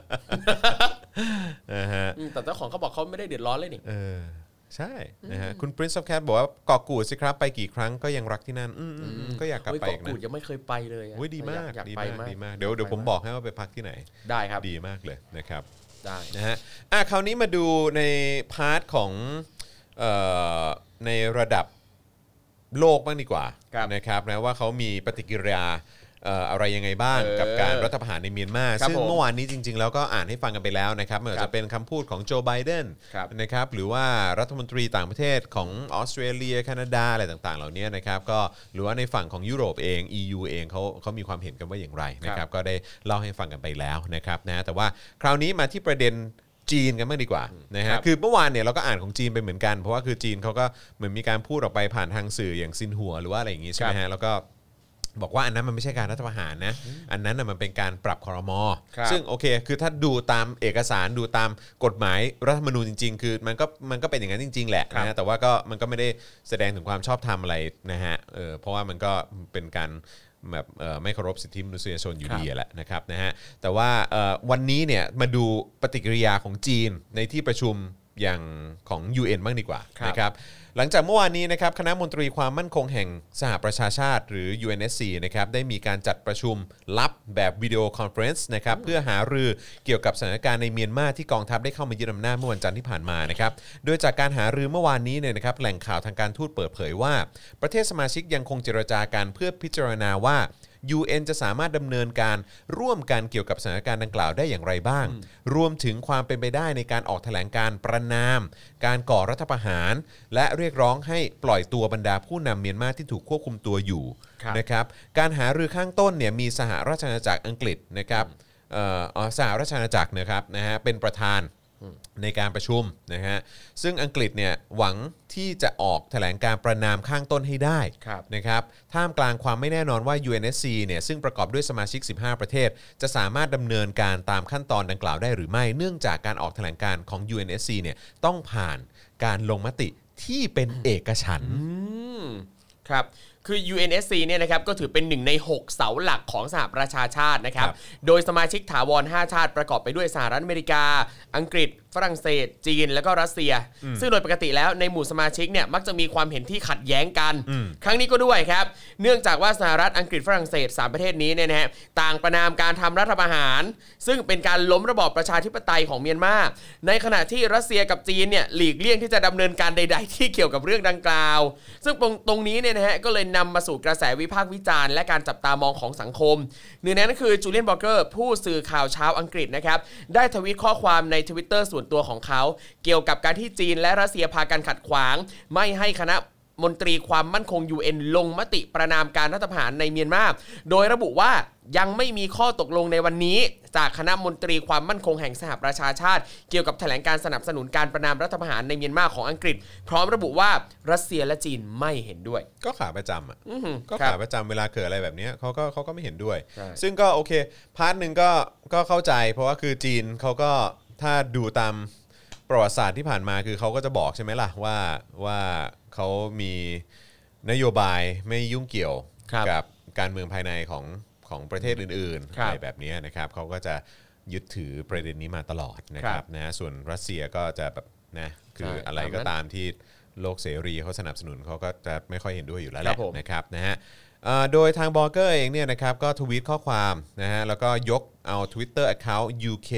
นะฮะแต่เจ้าของเขาบอกเขาไม่ได้เดือดร้อนเลยนี่ใช่นะฮะคุณ Prince of Cat บอกว่าเกาะกูดสิครับไปกี่ครั้งก็ยังรักที่นั่นก็อยากกลับไปอีกนะเกาะกูดยังไม่เคยไปเลยดีมากดีมากเดี๋ยวผมบอกให้ว่าไปพักที่ไหนได้ครับดีมากเลยนะครับได้นะฮะคราวนี้มาดูในพาร์ทของในระดับโลกบ้างดีกว่านะครับนะว่าเขามีปฏิกิริยาอะไรยังไงบ้างกับการรัฐประหารในเมียนมาซึ่งเมื่อวานนี้จริงๆแล้วก็อ่านให้ฟังกันไปแล้วนะครับไม่ว่าจะเป็นคำพูดของโจไบเดนนะครับหรือว่ารัฐมนตรีต่างประเทศของออสเตรเลียแคนาดาอะไรต่างๆเหล่านี้นะครับก็หรือว่าในฝั่งของยุโรปเอง EU เองเขามีความเห็นกันว่าอย่างไรนะครับก็ได้เล่าให้ฟังกันไปแล้วนะครับนะแต่ว่าคราวนี้มาที่ประเด็นจีนกันบ้างดีกว่านะฮะคือเมื่อวานเนี่ยเราก็อ่านของจีนไปเหมือนกันเพราะว่าคือจีนเขาก็เหมือนมีการพูดออกไปผ่านทางสื่ออย่างซินหัวหรือว่าอะไรอย่างงี้ใช่ไหมฮะแล้วก็บอกว่าอันนั้นมันไม่ใช่การรัฐประหารนะอันนั้นมันเป็นการปรับครม.ซึ่งโอเคคือถ้าดูตามเอกสารดูตามกฎหมายรัฐธรรมนูญจริงๆคือมันก็เป็นอย่างนั้นจริงๆแหละนะแต่ว่าก็มันก็ไม่ได้แสดงถึงความชอบธรรมอะไรนะฮะเพราะว่ามันก็เป็นการแบบไม่เคารพสิทธิมนุษยชนอยู่ดีแหละนะครับนะฮะแต่ว่าวันนี้เนี่ยมาดูปฏิกิริยาของจีนในที่ประชุมอย่างของ UN บ้างดีกว่านะครับหลังจากเมื่อวานนี้นะครับคณะมนตรีความมั่นคงแห่งสหประชาชาติหรือ UNSC นะครับได้มีการจัดประชุมลับแบบวิดีโอคอนเฟอเรนซ์นะครับเพื่อหารือเกี่ยวกับสถานการณ์ในเมียนมาที่กองทัพได้เข้ามายึดอำนาจเมื่อวันจันทร์ที่ผ่านมานะครับโดยจากการหารือเมื่อวานนี้เนี่ยนะครับแหล่งข่าวทางการทูตเปิดเผยว่าประเทศสมาชิกยังคงเจรจากันเพื่อพิจารณาว่า UN จะสามารถดำเนินการร่วมกันเกี่ยวกับสถานการณ์ดังกล่าวได้อย่างไรบ้างรวมถึงความเป็นไปได้ในการออกแถลงการประณามการก่อรัฐประหารและเรียกร้องให้ปล่อยตัวบรรดาผู้นำเมียนมาที่ถูกควบคุมตัวอยู่นะครับการหารือข้างต้นเนี่ยมีสหราชอาณาจักรอังกฤษนะครับสหราชอาณาจักรนะครับนะฮะเป็นประธานในการประชุมนะฮะซึ่งอังกฤษเนี่ยหวังที่จะออกแถลงการประณามข้างต้นให้ได้นะครับท่ามกลางความไม่แน่นอนว่า UNSC เนี่ยซึ่งประกอบด้วยสมาชิก15ประเทศจะสามารถดำเนินการตามขั้นตอนดังกล่าวได้หรือไม่เนื่องจากการออกแถลงการของ UNSC เนี่ยต้องผ่านการลงมติที่เป็นเอกฉันท์ครับคือ UNSC เนี่ยนะครับก็ถือเป็น1ใน6เสาหลักของสหประชาชาตินะครับโดยสมาชิกถาวร5ชาติประกอบไปด้วยสหรัฐอเมริกาอังกฤษฝรั่งเศสจีนแล้วก็รัสเซียซึ่งโดยปกติแล้วในหมู่สมาชิกเนี่ยมักจะมีความเห็นที่ขัดแย้งกันครั้งนี้ก็ด้วยครับเนื่องจากว่าสหรัฐอังกฤษฝรั่งเศส3ประเทศนี้เนี่ยนะฮะต่างประณามการทำรัฐประหารซึ่งเป็นการล้มระบอบประชาธิปไตยของเมียนมาในขณะที่รัสเซียกับจีนเนี่ยหลีกเลี่ยงที่จะดำเนินการใดๆที่เกี่ยวกับเรื่องดังกล่าวซึ่งตรงนี้เนี่ยนะฮะก็เลยนำมาสู่กระแสวิพากษ์วิจารณ์และการจับตามองของสังคมหนึ่งในนั้นคือจูเลียนบล็อกเกอร์ผู้สื่อข่าวชาวอังกฤษนะครับได้ทวีตข้อความใน Twitter ส่วนตัวของเขาเกี่ยวกับการที่จีนและรัสเซียพากันขัดขวางไม่ให้คณะมนตรีความมั่นคง UN ลงมติประณามการรัฐประหารในเมียนมาโดยระบุว่ายังไม่มีข้อตกลงในวันนี้จากคณะมนตรีความมั่นคงแห่งสหประชาชาติเกี่ยวกับแถลงการสนับสนุนการประณามรัฐประหารในเมียนมาของอังกฤษพร้อมระบุว่ารัสเซียและจีนไม่เห็นด้วยก็ขาประจำอ่ะก็ขาประจำเวลาเกิดอะไรแบบนี้เขาก็ไม่เห็นด้วยซึ่งก็โอเคพาร์ทนึงก็เข้าใจเพราะว่าคือจีนเขาก็ถ้าดูตามประวัติศาสตร์ที่ผ่านมาคือเขาก็จะบอกใช่ไหมล่ะว่าเขามีนโยบายไม่ยุ่งเกี่ยวกับการเมืองภายในของประเทศอื่นๆอะไรแบบนี้นะครับเขาก็จะยึดถือประเด็นนี้มาตลอดนะครับนะส่วนรัสเซียก็จะแบบนะคืออะไรก็ตามที่โลกเสรีเขาสนับสนุนเขาก็จะไม่ค่อยเห็นด้วยอยู่แล้วแหละนะครับนะฮะโดยทางบล็อกเกอร์เองเนี่ยนะครับก็ทวีตข้อความนะฮะแล้วก็ยกเอา Twitter Account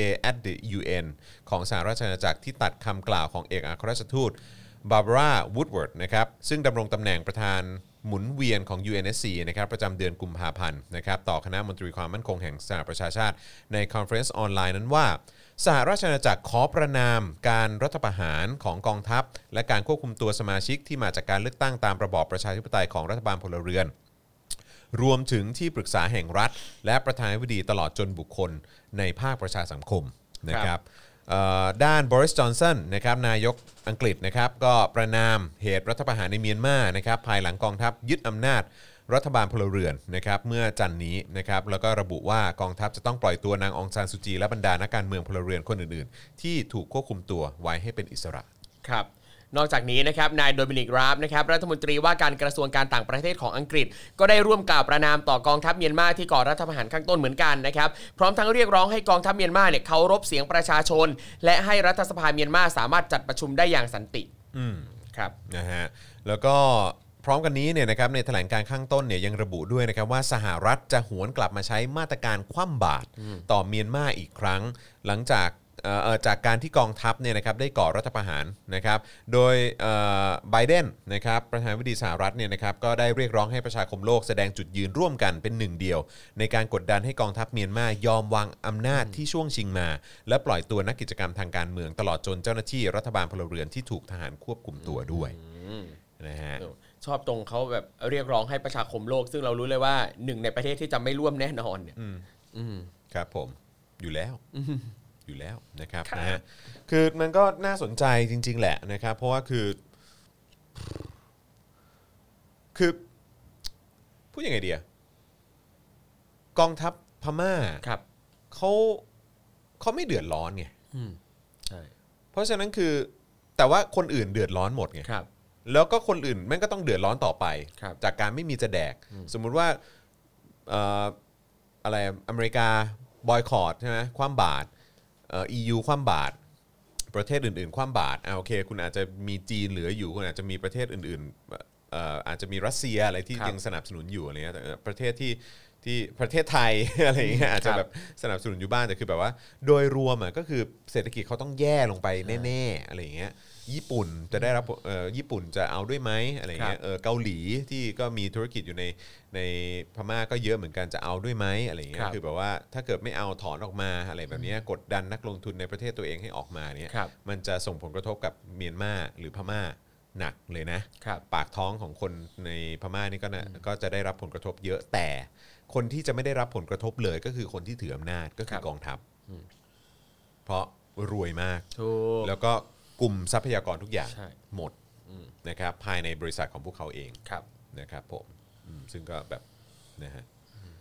UK@UN ของสหราชอาณาจักรที่ตัดคำกล่าวของเอกอัครราชทูตบาร์บาร่า วูดเวิร์ดนะครับซึ่งดำรงตำแหน่งประธานหมุนเวียนของ UNSC นะครับประจำเดือนกุมภาพันธ์นะครับต่อคณะมนตรีความมั่นคงแห่งสหประชาชาติในคอนเฟอเรนซ์ออนไลน์นั้นว่าสหราชอาณาจักรขอประณามการรัฐประหารของกองทัพและการควบคุมตัวสมาชิกที่มาจากการเลือกตั้งตามระบอบประชาธิปไตยของรัฐบาลพลเรือนรวมถึงที่ปรึกษาแห่งรัฐและประธานาธิบดีตลอดจนบุคคลในภาคประชาสังคมนะครับด้านบริส จอนสันนะครับนายกอังกฤษนะครับก็ประณามเหตุรัฐประหารในเมียนมานะครับภายหลังกองทัพยึดอำนาจรัฐบาลพลเรือนนะครับเมื่อจันทร์นี้นะครับแล้วก็ระบุว่ากองทัพจะต้องปล่อยตัวนางองซานซูจีและบรรดานักการเมืองพลเรือนคนอื่นๆที่ถูกควบคุมตัวไว้ให้เป็นอิสระครับนอกจากนี้นะครับนายโดมินิก ราฟนะครับรัฐมนตรีว่าการกระทรวงการต่างประเทศของอังกฤษก็ได้ร่วมกล่าวประณามต่อกองทัพเมียนมาที่ก่อรัฐประหารข้างต้นเหมือนกันนะครับพร้อมทั้งเรียกร้องให้กองทัพเมียนมาเนี่ยเคารพเสียงประชาชนและให้รัฐสภาเมียนมาสามารถจัดประชุมได้อย่างสันติครับนะฮะแล้วก็พร้อมกันนี้เนี่ยนะครับในแถลงการข้างต้นเนี่ยยังระบุด้วยนะครับว่าสหรัฐจะหวนกลับมาใช้มาตรการคว่ำบาตรต่อเมียนมาอีกครั้งหลังจากการที่กองทัพเนี่ยนะครับได้ก่อรัฐประหารนะครับโดยไบเดนนะครับประธานาธิบดีสหรัฐเนี่ยนะครับก็ได้เรียกร้องให้ประชาคมโลกแสดงจุดยืนร่วมกันเป็นหนึ่งเดียวในการกดดันให้กองทัพเมียนมายอมวางอำนาจที่ช่วงชิงมาและปล่อยตัวนักกิจกรรมทางการเมืองตลอดจนเจ้าหน้าที่รัฐบาลพลเรือนที่ถูกทหารควบคุมตัวด้วยนะฮะชอบตรงเขาแบบเรียกร้องให้ประชาคมโลกซึ่งเรารู้เลยว่าหนึ่งในประเทศที่จะไม่ร่วมแน่นอนเนี่ยครับผมอยู่แล้วนะครับนะฮะคือมันก็น่าสนใจจริงๆแหละนะครับเพราะว่าคือพูดยังไงดีอะกองทัพพม่าครับเขาไม่เดือดร้อนไงใช่เพราะฉะนั้นคือแต่ว่าคนอื่นเดือดร้อนหมดไงครับแล้วก็คนอื่นแม่งก็ต้องเดือดร้อนต่อไปจากการไม่มีจะแดกสมมุติว่าอะไรอเมริกาบอยคอตใช่ไหมคว่ำบาตรEU คว่ำบาตรประเทศอื่นๆคว่ำบาตรโอเคคุณอาจจะมีจีนเหลืออยู่คุณอาจจะมีประเทศอื่นๆอาจจะมีรัสเซียอะไรที่ยังสนับสนุนอยู่อะไรเงี้ยแต่ประเทศที่ประเทศไทย อะไรเงี้ยอาจจะแบบสนับสนุนอยู่บ้างแต่คือแบบว่าโดยรวมก็คือเศรษฐกิจเขาต้องแย่ลงไปแน่ๆอะไรเงี้ยญี่ปุ่นจะได้รับญี่ปุ่นจะเอาด้วยไหมอะไรเงี้ยเกาหลีที่ก็มีธุรกิจอยู่ในพม่าก็เยอะเหมือนกันจะเอาด้วยไหมอะไรเงี้ยคือแบบว่าถ้าเกิดไม่เอาถอนออกมาอะไรแบบนี้กดดันนักลงทุนในประเทศตัวเองให้ออกมาเนี่ยมันจะส่งผลกระทบกับเมียนมาหรือพม่าหนักเลยนะปากท้องของคนในพม่านี่ก็จะได้รับผลกระทบเยอะแต่คนที่จะไม่ได้รับผลกระทบเลยก็คือคนที่ถืออำนาจก็คือกองทัพเพราะรวยมากแล้วก็กลุ่มทรัพยากรทุกอย่างหมดนะครับภายในบริษัทของพวกเขาเองนะครับผมซึ่งก็แบบนะฮะ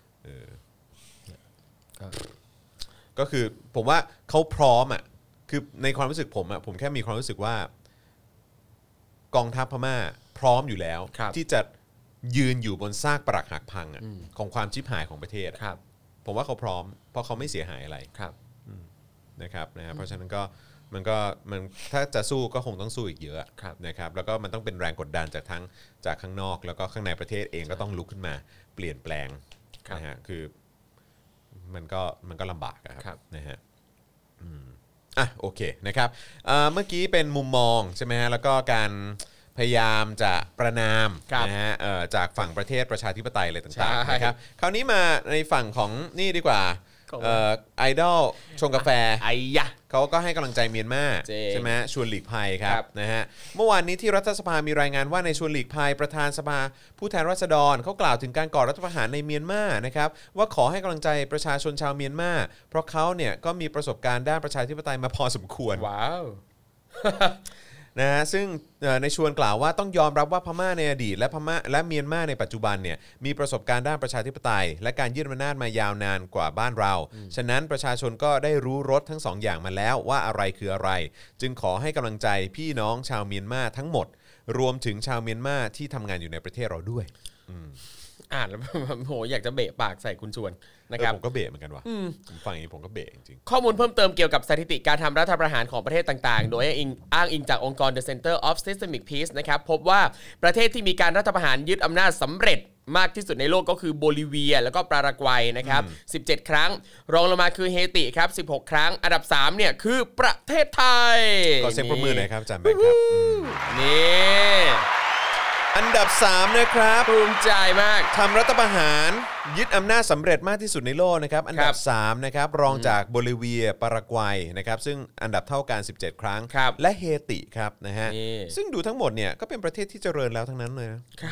ก็คือผมว่าเขาพร้อมอ่ะคือในความรู้สึกผมแค่มีความรู้สึกว่ากองทัพพม่าพร้อมอยู่แล้วที่จะยืนอยู่บนซากปรักหักพังของความชิบหายของประเทศผมว่าเขาพร้อมเพราะเขาไม่เสียหายอะไรนะครับเพราะฉะนั้นก็มันถ้าจะสู้ก็คงต้องสู้อีกเยอะนะครับแล้วก็มันต้องเป็นแรงกดดันจากข้างนอกแล้วก็ข้างในประเทศเองก็ต้องลุกขึ้นมาเปลี่ยนแปลงนะฮะคือมันก็ลำบากครับนะฮะโอเคนะครับเมื่อกี้เป็นมุมมองใช่ไหมฮะแล้วก็การพยายามจะประณามนะฮะจากฝั่งประเทศประชาธิปไตยอะไรต่างๆนะครับคราวนี้มาในฝั่งของนี่ดีกว่าไอดอลชงกาแฟเขาก็ให้กำลังใจเมียนมาใช่ไหมชวนหลีกภัยครับนะฮะเมื่อวานนี้ที่รัฐสภามีรายงานว่าในชวนหลีกภัยประธานสภาผู้แทนราษฎรเขากล่าวถึงการก่อรัฐประหารในเมียนมานะครับว่าขอให้กำลังใจประชาชนชาวเมียนมาเพราะเขาเนี่ยก็มีประสบการณ์ด้านประชาธิปไตยมาพอสมควรว้าวนะฮะซึ่งในชวนกล่าวว่าต้องยอมรับว่าพม่าในอดีตและเมียนมาในปัจจุบันเนี่ยมีประสบการณ์ด้านประชาธิปไตยและการยึดอำนาจมายาวนานกว่าบ้านเราฉะนั้นประชาชนก็ได้รู้รสทั้ง2 อย่างมาแล้วว่าอะไรคืออะไรจึงขอให้กำลังใจพี่น้องชาวเมียนมาทั้งหมดรวมถึงชาวเมียนมาที่ทำงานอยู่ในประเทศเราด้วยอ่านแล้วโหอยากจะเบะปากใส่คุณชวนนะครับผมก็เบะเหมือนกันว่ะผมฟังอย่างนี้ผมก็เบะจริงๆข้อมูลเพิ่มเติมเกี่ยวกับสถิติการทำรัฐประหารของประเทศต่างๆโดยอ้างอิงจากองค์กร The Center of Systemic Peace นะครับพบว่าประเทศที่มีการรัฐประหารยึดอำนาจสำเร็จมากที่สุดในโลกก็คือโบลิเวียแล้วก็ปารากวัยนะครับ17 ครั้งรองลงมาคือเฮติครับ16 ครั้งอันดับ3เนี่ยคือประเทศไทยขอเสียงปรบมือหน่อยครับอาจารย์แบงค์ครับนี่อันดับ3นะครับภูมิใจมากทำรัฐประหารยึดอำนาจสำเร็จมากที่สุดในโลกนะครับอันดับ3นะครับรองจากโบลิเวียปารากวัยนะครับซึ่งอันดับเท่ากัน17 ครั้งและเฮติครับนะฮะซึ่งดูทั้งหมดเนี่ยก็เป็นประเทศที่เจริญแล้วทั้งนั้นเลยนะ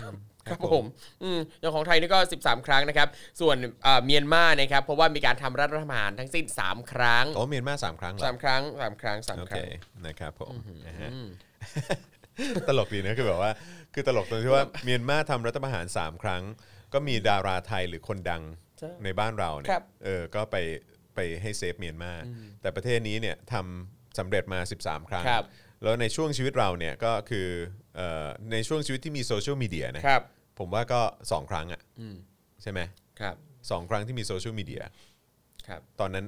ครับผมอย่างของไทยนี่ก็13ครั้งนะครับส่วนเมียนมานะครับเพราะว่ามีการทำรัฐประหารทั้งสิ้น3ครั้งเมียนมา3ครั้งเหรอ 3ครั้งนะครับผมนะฮะตลกดีนะคือแบบว่าคือตลกตรงที่ว่าเมียนมาทำรัฐประหาร3ครั้งก็มีดาราไทยหรือคนดังในบ้านเราเนี่ยก็ไปให้เซฟเมียนมาแต่ประเทศนี้เนี่ยทำสำเร็จมา13ครั้งแล้วในช่วงชีวิตเราเนี่ยก็คือในช่วงชีวิตที่มีโซเชียลมีเดียนะผมว่าก็2ครั้งอ่ะใช่ไหมครับ 2ครั้งที่มีโซเชียลมีเดียครับตอนนั้น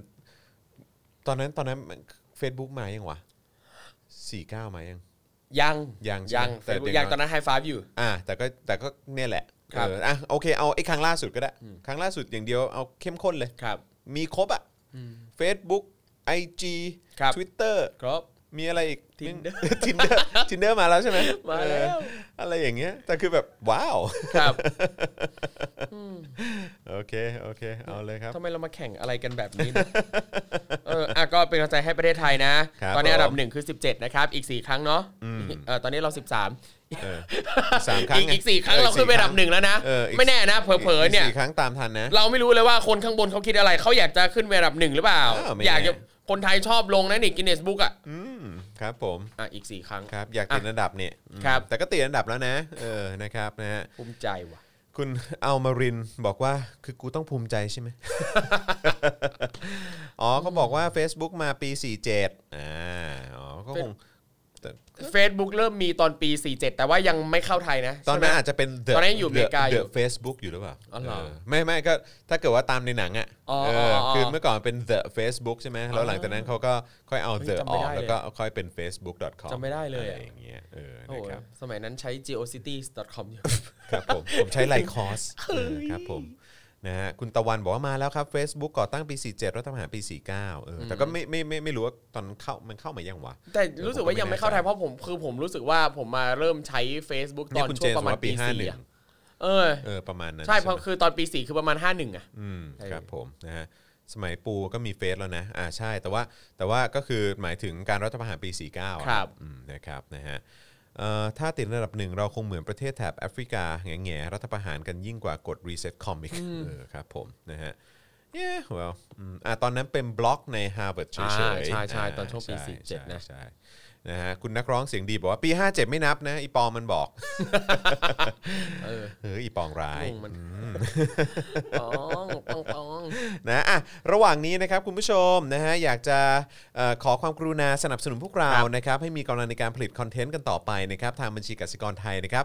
Facebook มายังวะ49มายังแต่ตอนนั้นไฮไฟว์อยู่แต่ก็เนี่ยแหละโอเคเอาไอ้ครั้งล่าสุดก็ได้ครั้งล่าสุดอย่างเดียวเอาเข้มข้นเลยมีครบอ่ะ Facebook IG Twitter ครบมีอะไรอีก Tinder มาแล้วใช่ไหมมาแล้วอะไรอย่างเงี้ยแต่คือแบบว้าวครับโอเคเอาเลยครับทำไมเรามาแข่งอะไรกันแบบนี้ก็เป็นกำลังใจให้ประเทศไทยนะตอนนี้อันดับ1คือ17นะครับอีก4ครั้งเนาะตอนนี้เรา13 ครั้งอีก4ครั้งเราขึ้นไปอันดับ1แล้วนะไม่แน่นะเผลอๆเนี่ย 4ครั้งตามทันนะเราไม่รู้เลยว่าคนข้างบนเขาคิดอะไรเขาอยากจะขึ้นไปอันดับ1หรือเปล่าอยากจะคนไทยชอบลงนะนี่กินเนสบุ๊กอ่ะครับผมอีก4ครั้งครับอยากติดอันดับเนี่ยแต่ก็ติดอันดับแล้วนะนะครับนะฮะภูมิใจว่ะคุณอัลมารินบอกว่าคือกูต้องภูมิใจใช่ไหม เขาบอกว่า Facebook มาปี47ก็คง Facebook เริ่มมีตอนปี47แต่ว่ายังไม่เข้าไทยนะตอนนั้นอาจจะเป็นตอนนั้นอยู่อเมริกาอยู่ Facebook อยู่หรือเปล่าไม่ก็ถ้าเกิดว่าตามในหนังอ่ะคือเมื่อก่อนเป็น The Facebook ใช่ไหมแล้วหลังจากนั้นเขาก็ค่อยเอา The ออกแล้วก็ค่อยเป็น facebook.com จำไม่ได้เลยอย่างเงี้ยนะครับสมัยนั้นใช้ geocities.com อยู่ครับผมใช้ Lycos ครับผมนะฮะคุณตะวันบอกว่ามาแล้วครับ Facebook ก่อตั้งปี47รัฐประหารปี49แต่ก็ไม่รู้ว่าตอนมันเข้ามายังวะแต่รู้สึกว่ายังไม่เข้าไทยเพราะผมรู้สึกว่าผมมาเริ่มใช้ Facebook ตอนช่วงประมาณปี4 ประมาณนั้นใช่เพราะคือตอนปี4คือประมาณ51 ครับผมนะฮะสมัยปูก็มีเฟซแล้วนะใช่แต่ว่าก็คือหมายถึงการรัฐประหารปี49 ครับนะครับนะฮะถ้าติดอันดับ1เราคงเหมือนประเทศแถบแอฟริกาแง่ๆรัฐประหารกันยิ่งกว่ากด reset comic ครับผมนะฮะwell ตอนนั้นเป็นบล็อกใน Harvard เฉยๆใช่ตอนช่วงปี47นะใช่นะฮะคุณนักร้องเสียงดีบอกว่าปี57ไม่นับนะอีปองมันบอกอีปองร้ายนะระหว่างนี้นะครับคุณผู้ชมนะฮะอยากจะขอความกรุณาสนับสนุนพวกเรานะครับให้มีกำลังในการผลิตคอนเทนต์กันต่อไปนะครับทางบัญชีกสิกรไทยนะครับ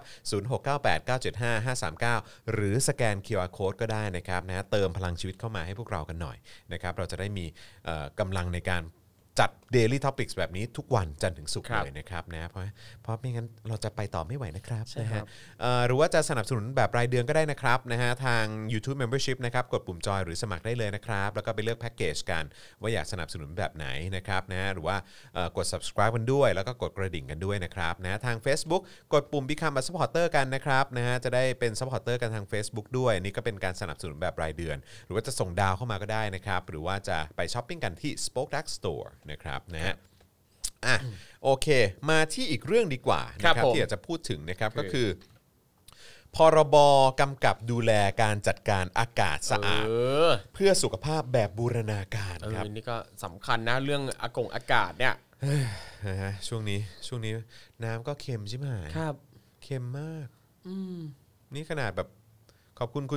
0698975539หรือสแกน QR Code ก็ได้นะครับนะเติมพลังชีวิตเข้ามาให้พวกเรากันหน่อยนะครับเราจะได้มีกำลังในการจัด Daily Topics แบบนี้ทุกวันจันทร์ถึงศุกร์เลยนะครับนะเพราะไม่งั้นเราจะไปต่อไม่ไหวนะครับนะฮะหรือว่าจะสนับสนุนแบบรายเดือนก็ได้นะครับนะฮะทาง YouTube Membership นะครับกดปุ่มจอยหรือสมัครได้เลยนะครับแล้วก็ไปเลือกแพ็กเกจกันว่าอยากสนับสนุนแบบไหนนะครับนะหรือว่ากด subscribe กันด้วยแล้วก็กดกระดิ่งกันด้วยนะครับนะทาง Facebook กดปุ่ม Become a Supporter กันนะครับนะฮะจะได้เป็น Supporter กันทาง Facebook ด้วยนี่ก็เป็นการสนับสนุนแบบรายเดือนหรือว่าจะส่งดาวเข้ามาก็ได้นะครับหรือว่าจะไปช้อปปิ้งกันที่ Spoke Dark Storeนะครับนะฮะโอเคมาที่อีกเรื่องดีกว่านะครับที่อยากจะพูดถึงนะครับก็คือพรบกำกับดูแลการจัดการอากาศสะอาดเพื่อสุขภาพแบบบูรณาการครับนี่ก็สำคัญนะเรื่องอากาศเนี่ยช่วงนี้น้ำก็เค็มใช่ไหมครับเค็มมากนี่ขนาดแบบขอบคุณคุณ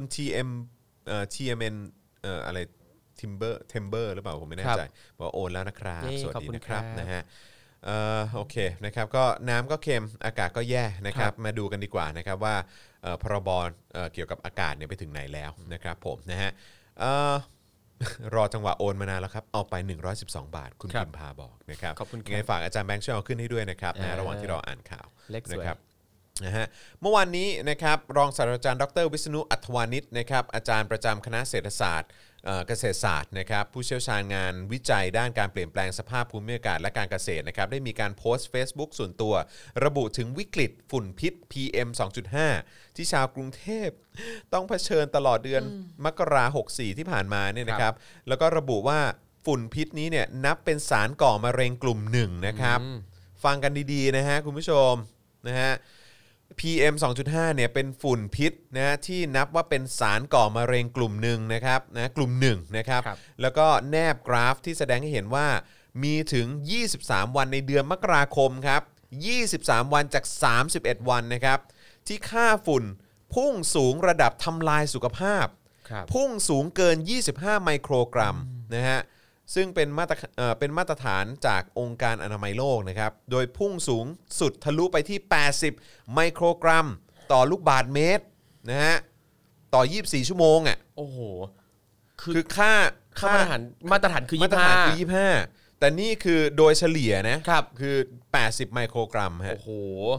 TMN อะไรTimber หรือเปล่าผมไม่แน่ใจบอกโอนแล้วนะครับสวัสดีนะครับนะฮะโอเคนะครับก็น้ำก็เค็มอากาศก็แย่นะครับมาดูกันดีกว่านะครับว่าพรบเกี่ยวกับอากาศเนี่ยไปถึงไหนแล้วนะครับผมนะฮะรอจังหวะโอนมานานแล้วครับเอาไป112บาทคุณพิมพาบอกนะครับขอบคุณยังไงฝากอาจารย์แบงค์ช่วยเอาขึ้นให้ด้วยนะครับนะระหว่างที่เราอ่านข่าวนะครับนะฮะเมื่อวานนี้นะครับรองศาสตราจารย์ดร.วิษณุอัฏฐวานิชนะครับอาจารย์ประจำคณะเศรษฐศาสตร์เกษตรศาสตร์นะครับผู้เชี่ยวชาญงานวิจัยด้านการเปลี่ยนแปลงสภาพภูมิอากาศและการเกษตรนะครับได้มีการโพสต์ Facebook ส่วนตัวระบุถึงวิกฤตฝุ่นพิษ PM 2.5 ที่ชาวกรุงเทพต้องเผชิญตลอดเดือนมกราคม64ที่ผ่านมาเนี่ยนะครับแล้วก็ระบุว่าฝุ่นพิษนี้เนี่ยนับเป็นสารก่อมะเร็งกลุ่ม1นะครับฟังกันดีๆนะฮะคุณผู้ชมนะฮะ PM 2.5 เนี่ยเป็นฝุ่นพิษนะที่นับว่าเป็นสารก่อมะเร็งกลุ่มหนึ่งนะครับนะกลุ่มหนึ่งนะครับแล้วก็แนบกราฟที่แสดงให้เห็นว่ามีถึง23วันในเดือนมกราคมครับ23วันจาก31วันนะครับที่ค่าฝุ่นพุ่งสูงระดับทำลายสุขภาพพุ่งสูงเกิน25ไมโครกรัมนะฮะซึ่งเป็นมาตรฐานจากองค์การอนามัยโลกนะครับโดยพุ่งสูงสุดทะลุไปที่80ไมโครกรัมต่อลูกบาศก์เมตรนะฮะต่อ24ชั่วโมงอ่ะโอ้โหคือค่ามาตรฐานคือ 25แต่นี่คือโดยเฉลี่ยนะครับคือ80ไมโครกรัมฮะโอ้โห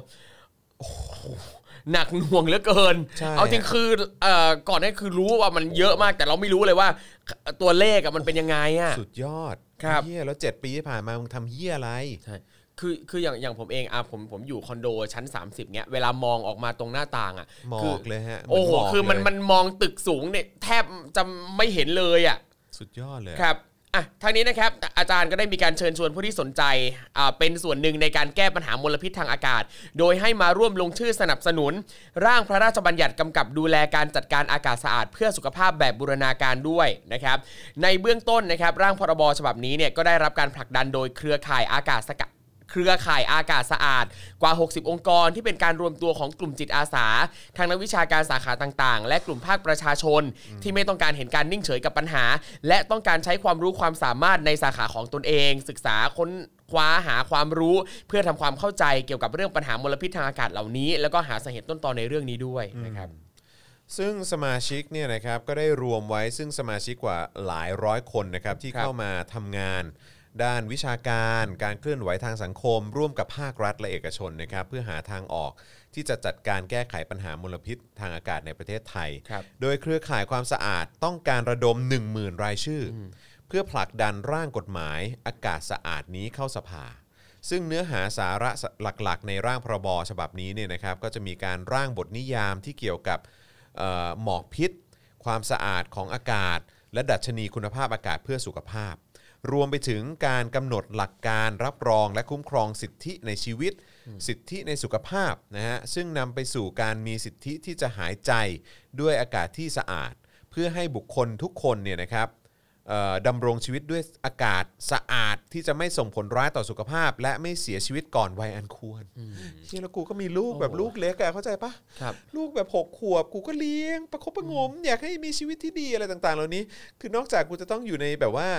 หนักหน่วงเหลือเกินเอาจริงคือก่อนหน้าคือรู้ว่ามันเยอะมากแต่เราไม่รู้เลยว่าตัวเลขมันเป็นยังไงอ่ะสุดยอดครับเหี้ยแล้ว7ปีที่ผ่านมามึงทำเหี้ยอะไรใช่คืออย่างผมเองผมอยู่คอนโดชั้น30เงี้ยเวลามองออกมาตรงหน้าต่างอ่ะมองเลยฮะโอ้โหคือมันมองตึกสูงเนี่ยแทบจะไม่เห็นเลยอ่ะสุดยอดเลยครับทางนี้นะครับอาจารย์ก็ได้มีการเชิญชวนผู้ที่สนใจเป็นส่วนหนึ่งในการแก้ปัญหามลพิษทางอากาศโดยให้มาร่วมลงชื่อสนับสนุนร่างพระราชบัญญัติกำกับดูแลการจัดการอากาศสะอาดเพื่อสุขภาพแบบบูรณาการด้วยนะครับในเบื้องต้นนะครับร่างพรบฉบับนี้เนี่ยก็ได้รับการผลักดันโดยเครือข่ายอากาศสะอาดกว่า60องค์กรที่เป็นการรวมตัวของกลุ่มจิตอาสาทางนักวิชาการสาขาต่างๆและกลุ่มภาคประชาชนที่ไม่ต้องการเห็นการนิ่งเฉยกับปัญหาและต้องการใช้ความรู้ความสามารถในสาขาของตนเองศึกษาค้นคว้าหาความรู้เพื่อทำความเข้าใจเกี่ยวกับเรื่องปัญหามลพิษทางอากาศเหล่านี้แล้วก็หาสาเหตุต้นตอในเรื่องนี้ด้วยนะครับซึ่งสมาชิกเนี่ยนะครับก็ได้รวมไว้ซึ่งสมาชิกกว่าหลายร้อยคนนะครับที่เข้ามาทำงานด้านวิชาการการเคลื่อนไหวทางสังคมร่วมกับภาครัฐและเอกชนนะครับเพื่อหาทางออกที่จะจัดการแก้ไขปัญหามลพิษทางอากาศในประเทศไทยโดยเครือข่ายความสะอาดต้องการระดม 10,000 รายชื่อเพื่อผลักดันร่างกฎหมายอากาศสะอาดนี้เข้าสภาซึ่งเนื้อหาสาระหลักๆในร่างพรบฉบับนี้เนี่ยนะครับก็จะมีการร่างบทนิยามที่เกี่ยวกับหมอกพิษความสะอาดของอากาศและดัชนีคุณภาพอากาศเพื่อสุขภาพรวมไปถึงการกำหนดหลักการรับรองและคุ้มครองสิทธิในชีวิตสิทธิในสุขภาพนะฮะซึ่งนำไปสู่การมีสิทธิที่จะหายใจด้วยอากาศที่สะอาดเพื่อให้บุคคลทุกคนเนี่ยนะครับดำรงชีวิตด้วยอากาศสะอาดที่จะไม่ส่งผลร้ายต่อสุขภาพและไม่เสียชีวิตก่อนวัยอันควรที่แล้วกูก็มีลูกแบบลูกเล็กเข้าใจปะลูกแบบ6 ขวบกูก็เลี้ยงประคบประงมอยากให้มีชีวิตที่ดีอะไรต่างๆเหล่านี้คือนอกจากกูจะต้องอยู่ในแบบว่า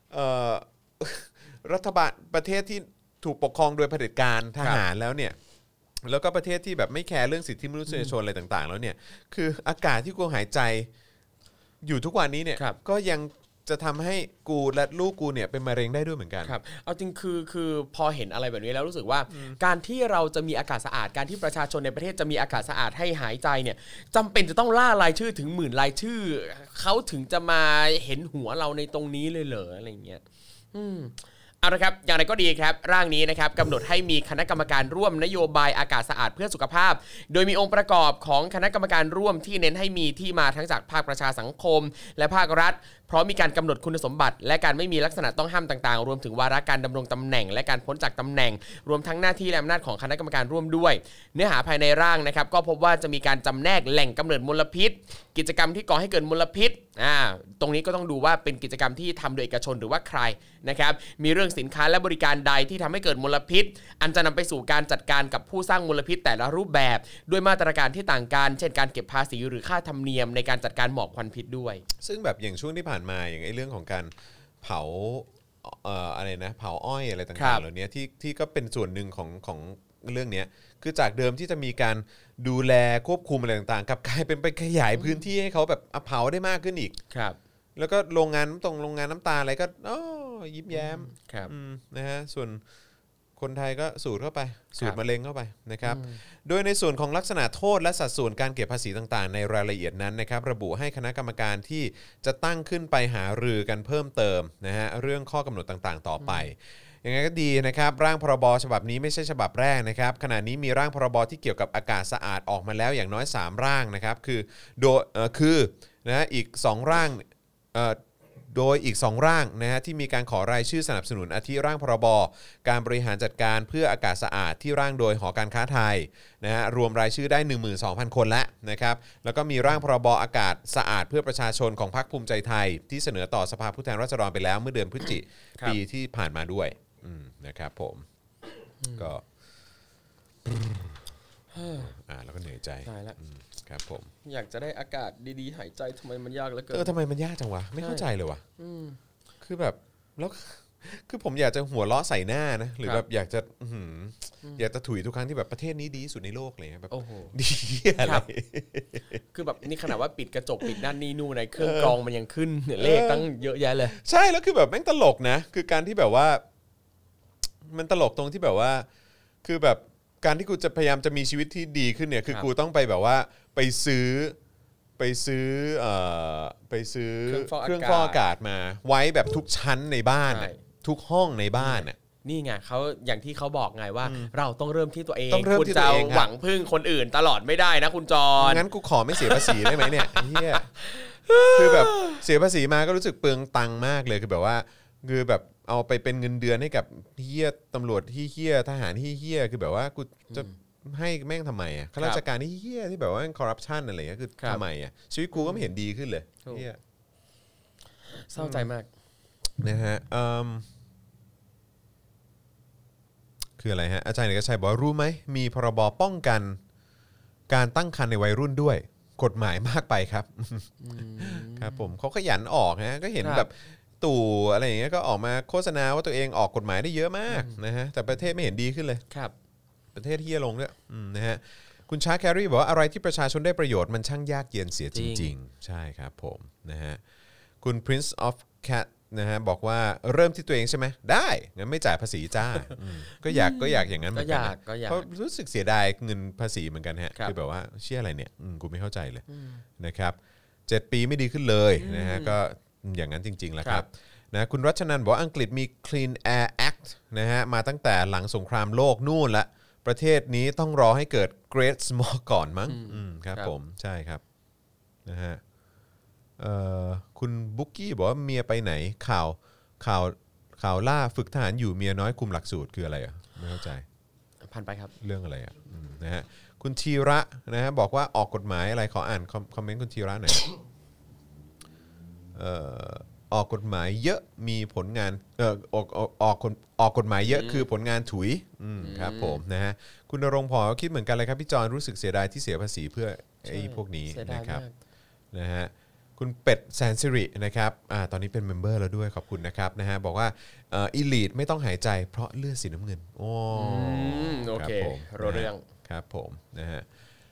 รัฐบาลประเทศที่ถูกปกครองโดยเผด็จการทหารแล้วเนี่ยแล้วก็ประเทศที่แบบไม่แคร์เรื่องสิทธิมนุษยชนอะไรต่างๆแล้วเนี่ยคืออากาศที่กูหายใจอยู่ทุกวันนี้เนี่ยก็ยังจะทำให้กูและลูกกูเนี่ยเป็นมะเร็งได้ด้วยเหมือนกันครับเอาจริงคือพอเห็นอะไรแบบนี้แล้วรู้สึกว่าการที่เราจะมีอากาศสะอาดการที่ประชาชนในประเทศจะมีอากาศสะอาดให้หายใจเนี่ยจำเป็นจะต้องล่ารายชื่อถึง10,000รายชื่อเขาถึงจะมาเห็นหัวเราในตรงนี้เลยเหรออะไรอย่างเงี้ยเอาละครับอย่างไรก็ดีครับร่างนี้นะครับกำหนดให้มีคณะกรรมการร่วมนโยบายอากาศสะอาดเพื่อสุขภาพโดยมีองค์ประกอบของคณะกรรมการร่วมที่เน้นให้มีที่มาทั้งจากภาคประชาสังคมและภาครัฐเพราะมีการกำหนดคุณสมบัติและการไม่มีลักษณะต้องห้ามต่างๆรวมถึงวาระการดำรงตำแหน่งและการพ้นจากตำแหน่งรวมทั้งหน้าที่และอำนาจของคณะกรรมการร่วมด้วยเนื้อหาภายในร่างนะครับก็พบว่าจะมีการจำแนกแหล่งกำเนิดมลพิษกิจกรรมที่ก่อให้เกิดมลพิษตรงนี้ก็ต้องดูว่าเป็นกิจกรรมที่ทำโดยเอกชนหรือว่าใครนะครับมีเรื่องสินค้าและบริการใดที่ทำให้เกิดมลพิษอันจะนำไปสู่การจัดการกับผู้สร้างมลพิษแต่ละรูปแบบด้วยมาตรการที่ต่างกันเช่นการเก็บภาษีหรือค่าธรรมเนียมในการจัดการหมอกควันพิษด้วยซึ่งแบบอย่างช่วงที่ผ่านมาอย่างเรื่องของการเผาอะไรนะเผาอ้อยอะไรต่างๆเหล่านี้ที่ก็เป็นส่วนหนึ่งของเรื่องนี้คือจากเดิมที่จะมีการดูแลควบคุมอะไรต่างๆกลับกลายเป็นไปขยายพื้นที่ให้เขาแบบเผาได้มากขึ้นอีกครับแล้วก็โรงงานน้ำตาลอะไรก็ยิ้มแย้มนะฮะส่วนคนไทยก็สูดเข้าไปสูดมะเร็งเข้าไปนะครับโดยในส่วนของลักษณะโทษและสัดส่วนการเก็บภาษีต่างๆในรายละเอียดนั้นนะครับระบุให้คณะกรรมการที่จะตั้งขึ้นไปหารือกันเพิ่มเติมนะฮะเรื่องข้อกำหนดต่างๆต่อไปยังไงก็ดีนะครับร่างพรบฉบับนี้ไม่ใช่ฉบับแรกนะครับขณะนี้มีร่างพรบที่เกี่ยวกับอากาศสะอาดออกมาแล้วอย่างน้อย3ร่างนะครับคือนะอีก2ร่างโดยอีก2ร่างนะฮะที่มีการขอรายชื่อสนับสนุนอาทิร่างพรบการบริหารจัดการเพื่ออากาศสะอาดที่ร่างโดยหอการค้าไทยนะฮะรวมรายชื่อได้ 12,000 คนแล้วนะครับแล้วก็มีร่างพรบอากาศสะอาดเพื่อประชาชนของพรรคภูมิใจไทยที่เสนอต่อสภาผู้แทนราษฎรไปแล้วเมื่อเดือนพฤศจิกายนปีที่ผ่านมาด้วยนะครับผมก็แล้วก็เหนื่อยใจตายแล้วครับผมอยากจะได้อากาศดีๆหายใจทำไมมันยากเหลือเกินทำไมมันยากจังวะไม่เข้าใจเลยวะคือแบบแล้วคือผมอยากจะหัวเราะใส่หน้านะหรือแบบอยากจะถุยทุกครั้งที่แบบประเทศนี้ดีที่สุดในโลกเลยแบบดีอะไรคือแบบนี่ขนาดว่าปิดกระจกปิดนั่นนี่นู่นในเครื่องกรองมันยังขึ้นเลขตั้งเยอะแยะเลยใช่แล้วคือแบบแม่งตลกนะคือการที่แบบว่ามันตลกตรงที่แบบว่าคือแบบการที่กูจะพยายามจะมีชีวิตที่ดีขึ้นเนี่ยคือกูต้องไปแบบว่าไปซื้อเครื่องฟอกอากาศมาไว้แบบทุกชั้นในบ้านทุกห้องในบ้านน่ะนี่ไงเขาอย่างที่เขาบอกไงว่าเราต้องเริ่มที่ตัวเองคุณจะหวังพึ่งคนอื่นตลอดไม่ได้นะคุณจรงั้นกูขอไม่เสียภาษีได้ไหมเนี่ยเหี้ยคือแบบเสียภาษีมาก็รู้สึกเปลืองตังค์มากเลยคือแบบว่าคือแบบเอาไปเป็นเงินเดือนให้กับเหี้ยตำรวจที่เหี้ยทหารที่เหี้ยคือแบบว่ากูจะให้แม่งทำไมอ่ะข้าราชการที่เหี้ยที่แบบว่าคอร์รัปชันอะไรเงี้ยคือทำไมอ่ะชีวิตกูก็ไม่เห็นดีขึ้นเลยเหี้ยเศร้าใจมากนะฮะคืออะไรฮะอาจารย์เอกชัยบอกว่ารู้ไหมมีพรบป้องกันการตั้งครรภ์ในวัยรุ่นด้วยกฎหมายมากไปครับครับผมเขาขยันออกนะก็เห็นแบบตู่อะไรอย่างเงี้ยก็ออกมาโฆษณาว่าตัวเองออกกฎหมายได้เยอะมากนะฮะแต่ประเทศไม่เห็นดีขึ้นเลยครับประเทศเฮี้ยลงด้วยนะฮะคุณชาแครีบอกว่าอะไรที่ประชาชนได้ประโยชน์มันช่างยากเย็นเสียจริงๆใช่ครับผมนะฮะคุณ Prince of Cat นะฮะบอกว่าเริ่มที่ตัวเองใช่ไหมได้งั้นไม่จ่ายภาษีจ้าก็อยากอย่างนั้นเหมือนกันเพราะรู้สึกเสียดายเงินภาษีเหมือนกันฮะคือแบบว่าเชื่ออะไรเนี่ยกูไม่เข้าใจเลยนะครับ7 ปีไม่ดีขึ้นเลยนะฮะก็อย่างนั้นจริงๆแหละครับนะคุณรัชนันท์บอกว่าอังกฤษมี Clean Air Act นะฮะมาตั้งแต่หลังสงครามโลกนู่นละประเทศนี้ต้องรอให้เกิด Great Smog ก่อนมั้งครับผมใช่ครับนะฮะคุณบุ๊กกี้บอกว่าเมียไปไหนข่าวล่าฝึกทหารอยู่เมียน้อยคุมหลักสูตรคืออะไรอ่ะไม่เข้าใจผ่านไปครับเรื่องอะไรอ่ะนะฮะคุณธีระนะฮะบอกว่าออกกฎหมายอะไรขออ่านคอมเมนต์คุณธีระหน่อยออกกฎหมายเยอะมีผลงานออกกฎหมายเยอะคือผลงานถุยครับผมนะฮะคุณณรงค์พรคิดเหมือนกันเลยครับพี่จอนรู้สึกเสียดายที่เสียภาษีเพื่อไอ้พวกนี้นะครับนะฮะคุณเป็ดแสนสิรินะครับตอนนี้เป็นเมมเบอร์แล้วด้วยขอบคุณนะครับนะฮะบอกว่าอีลีทไม่ต้องหายใจเพราะเลือดสีน้ำเงินโอเครู้เรื่องครับผมนะฮะ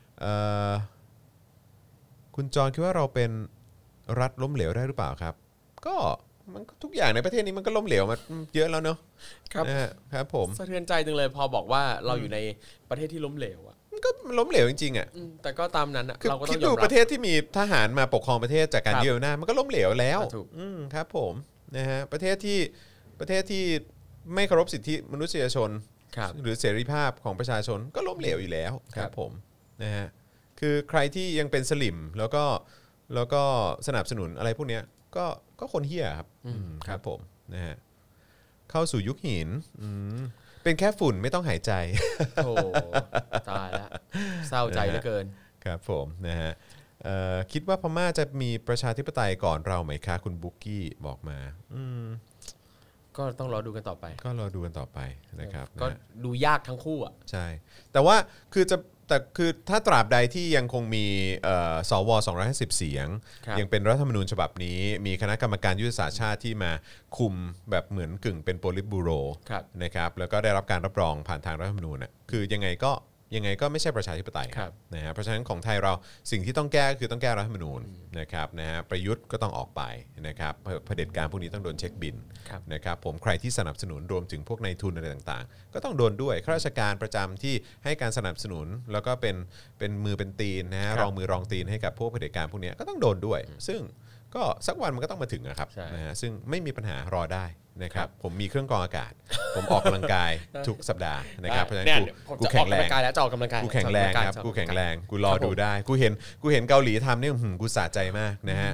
คุณจอนคิดว่าเราเป็นรัฐล้มเหลวได้หรือเปล่าครับก็มันทุกอย่างในประเทศนี้มันก็ล้มเหลวมาเยอะแล้วเนาะครับครับผมสะเทือนใจจังเลยพอบอกว่าเราอยู่ในประเทศที่ล้มเหลวอ่ะมันก็ล้มเหลวจริงๆอ่ะแต่ก็ตามนั้นเราก็ต้องยอมรับคิดดูประเทศที่มีทหารมาปกครองประเทศจากการยึดอำนาจมันก็ล้มเหลวแล้วครับผมนะฮะประเทศที่ไม่เคารพสิทธิมนุษยชนหรือเสรีภาพของประชาชนก็ล้มเหลวอยู่แล้วครับผมนะฮะคือใครที่ยังเป็นสลิมแล้วก็สนับสนุนอะไรพวกเนี้ยก็คนเหี้ยครับครับผมนะฮะเข้าสู่ยุคหินเป็นแค่ฝุ่นไม่ต้องหายใจโอ้ตายแล้วเศร้าใจเหลือเกินครับผมนะฮะคิดว่าพม่าจะมีประชาธิปไตยก่อนเราไหมคะคุณบุ๊กกี้บอกมาก็ต้องรอดูกันต่อไปก็รอดูกันต่อไปนะครับก็ดูยากทั้งคู่อ่ะใช่แต่ว่าคือถ้าตราบใดที่ยังคงมีสว250เสียงยังเป็นรัฐธรรมนูญฉบับนี้มีคณะกรรมการยุทธศาสตร์ชาติที่มาคุมแบบเหมือนกึ่งเป็นโปลิตบูโรนะครับแล้วก็ได้รับการรับรองผ่านทางรัฐธรรมนูญน่ะคือยังไงก็ไม่ใช่ประชาธิปไตยนะฮะเพราะฉะนั้นของไทยเราสิ่งที่ต้องแก้คือต้องแก้รัฐธรรมนูญนะครับนะฮะประยุทธ์ก็ต้องออกไปนะครับเผด็จการพวกนี้ต้องโดนเช็คบิลนะครับผมใครที่สนับสนุนรวมถึงพวกนายทุนอะไรต่างๆก็ต้องโดนด้วยข้าราชการประจำที่ให้การสนับสนุนแล้วก็เป็นมือเป็นตีนนะฮะรองมือรองตีนให้กับพวกเผด็จการพวกนี้ก็ต้องโดนด้วยซึ่งก็สักวันมันก็ต้องมาถึงนะครับนะฮะซึ่งไม่มีปัญหารอได้นะครับผมมีเครื่องกรองอากาศผมออกกำลังกายทุกสัปดาห์นะครับเพราะฉะนั้นกูแข็งแรงแล้วจะออกกำลังกายกูแข็งแรงครับกูแข็งแรงกูรอดูได้กูเห็นเกาหลีทำเนี่ยกูสะใจมากนะฮะ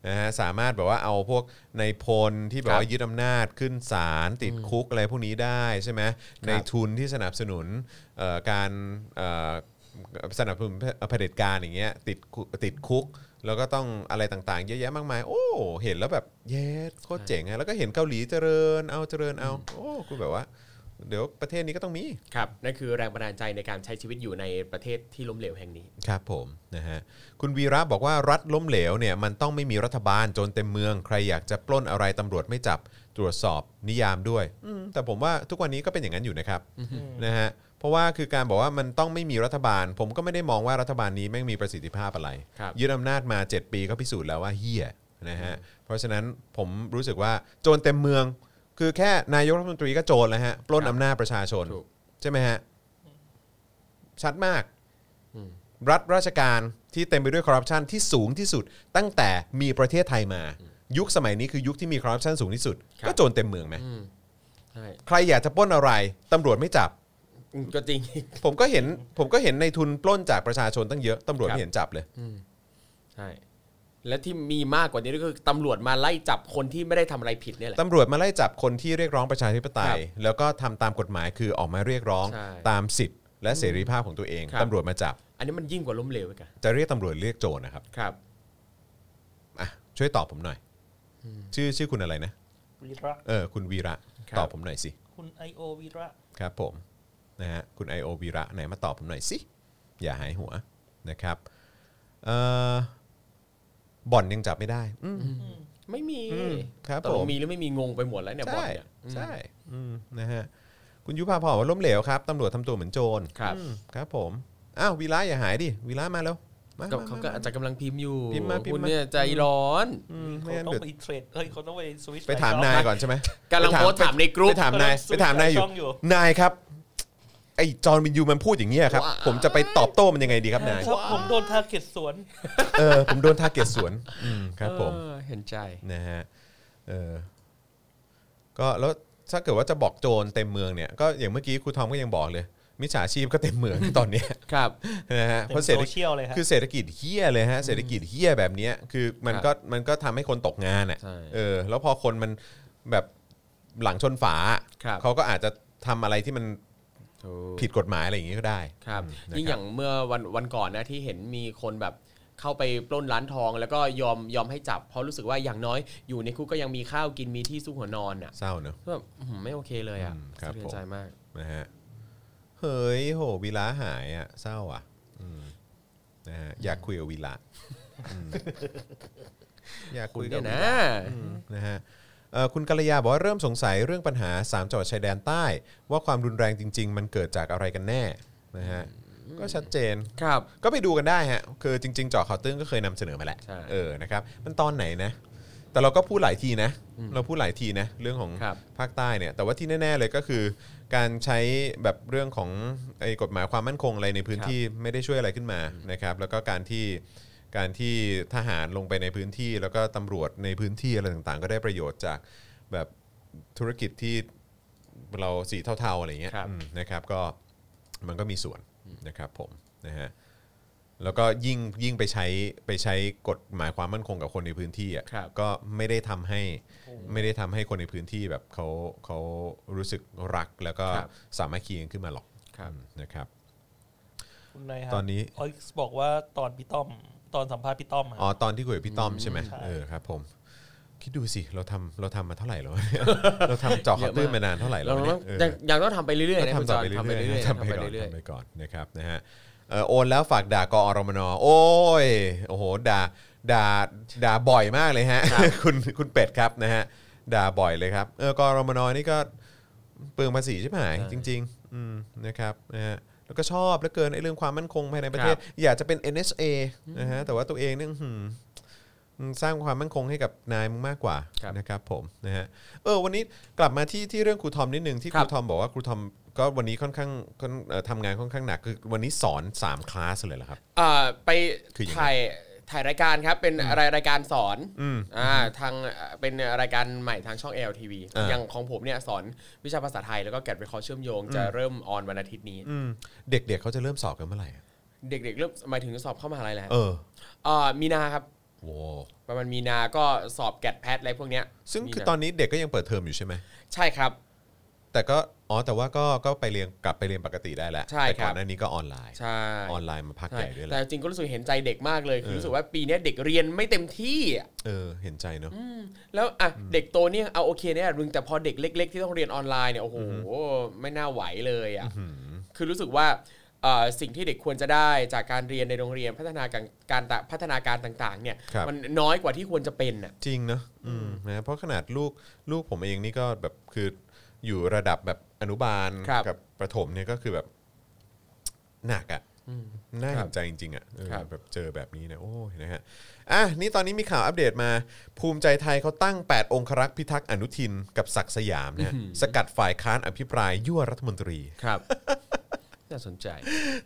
นะฮะสามารถแบบว่าเอาพวกในพลที่แบบว่ายึดอำนาจขึ้นศาลติดคุกอะไรพวกนี้ได้ใช่ไหมในทุนที่สนับสนุนการสนับสนุนเผด็จการอย่างเงี้ยติดคุกแล้วก็ต้องอะไรต่างๆเยอะแยะมากมายโอ้เห็นแล้วแบบเย้โคตรเจ๋งอะแล้วก็เห็นเกาหลีเจริญเอาโอ้กูแบบว่าเดี๋ยวประเทศนี้ก็ต้องมีครับนั่นคือแรงบันดาลใจในการใช้ชีวิตอยู่ในประเทศที่ล้มเหลวแห่งนี้ครับผมนะฮะคุณวีระบอกว่ารัฐล้มเหลวเนี่ยมันต้องไม่มีรัฐบาลโจรเต็มเมืองใครอยากจะปล้นอะไรตำรวจไม่จับตรวจสอบนิยามด้วยแต่ผมว่าทุกวันนี้ก็เป็นอย่างนั้นอยู่นะครับนะฮะเพราะว่าคือการบอกว่ามันต้องไม่มีรัฐบาลผมก็ไม่ได้มองว่ารัฐบาลนี้ไม่มีประสิทธิภาพอะไรยึดอำนาจมา7ปีก็พิสูจน์แล้วว่าเหี้ยนะฮะเพราะฉะนั้นผมรู้สึกว่าโจรเต็มเมืองคือแค่นายกรัฐมนตรีก็โจรแล้วฮะปล้นอำนาจประชาชนใช่ไหมฮะชัดมากรัฐราชการที่เต็มไปด้วยคอร์รัปชันที่สูงที่สุดตั้งแต่มีประเทศไทยมายุคสมัยนี้คือยุคที่มีคอร์รัปชันสูงที่สุดก็โจรเต็มเมืองไหมใครอยากจะปล้นอะไรตำรวจไม่จับก็จริงผมก็เห็นในทุนปล้นจากประชาชนตั้งเยอะตำรวจไม่เห็นจับเลยใช่และที่มีมากกว่านี้ก็คือตำรวจมาไล่จับคนที่ไม่ได้ทำอะไรผิดเนี่ยแหละตำรวจมาไล่จับคนที่เรียกร้องประชาธิปไตยแล้วก็ทำตามกฎหมายคือออกมาเรียกร้องตามสิทธิ์และเสรีภาพของตัวเองตำรวจมาจับอันนี้มันยิ่งกว่าล้มเหลวอีกอะจะเรียกตำรวจเรียกโจรนะครับครับอ่ะช่วยตอบผมหน่อยชื่อคุณอะไรนะวีระคุณวีระตอบผมหน่อยสิคุณ IO วีระครับผมนะฮะคุณ IO วีระไหนมาตอบผมหน่อยสิอย่าหายหัวนะครับบ่อนยังจับไม่ได้ไม่มีครับผมมีหรือไม่มีงงไปหมดแล้วเนี่ยบ่อนเนี่ยใช่นะฮะคุณยุพาพรว่าล้มเหลวครับตำรวจทำตัวเหมือนโจรครับผมอ้าววีระอย่าหายดิวีระมาแล้วเขาก็อาจจะกำลังพิมพ์อยู่คุณเนี่ยใจร้อนเขาต้องไปเทรดเขาต้องไปสวิตช์ไปถามนายก่อนใช่ไหมกำลังโพสถามในกรุ๊ปไปถามนายอยู่นายครับไอ้จอห์นวินยูมันพูดอย่างนี้ครับผมจะไปตอบโต้มันยังไงดีครับนายผมโดนทาร์เก็ตสวนผมโดนทาร์เก็ตสวนครับผมเห็นใจนะฮะก็แล้วถ้าเกิดว่าจะบอกโจรเต็มเมืองเนี่ยก็อย่างเมื่อกี้ครูทอมก็ยังบอกเลยมิจฉาชีพก็เต็มเมืองตอนนี้ครับนะฮะเพราะเศรษฐกิจคือเศรษฐกิจเหี้ยเลยฮะเศรษฐกิจเหี้ยแบบนี้คือมันก็ทำให้คนตกงานอ่ะแล้วพอคนมันแบบหลังชนฝาเขาก็อาจจะทำอะไรที่มันผิดกฎหมายอะไรอย่างนี้ก็ได้ครับยิ่งอย่างเมื่อวันก่อนนะที่เห็นมีคนแบบเข้าไปปล้นร้านทองแล้วก็ยอมให้จับเพราะรู้สึกว่าอย่างน้อยอยู่ในคุกก็ยังมีข้าวกินมีที่ซุกหัวนอนอ่ะเศร้าเนอะแบบไม่โอเคเลยอ่ะสะเทือนใจมากนะฮะเฮ้ยโหวีระหายอ่ะเศร้าอ่ะนะฮะอยากคุยกับวีระอยากคุยกับนะฮะคุณกัลยาบอกว่าเริ่มสงสัยเรื่องปัญหา3จังหวัดชายแดนใต้ว่าความรุนแรงจริงๆมันเกิดจากอะไรกันแน่นะฮะก็ชัดเจนครับก็ไปดูกันได้ฮะคือจริงๆเจาะข่าวตื้นก็เคยนำเสนอมาแหละนะครับมันตอนไหนนะแต่เราก็พูดหลายทีนะเราพูดหลายทีนะเรื่องของภาคใต้เนี่ยแต่ว่าที่แน่ๆเลยก็คือการใช้แบบเรื่องของไอ้กฎหมายความมั่นคงอะไรในพื้นที่ไม่ได้ช่วยอะไรขึ้นมานะครับแล้วก็การที่ทหารลงไปในพื้นที่แล้วก็ตำรวจในพื้นที่อะไรต่างๆก็ได้ประโยชน์จากแบบธุรกิจที่เราสีเทาๆอะไรเงี้ยนะครับก็มันก็มีส่วนนะครับผมนะฮะแล้วก็ยิ่งไปใช้กฎหมายความมั่นคงกับคนในพื้นที่อ่ะก็ไม่ได้ทำให้คนในพื้นที่แบบเขารู้สึกรักแล้วก็สามัคคีกันขึ้นมาหรอกนะครับตอนนี้บอกว่าตอนพี่ต้อมตอนสัมภาษณ์พี่ต้อมตอนที่คุยกับพี่ต้อมใช่ไหมครับผมคิดดูสิเราทำมาเท่าไหร่แล้วเราทำเจาะข่าวตื้นมานานเท่าไหร่แล้วยังต้องทำไปเรื่อยๆนะทำไปเรื่อยๆก่อนนะครับนะฮะโอนแล้วฝากด่ากอรมนโอ้ยโอ้โหด่าบ่อยมากเลยฮะคุณเป็ดครับนะฮะด่าบ่อยเลยครับกอรมนนี่ก็เปลืองภาษีใช่ไหมจริงๆนะครับนะฮะแล้วก็ชอบเหลือเกินไอ้เรื่องความมั่นคงภายในประเทศอยากจะเป็น NSA นะฮะแต่ว่าตัวเองเนี่ยสร้างความมั่นคงให้กับนายมึงมากกว่านะครับผมนะฮะวันนี้กลับมาที่เรื่องครูทอมนิดนึงที่ครูทอมบอกว่าครูทอมก็วันนี้ค่อนข้างทำงานค่อนข้างหนักคือวันนี้สอน3คลาสเลยเหรอครับไปถ่ายรายการครับเป็นรายการสอนทางเป็นรายการใหม่ทางช่อง LTV อย่างของผมเนี่ยสอนวิชาภาษาไทยแล้วก็แกะวิเคราะห์เชื่อมโยงจะเริ่มออนวันอาทิตย์นี้เด็กๆเขาจะเริ่มสอบกันเมื่อไหร่เด็กๆเริ่มหมายถึงสอบเข้ามหาลัยแล้วมีนาครับโว้ประมาณมีนาก็สอบแกดแพทอะไรพวกเนี้ยซึ่งคือตอนนี้เด็กก็ยังเปิดเทอมอยู่ใช่ไหมใช่ครับแต่ก็แต่ว่าก็ไปเรียนกลับไปเรียนปกติได้แล้วแต่ก่อนหน้านี้ก็ออนไลน์ใช่ออนไลน์มาพักใหญ่ด้วยแหละแต่จริงก็รู้สึกเห็นใจเด็กมากเลยคือรู้สึกว่าปีนี้เด็กเรียนไม่เต็มที่เห็นใจเนาะแล้วอ่ะเด็กโตเนี่ยเอาโอเคเนี่ยรึงแต่พอเด็กเล็กๆที่ต้องเรียนออนไลน์เนี่ยโอ้โหไม่น่าไหวเลยอ่ะคือรู้สึกว่าสิ่งที่เด็กควรจะได้จากการเรียนในโรงเรียนพัฒนาการต่างๆเนี่ยมันน้อยกว่าที่ควรจะเป็นอ่ะจริงเนาะนะเพราะขนาดลูกผมเองนี่ก็แบบคืออยู่ระดับแบบอนุบาลกับประถมเนี่ยก็คือแบบหนักอ่ะน่าเห็นใจจริงๆอ่ะแบบเจอแบบนี้นะโอ้ยนะฮะนี่ตอนนี้มีข่าวอัปเดตมาภูมิใจไทยเขาตั้ง8องครักษ์พิทักษ์อนุทินกับศักดิ์สยามนะสกัดฝ่ายค้านอภิปรายยั่วรัฐมนตรีครับน่าสนใจ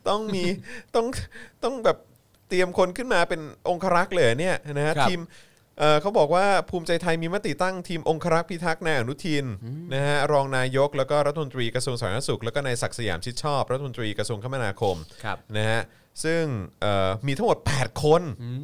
ต้องแบบเตรียมคนขึ้นมาเป็นองครักษ์เลยเนี่ยนะฮะทีมเขาบอกว่าภูมิใจไทยมีมติตั้งทีมองครักษ์พิทักษ์นายอนุทินนะฮะรองนายกแล้วก็รัฐมนตรีกระทรวงสาธารณสุขแล้วก็นายศักดิ์สยามชิดชอบรัฐมนตรีกระทรวงคมนาคมนะฮะซึ่งมีทั้งหมด8คน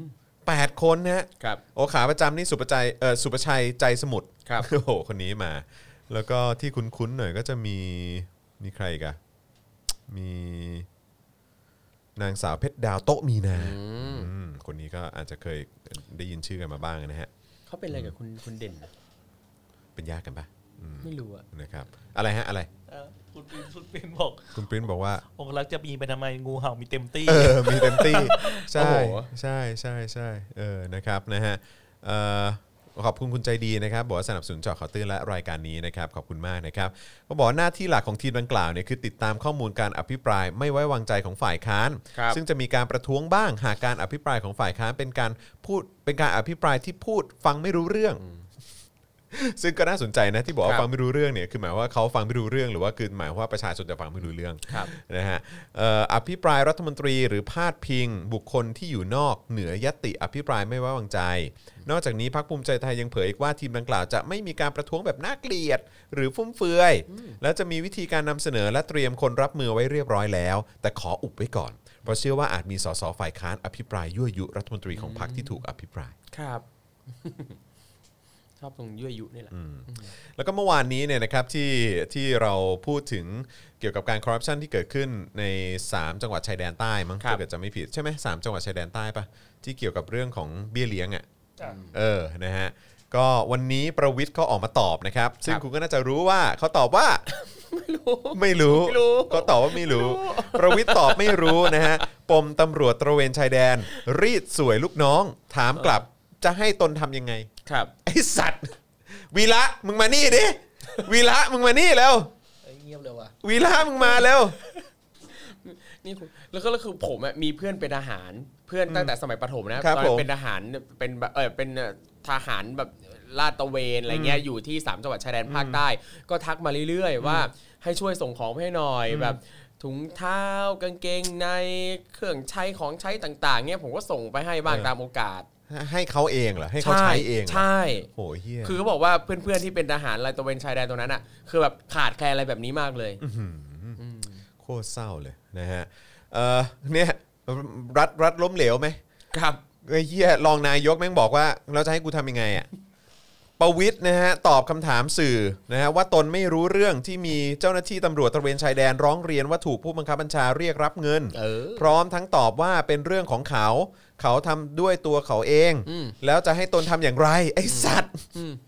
8คนนะฮะโอขาประจำนี่สุประชัยใจสมุทรโอ้โหคนนี้มาแล้วก็ที่คุ้นๆหน่อยก็จะมีใครอีกอะมีนางสาวเพชรดาวโต๊ะมีนาคนนี้ก็อาจจะเคยได้ยินชื่อกันมาบ้างนะฮะเขาเป็นอะไรกับคุณเด่นเป็นญาติกันปะไม่รู้อะนะครับอะไรฮะอะไรคุณปริ้นบอกคุณปริ้นบอกว่าองค์รักจะมีไปทำไมงูเห่ามีเต็มตี้มีเต็มตี้ใช่ใช่ใช่ใช่นะครับนะฮะขอบคุณคุณใจดีนะครับบอกว่าสนับสนุนเจาะข่าวตื้นและรายการนี้นะครับขอบคุณมากนะครับก็บอกหน้าที่หลักของทีมดังกล่าวเนี่ยคือติดตามข้อมูลการอภิปรายไม่ไว้วางใจของฝ่ายค้านซึ่งจะมีการประท้วงบ้างหากการอภิปรายของฝ่ายค้านเป็นการอภิปรายที่พูดฟังไม่รู้เรื่องซึ่งก็น่าสนใจนะที่บอกว่าฟังไม่รู้เรื่องเนี่ยคือหมายว่าเขาฟังไม่รู้เรื่องหรือว่าคือหมายว่าประชาชนจะฟังไม่รู้เรื่องนะฮะอภิปรายรัฐมนตรีหรือพาดพิงบุคคลที่อยู่นอกเหนือญัตติอภิปรายไม่ไว้วางใจนอกจากนี้พรรคภูมิใจไทยยังเผยอีกว่าทีมดังกล่าวจะไม่มีการประท้วงแบบน่าเกลียดหรือฟุ่มเฟือยและจะมีวิธีการนำเสนอและเตรียมคนรับมือไว้เรียบร้อยแล้วแต่ขออุบไว้ก่อนเพราะเชื่อว่าอาจมีสสฝ่ายค้านอภิปรายยั่วยุรัฐมนตรีของพรรคที่ถูกอภิปรายครับชอบตรงยั่วยุนี่แหละแล้วก็เมื่อวานนี้เนี่ยนะครับที่เราพูดถึงเกี่ยวกับการคอร์รัปชันที่เกิดขึ้นใน3จังหวัดชายแดนใต้มั้งถ้าเกิดจะไม่ผิดใช่ไหม3จังหวัดชายแดนใต้ปะที่เกี่ยวกับเรื่องของเบี้ยเลี้ยงอ่ะนะฮะก็วันนี้ประวิตรเขาออกมาตอบนะครับซึ่งคุณก็น่าจะรู้ว่าเขาตอบว่าไม่รู้ก็ตอบว่าไม่รู้ประวิตรตอบไม่รู้นะฮะปมตำรวจตระเวนชายแดนรีดสวยลูกน้องถามกลับจะให้ตนทำยังไงไอสัตว์วีระมึงมานี่ดิวีระมึงมานี่แล้วเงียบเลยว่ะวีระมึงมาแล้วนี่แล้วก็คือผมมีเพื่อนเป็นทหารเพื่อนตั้งแต่สมัยประถมนะตอนเป็นทหารเป็นเป็นทหารแบบลาดตระเวนอะไรเงี้ยอยู่ที่3จังหวัดชายแดนภาคใต้ก็ทักมาเรื่อยๆว่าให้ช่วยส่งของให้หน่อยแบบถุงเท้ากางเกงในเครื่องใช้ของใช้ต่างๆเนี่ยผมก็ส่งไปให้บ้างตามโอกาสให้เขาเองเหรอให้เขาใช้เองใช่โหเหี้ยคือเขาบอกว่าเพื่อนๆที่เป็นทหารอะไรตระเวนชายแดนตรงนั้นอ่ะคือแบบขาดแคลนอะไรแบบนี้มากเลยโคตรเศร้าเลยนะฮะเนี่ยรัฐล้มเหลวไหมครับไอ้เหี้ยรองนายกแม่งบอกว่าเราจะให้กูทำยังไงอ่ะประวิตรนะฮะตอบคำถามสื่อนะฮะว่าตนไม่รู้เรื่องที่มีเจ้าหน้าที่ตำรวจตระเวนชายแดนร้องเรียนว่าถูกผู้บังคับบัญชาเรียกรับเงินพร้อมทั้งตอบว่าเป็นเรื่องของเขาทำด้วยตัวเขาเองแล้วจะให้ตนทำอย่างไรไอ้สัตว์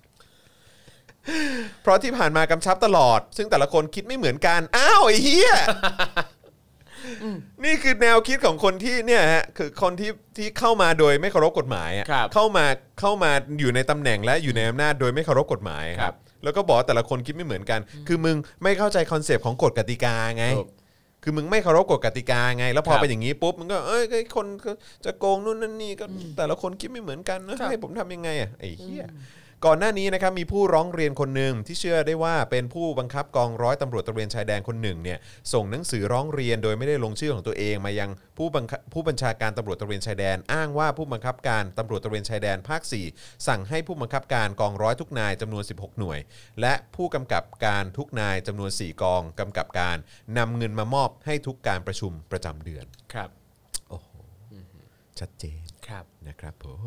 เพราะที่ผ่านมากำชับตลอดซึ่งแต่ละคนคิดไม่เหมือนกันอ้าวไอ้เหี้ยนี่คือแนวคิดของคนที่เนี่ยฮะคือคนที่เข้ามาโดยไม่เคารพกฎหมายเข้ามาอยู่ในตำแหน่งและอยู่ในอำนาจโดยไม่เคารพกฎหมายครับแล้วก็บอกแต่ละคนคิดไม่เหมือนกันคือมึงไม่เข้าใจคอนเซปต์ของกฎกติกาไงคือมึงไม่เคารพกฎกติกาไงแล้วพอเป็นอย่างนี้ปุ๊บมึงก็คนจะโกงนู่นนั่นนี่ก็แต่ละคนคิดไม่เหมือนกันนะให้ผมทำยังไงอ่ะไอ้เหี้ยก่อนหน้านี้นะครับมีผู้ร้องเรียนคนหนึ่งที่เชื่อได้ว่าเป็นผู้บังคับกองร้อยตำรวจตระเวนชายแดนคนหนึ่งเนี่ยส่งหนังสือร้องเรียนโดยไม่ได้ลงชื่อของตัวเองมายังผู้บัญชาการตำรวจตระเวนชายแดนอ้างว่าผู้บังคับการตำรวจตระเวนชายแดนภาค4สั่งให้ผู้บังคับการกองร้อยทุกนายจำนวน16หน่วยและผู้กำกับการทุกนายจำนวน4กองกำกับการนำเงินมามอบให้ทุกการประชุมประจำเดือนครับโอ้โหชัดเจนครับนะครับผม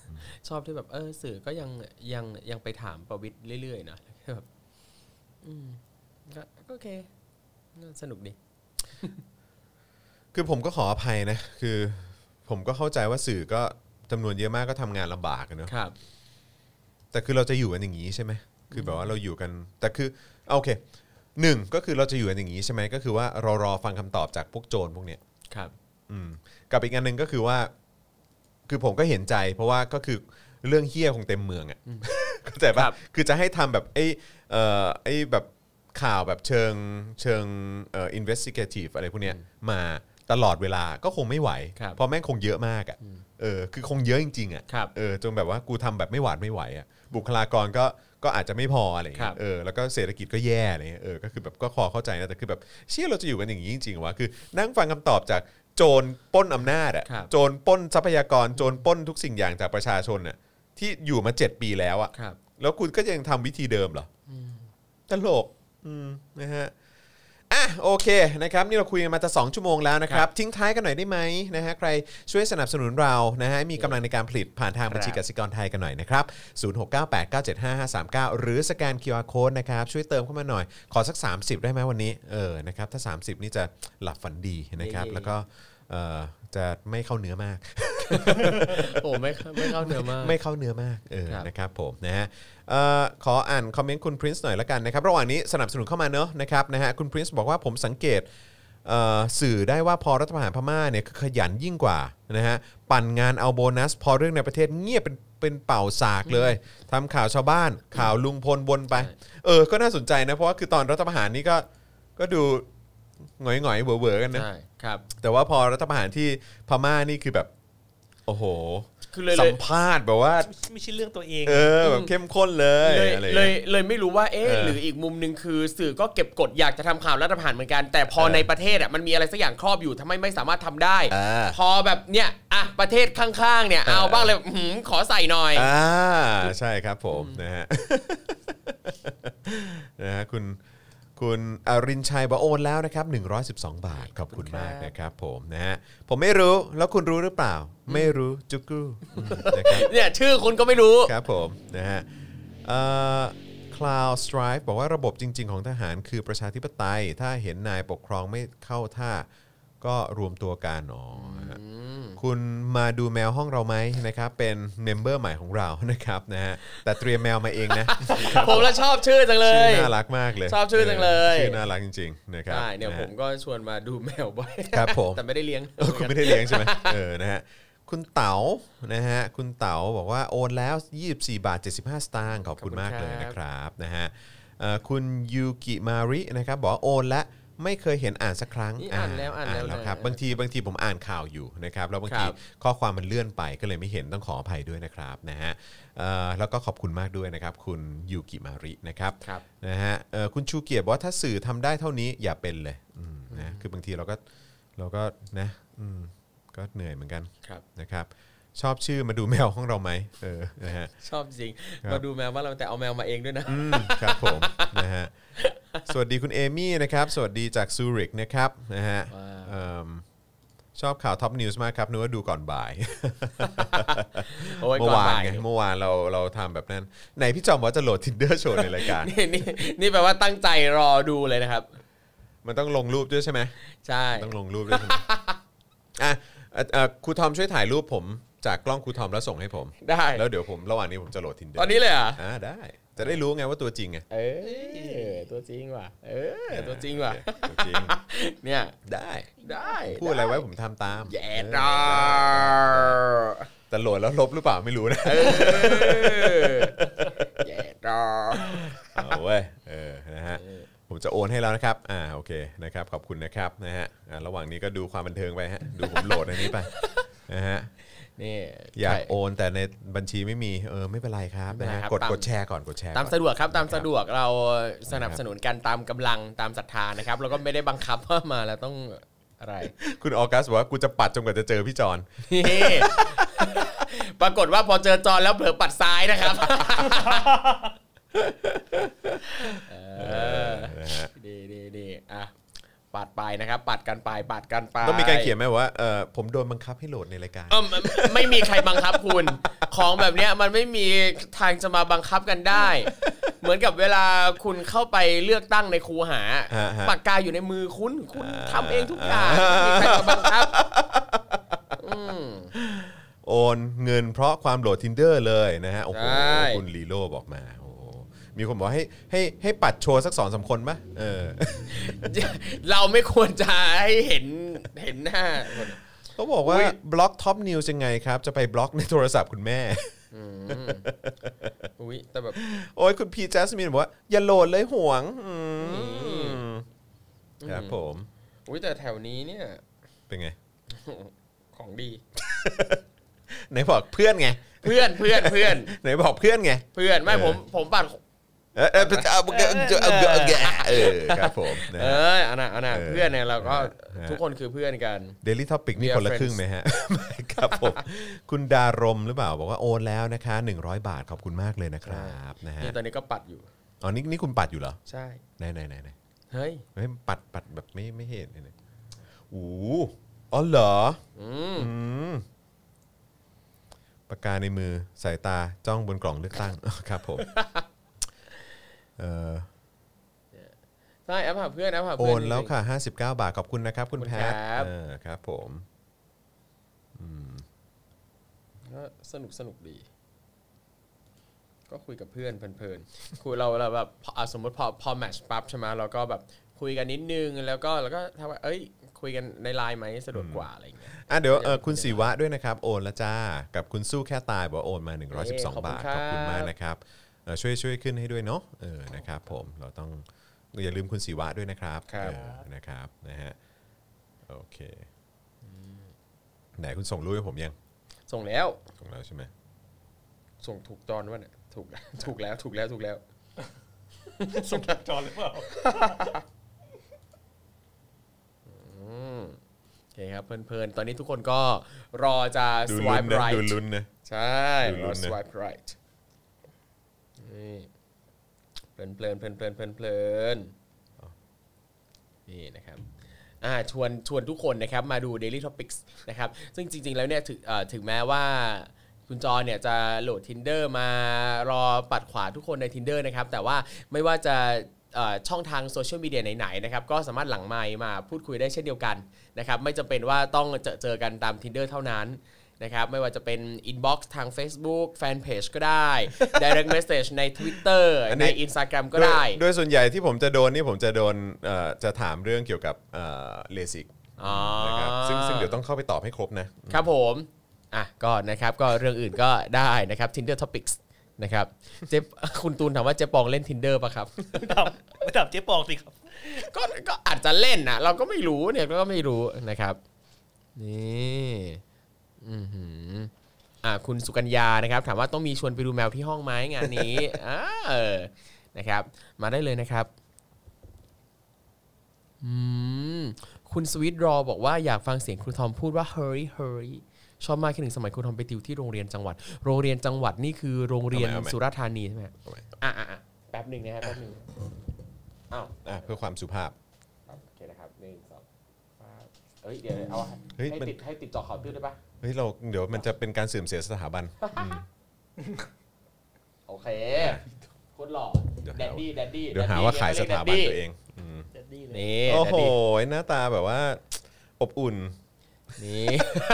ชอบที่แบบสื่อก็ยังไปถามประวิตรเรื่อยๆนะแบบก็โอเคสนุกดีคือผมก็ขออภัยนะคือผมก็เข้าใจว่าสื่อก็จำนวนเยอะมากก็ทำงานลำบากเนอะครับแต่คือเราจะอยู่กันอย่างนี้ใช่ไหมคือแบบว่าเราอยู่กันแต่คือโอเคหนึ่งก็คือเราจะอยู่กันอย่างนี้ใช่ไหมก็คือว่าเรารอฟังคำตอบจากพวกโจรพวกเนี้ยครับกับอีกอันหนึ่งก็คือว่าคือผมก็เห็นใจเพราะว่าก็คือเรื่องเหี้ยคงเต็มเมืองอ่ะเข้าใจป่ะคือจะให้ทำแบบไอ้แบบข่าวแบบเชิงinvestigative อะไรพวกเนี้ยมาตลอดเวลาก็คงไม่ไหวเพราะแม่งคงเยอะมากอ่ะคือคงเยอะจริงๆอ่ะจนแบบว่ากูทำแบบไม่หวาดไม่ไหวอ่ะบุคลากรก็อาจจะไม่พออะไรอย่างเงี้ยแล้วก็เศรษฐกิจก็แย่อะไรเงี้ยก็คือแบบก็พอเข้าใจนะแต่คือแบบเชื่อเราจะอยู่กันอย่างนี้จริงๆวะคือนั่งฟังคำตอบจากโจรปล้นอำนาจอ่ะโจรปล้นทรัพยากรโจรปล้นทุกสิ่งอย่างจากประชาชนอ่ะที่อยู่มา7 ปีแล้วอ่ะแล้วคุณก็ยังทำวิธีเดิมเหรอตลกนะฮะโอเคนะครับนี่เราคุยกันมาจะ2 ชั่วโมงแล้วนะครับทิ้งท้ายกันหน่อยได้ไหมนะฮะใครช่วยสนับสนุนเรานะฮะมีกำลังในการผลิตผ่านทางบัญชีกสิกรไทยกันหน่อยนะครับ0698975539หรือสแกน QR Code นะครับช่วยเติมเข้ามาหน่อยขอสัก30ได้ไหมวันนี้นะครับถ้า30นี่จะหลับฝันดีนะครับแล้วก็จะไม่เข้าเนื้อมากโอ้ไม่เข้าเนื้อมากไม่เข้าเนื้อมากนะครับผมนะฮะขออ่านคอมเมนต์คุณ Prince หน่อยละกันนะครับระหว่างนี้สนับสนุนเข้ามาเนอะนะครับนะฮะคุณ Prince บอกว่าผมสังเกตสื่อได้ว่าพอรัฐประหารพม่าเนี่ยคือขยันยิ่งกว่านะฮะปั่นงานเอาโบนัสพอเรื่องในประเทศเงียบเป็นเป่าสากเลยทำข่าวชาวบ้านข่าวลุงพลบนไปก็น่าสนใจนะเพราะว่าคือตอนรัฐประหารนี่ก็ดูหงอยๆเว่อๆกันนะใช่ครับแต่ว่าพอรัฐประหารที่พม่านี่คือแบบโอ้โหสัมภาษณ์แบบว่าไม่ใช่เรื่องตัวเองแบบเข้มข้นเลยเลยไม่รู้ว่าหรืออีกมุมนึงคือสื่อก็เก็บกดอยากจะทำข่าวรัฐประหารเหมือนกันแต่พอในประเทศมันมีอะไรสักอย่างครอบอยู่ทำไมไม่สามารถทำได้พอแบบเนี้ยประเทศข้างๆเนี่ยเอาบ้างเลยขอใส่หน่อยใช่ครับผมนะฮะนะฮะคุณอรินชัยบอกโอนแล้วนะครับ112 บาทขอบคุณมากนะครับผมนะฮะผมไม่รู้แล้วคุณรู้หรือเปล่าไม่รู้จุกรูนะครับเนี่ยชื่อคุณก็ไม่รู้ครับผมนะฮะCloud Strife บอกว่าระบบจริงๆของทหารคือประชาธิปไตยถ้าเห็นนายปกครองไม่เข้าท่าก็รวมตัวกันคุณมาดูแมวห้องเราไหมนะครับเป็นเมมเบอร์ใหม่ของเรานะครับนะฮะแต่เตรียมแมวมาเองนะผมละชอบชื่อจังเลยชื่อน่ารักมากเลยชอบชื่อจังเลยชื่อน่ารักจริงๆนะครับใช่เนี่ยผมก็ชวนมาดูแมวบ่อยครับผมแต่ไม่ได้เลี้ยงคุณไม่ได้เลี้ยงใช่ไหมนะฮะคุณเต๋านะฮะคุณเต๋าบอกว่าโอนแล้ว24.75 สตางค์ขอบคุณมากเลยนะครับนะฮะคุณยูกิมารินะครับบอกว่าโอนและไม่เคยเห็นอ่านสักครั้งอ่านแล้วครับบางทีผมอ่านข่าวอยู่นะครับแล้วบางทีข้อความมันเลื่อนไปก็เลยไม่เห็นต้องขออภัยด้วยนะครับนะฮะแล้วก็ขอบคุณมากด้วยนะครับคุณยูกิมารินะครับนะฮะคุณชูเกียรติบอกว่าถ้าสื่อทำได้เท่านี้อย่าเป็นเลยนะคือบางทีเราก็นะก็เหนื่อยเหมือนกันนะครับชอบชื่อมาดูแมวของเราไหมนะฮะชอบจริงมาดูแมวว่าเราแต่เอาแมวมาเองด้วยนะครับผมนะฮะสวัสดีคุณเอมี่นะครับสวัสดีจากซูริกนะครับนะฮะชอบข่าวท็อปนิวส์มากครับนึกว่าดูก่อนบ่ายเมื่อวานเราทำแบบนั้นไหนพี่จอมว่าจะโหลด Tinder โชว์ในรายการนี่แปลว่าตั้งใจรอดูเลยนะครับมันต้องลงรูปด้วยใช่ไหมใช่ต้องลงรูปด้วยใช่ไหมครูทอมช่วยถ่ายรูปผมจากกล้องครูทอมแล้วส่งให้ผมได้แล้วเดี๋ยวผมระหว่างนี้ผมจะโหลด Tinder ตอนนี้เลยเหรอได้จะได้รู้ไงว่าตัวจริงไงตัวจริงว่ะตัวจริงว่ะตัวจริงเนี่ยได้พูดอะไรไว้ผมทำตามแย่ดอแต่โหลดแล้วลบหรือเปล่าไม่รู้นะแย่ดอเอาเว้ยนะฮะผมจะโอนให้แล้วนะครับโอเคนะครับขอบคุณนะครับนะฮะระหว่างนี้ก็ดูความบันเทิงไปฮะดูผมโหลดอันนี้ไปนะฮะนี่อยากโอนแต่ในบัญชีไม่มีไม่เป็นไรครับนะฮะกดแชร์ก่อนกดแชร์ตามสะดวกครับตามสะดวกเราสนับสนุนกันตามกำลังตามศรัทธานะครับเราก็ไม่ได้บังคับว่ามาแล้วต้องอะไรคุณออกัสบอกว่ากูจะปัดจนกว่าจะเจอพี่จอนนี่ปรากฏว่าพอเจอจอนแล้วเผลอปัดซ้ายนะครับดีอ่ะปัดไปนะครับปัดกันไปปัดกันไปต้องมีการเขียนไหมว่าผมโดนบังคับให้โหลดในรายการไม่มีใครบังคับคุณของแบบเนี้ยมันไม่มีทางจะมาบังคับกันได้เหมือนกับเวลาคุณเข้าไปเลือกตั้งในคูหาปากกาอยู่ในมือคุณทำเองทุกอย่างมีใครมาบังคับโอนเงินเพราะความโหลด Tinder เลยนะฮะโอ้โหคุณลีโลบอกมาโอ้มีคนบอกให้ปัดโชว์สัก 2-3 คนป่ะเราไม่ควรจะให้เห็นหน้าเขาบอกว่าบล็อกท็อปนิวส์ยังไงครับจะไปบล็อกในโทรศัพท์คุณแม่อุ้ยแต่แบบโอ้ยคุณพีแจสมินบอกว่าอย่าโหลดเลยห่วงครับผมอุ้ยแต่แถวนี้เนี่ยเป็นไงของดีไหนบอกเพื่อนไงเพื่อนไหนบอกเพื่อนไงเพื่อนไม่ผมปัดครับผมอันน่ะเพื่อนเนี่ยเราก็ทุกคนคือเพื่อนกัน Daily Topic นี่คนละครึ่งไหมฮะครับผมคุณดารมหรือเปล่าบอกว่าโอนแล้วนะคะ100 บาทขอบคุณมากเลยนะครับนะฮะนี่ตอนนี้ก็ปัดอยู่อ๋อนี่คุณปัดอยู่เหรอใช่ไหนเฮ้ยปัดแบบไม่เห็นเลยอ๋อเหรอปากกาในมือสายตาจ้องบนกล่องเลือกตั้งครับผมใช่แอปหาเพื่อนโอนแล้วค่ะ59 บาทขอบคุณนะครับคุณแพทครับผมก็สนุกดีก็คุยกับเพื่อนเพลินๆคุยเราแบบสมมติพอแมทช์ปั๊บใช่ไหมเราก็แบบคุยกันนิดนึงแล้วก็ทำว่าคุยกันในไลน์ไหมสะดวกกว่าอะไรอย่างเงี้ยเดี๋ยวคุณศิวะด้วยนะครับโอนแล้วจ้ากับคุณสู้แค่ตายบอกโอนมา112 บาทขอบคุณมากนะครับช่วยขึ้นให้ด้วยเนาะนะครับผมเราต้องอย่าลืมคุณศิวะด้วยนะครับนะครับนะฮะโอเคไหนคุณส่งรูปให้ผมยังส่งแล้วใช่ไหมส่งถูกตอนวะเนี่ยถูกแล้วส่งถูกตอนหรือเปล่าโอเคครับเพลินๆตอนนี้ทุกคนก็รอจะ swipe right ดูลุ้นนะใช่รอ swipe right นี่เพลินนี่นะครับชวนทุกคนนะครับมาดู Daily Topics นะครับซึ่งจริงๆแล้วเนี่ยถึงแม้ว่าคุณจอเนี่ยจะโหลด Tinder มารอปัดขวาทุกคนใน Tinder นะครับแต่ว่าไม่ว่าจะช่องทางโซเชียลมีเดียไหนๆนะครับก็สามารถหลังไมค์มาพูดคุยได้เช่นเดียวกันนะครับไม่จำเป็นว่าต้องเจอกันตาม Tinder เท่านั้นนะครับไม่ว่าจะเป็น inbox ทาง Facebook Fanpage ก็ได้ direct message ใน Twitter ใน Instagram ก็ได้โดยส่วนใหญ่ที่ผมจะโดนนี่ผมจะโดนจะถามเรื่องเกี่ยวกับเลสิกนะครับซึ่งเดี๋ยวต้องเข้าไปตอบให้ครบนะครับผมก็นะครับก็เรื่องอื่นก็ได้นะครับ Tinder Topics นะครับคุณตูนถามว่าเจ๊ปองเล่น Tinder ป่ะครับไม่ถามเจ๊ปองสิครับก็อาจจะเล่นนะเราก็ไม่รู้เนี่ยก็ไม่รู้นะครับนี่คุณสุกัญญานะครับถามว่าต้องมีชวนไปดูแมวที่ห้องไหมงานนี้นะครับมาได้เลยนะครับคุณสวีทรอบอกว่าอยากฟังเสียงครูทอมพูดว่า hurry ชอบมากคิดถึงสมัยครูทอมไปติวที่โรงเรียนจังหวัดนี่คือโรงเรียนสุราษฎร์ธานีใช่ไหมแป๊บหนึ่งนะครับแป๊บหนึ่งเพื่อความสุภาพโอเคนะครับ1 2เดี๋ยวเอาให้ติดจ่อข่าวตื้นได้ปะเดี๋ยวมันจะเป็นการเสื่อมเสียสถาบันโอเคโคตรหล่อแดดดี้เดี๋ยวหาว่าขายสถาบันตัวเองนี่โอ้โหหน้าตาแบบว่าอบอุ่นนี่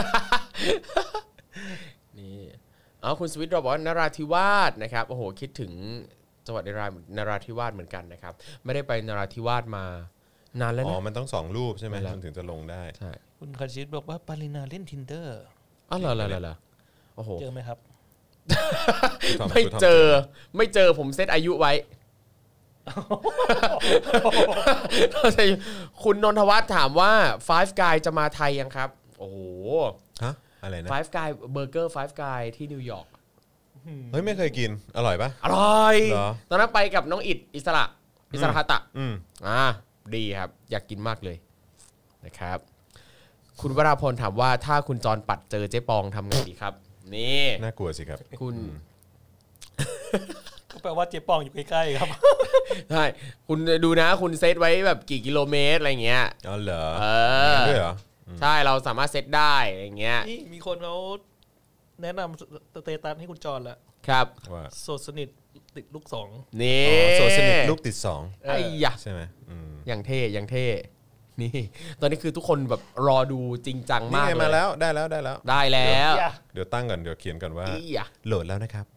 คุณสวิตบอกว่านราธิวาสนะครับโอ้โหคิดถึงจังหวัดนราธิวาสเหมือนกันนะครับไม่ได้ไปนราธิวาสมานานแล้วนะมันต้อง2รูปใช่ไหมมันถึงจะลงได้ใช่คุณคาชิตบอกว่าปารินาเล่น Tinder เหรอโอ้โหเจอไหมครับไม่เจอผมเซตอายุไว้คุณนนทวัฒน์ถามว่า Five Guys จะมาไทยยังครับโอ้โหอะไรนะ Five Guys เบอร์เกอร์ Five Guys ที่นิวยอร์กเฮ้ยไม่เคยกินอร่อยปะอร่อยตอนนั้นไปกับน้องอิสระฮาตะดีครับอยากกินมากเลยนะครับคุณวราพลถามว่าถ้าคุณจรปัดเจอเจ๊ปองทำไงดีครับนี่น่ากลัวสิครับคุณก็แปลว่าเจ๊ปองอยู่ใกล้ๆครับใช่คุณดูนะคุณเซตไว้แบบกี่กิโลเมตรอะไรเงี้ยอ๋อเหรอด้วยเหรอใช่เราสามารถเซตได้อะไรเงี้ยนี่มีคนเขาแนะนำสเตตัสให้คุณจอนแล้วครับว่าโสดสนิทติดลูก2 นี่โสดสนิทลูกติด2 ไอ้ยะใช่ไหมอย่างเท่นี่ตอนนี้คือทุกคนแบบรอดูจริงจังมากเลยมาแล้วได้แล้วเดี๋ยวตั้งก่อนเดี๋ยวเขียนก่อนว่าโหลดแล้วนะครับ